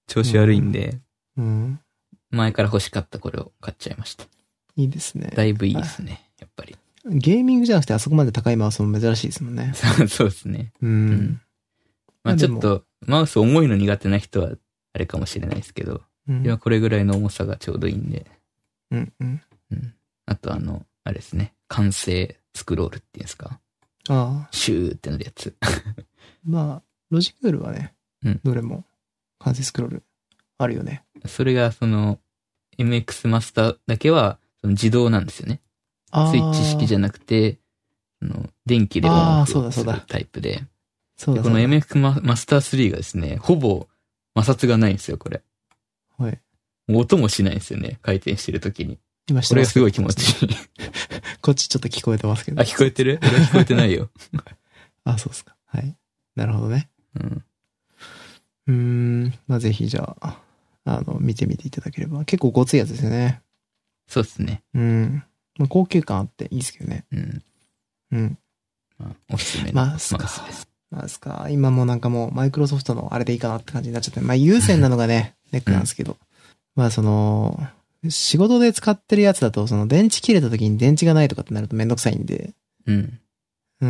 [SPEAKER 2] 調子悪いんで、
[SPEAKER 1] うん。うん、
[SPEAKER 2] 前から欲しかったこれを買っちゃいました。
[SPEAKER 1] いいですね。
[SPEAKER 2] だいぶいいですね、やっぱり。
[SPEAKER 1] ゲーミングじゃなくてあそこまで高いマウスも珍しいですもんね。
[SPEAKER 2] そう、そうですね。
[SPEAKER 1] うん。うん、
[SPEAKER 2] まあちょっと、マウス重いの苦手な人はあれかもしれないですけど、うん、今これぐらいの重さがちょうどいいんで。
[SPEAKER 1] うんうん。
[SPEAKER 2] うん。あとあの、あれですね。完成スクロールっていうんですか。
[SPEAKER 1] ああ。
[SPEAKER 2] シューってなるやつ。
[SPEAKER 1] まあ、ロジクールはね、うん、どれも完成スクロールあるよね。
[SPEAKER 2] それがその、エムエックス マスターだけはその自動なんですよね。スイッチ式じゃなくて、あの電気でオンオフするタイプで。
[SPEAKER 1] そうだ
[SPEAKER 2] この エムエックス マスタースリーがですね、ほぼ摩擦がないんですよ、これ。
[SPEAKER 1] はい。
[SPEAKER 2] 音もしないんですよね、回転してるときに。
[SPEAKER 1] 今
[SPEAKER 2] これがすごい気持ちいい。
[SPEAKER 1] こっちちょっと聞こえてますけど。
[SPEAKER 2] あ、聞こえてる？俺は聞こえてないよ。
[SPEAKER 1] あ、そうですか。はい。なるほどね。
[SPEAKER 2] うん。
[SPEAKER 1] うーん。まあ、ぜひじゃあ、あの、見てみていただければ。結構ごついやつですよね。
[SPEAKER 2] そうですね。
[SPEAKER 1] うん。まあ、高級感あっていいですけどね。
[SPEAKER 2] うん。
[SPEAKER 1] うん。
[SPEAKER 2] まあ、おすすめのマウスです。
[SPEAKER 1] マウスか。今もなんかもう、マイクロソフトのあれでいいかなって感じになっちゃって。まあ、有線なのがね、ネックなんですけど。うん、まあ、その、仕事で使ってるやつだと、その電池切れた時に電池がないとかってなるとめんどくさいんで。
[SPEAKER 2] うん。
[SPEAKER 1] うん。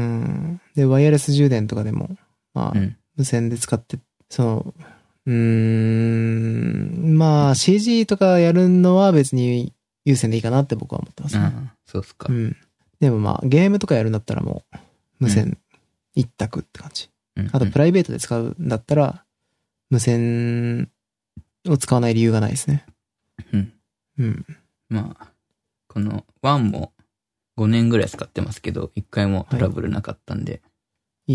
[SPEAKER 1] で、ワイヤレス充電とかでも、まあ、うん、無線で使って、その、うーん、まあ シージー とかやるのは別に有線でいいかなって僕は思ってますね。
[SPEAKER 2] うん、そうっすか。
[SPEAKER 1] うん。でもまあゲームとかやるんだったらもう無線一択って感じ。うん、あとプライベートで使うんだったら無線を使わない理由がないですね。
[SPEAKER 2] うん。
[SPEAKER 1] うん。
[SPEAKER 2] まあ、このワンもごねんぐらい使ってますけど、一回もトラブルなかったんで。はい、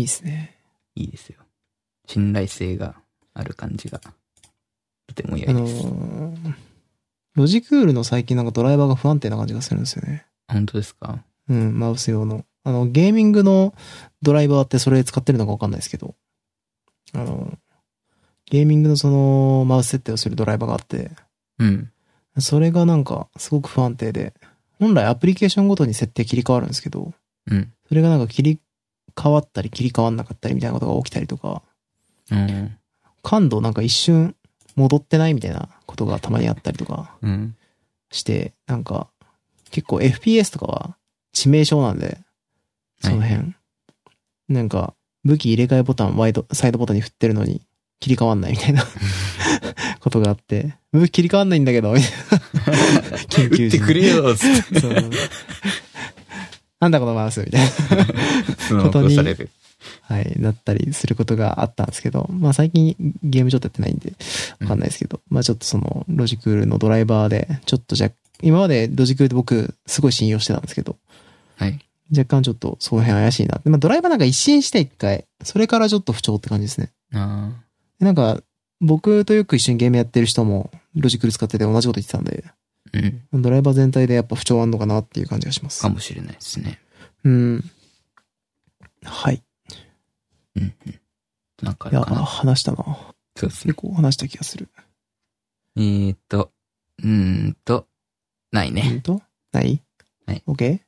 [SPEAKER 1] いいですね。
[SPEAKER 2] いいですよ。信頼性がある感じが、とても良いです。あのー、
[SPEAKER 1] ロジクールの最近なんかドライバーが不安定な感じがするんですよね。
[SPEAKER 2] 本当ですか？
[SPEAKER 1] うん、マウス用の。あの、ゲーミングのドライバーってそれ使ってるのかわかんないですけど、あの、ゲーミングのその、マウス設定をするドライバーがあって、
[SPEAKER 2] うん。
[SPEAKER 1] それがなんか、すごく不安定で、本来アプリケーションごとに設定切り替わるんですけど、
[SPEAKER 2] うん。
[SPEAKER 1] それがなんか切り替わったり切り替わんなかったりみたいなことが起きたりとか、
[SPEAKER 2] うん。
[SPEAKER 1] 感度なんか一瞬戻ってないみたいなことがたまにあったりとかして、
[SPEAKER 2] うん、
[SPEAKER 1] なんか結構 エフピーエス とかは致命傷なんで、その辺、はい、なんか武器入れ替えボタンワイドサイドボタンに振ってるのに切り替わんないみたいなことがあって、武器切り替わんないんだけどみたいな
[SPEAKER 2] 緊急時に打ってくれよつってそう
[SPEAKER 1] なんだこのマウスみたいなことにはい、なったりすることがあったんですけど、まあ最近ゲームちょっとやってないんで、わかんないですけど、うん、まあちょっとそのロジクールのドライバーで、ちょっとじゃ、今までロジクールで僕すごい信用してたんですけど、
[SPEAKER 2] はい。
[SPEAKER 1] 若干ちょっとその辺怪しいな。まあドライバーなんか一新して一回、それからちょっと不調って感じですね。
[SPEAKER 2] あ
[SPEAKER 1] あ。なんか、僕とよく一緒にゲームやってる人もロジクール使ってて同じこと言ってたんで、
[SPEAKER 2] うん。
[SPEAKER 1] ドライバー全体でやっぱ不調あんのかなっていう感じがします。
[SPEAKER 2] かもしれないですね。
[SPEAKER 1] うん。はい。
[SPEAKER 2] うんうん。なんかあるかな。
[SPEAKER 1] いや、話したな。
[SPEAKER 2] そうですね。
[SPEAKER 1] 結構話した気がする。
[SPEAKER 2] えーっと、うーんと、ないね。
[SPEAKER 1] うんとない？
[SPEAKER 2] はい。
[SPEAKER 1] OK？OK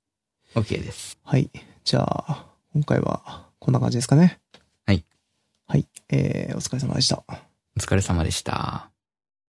[SPEAKER 2] OK です。
[SPEAKER 1] はい。じゃあ、今回はこんな感じですかね。
[SPEAKER 2] はい。
[SPEAKER 1] はい。えー、お疲れ様でした。
[SPEAKER 2] お疲れ様でした。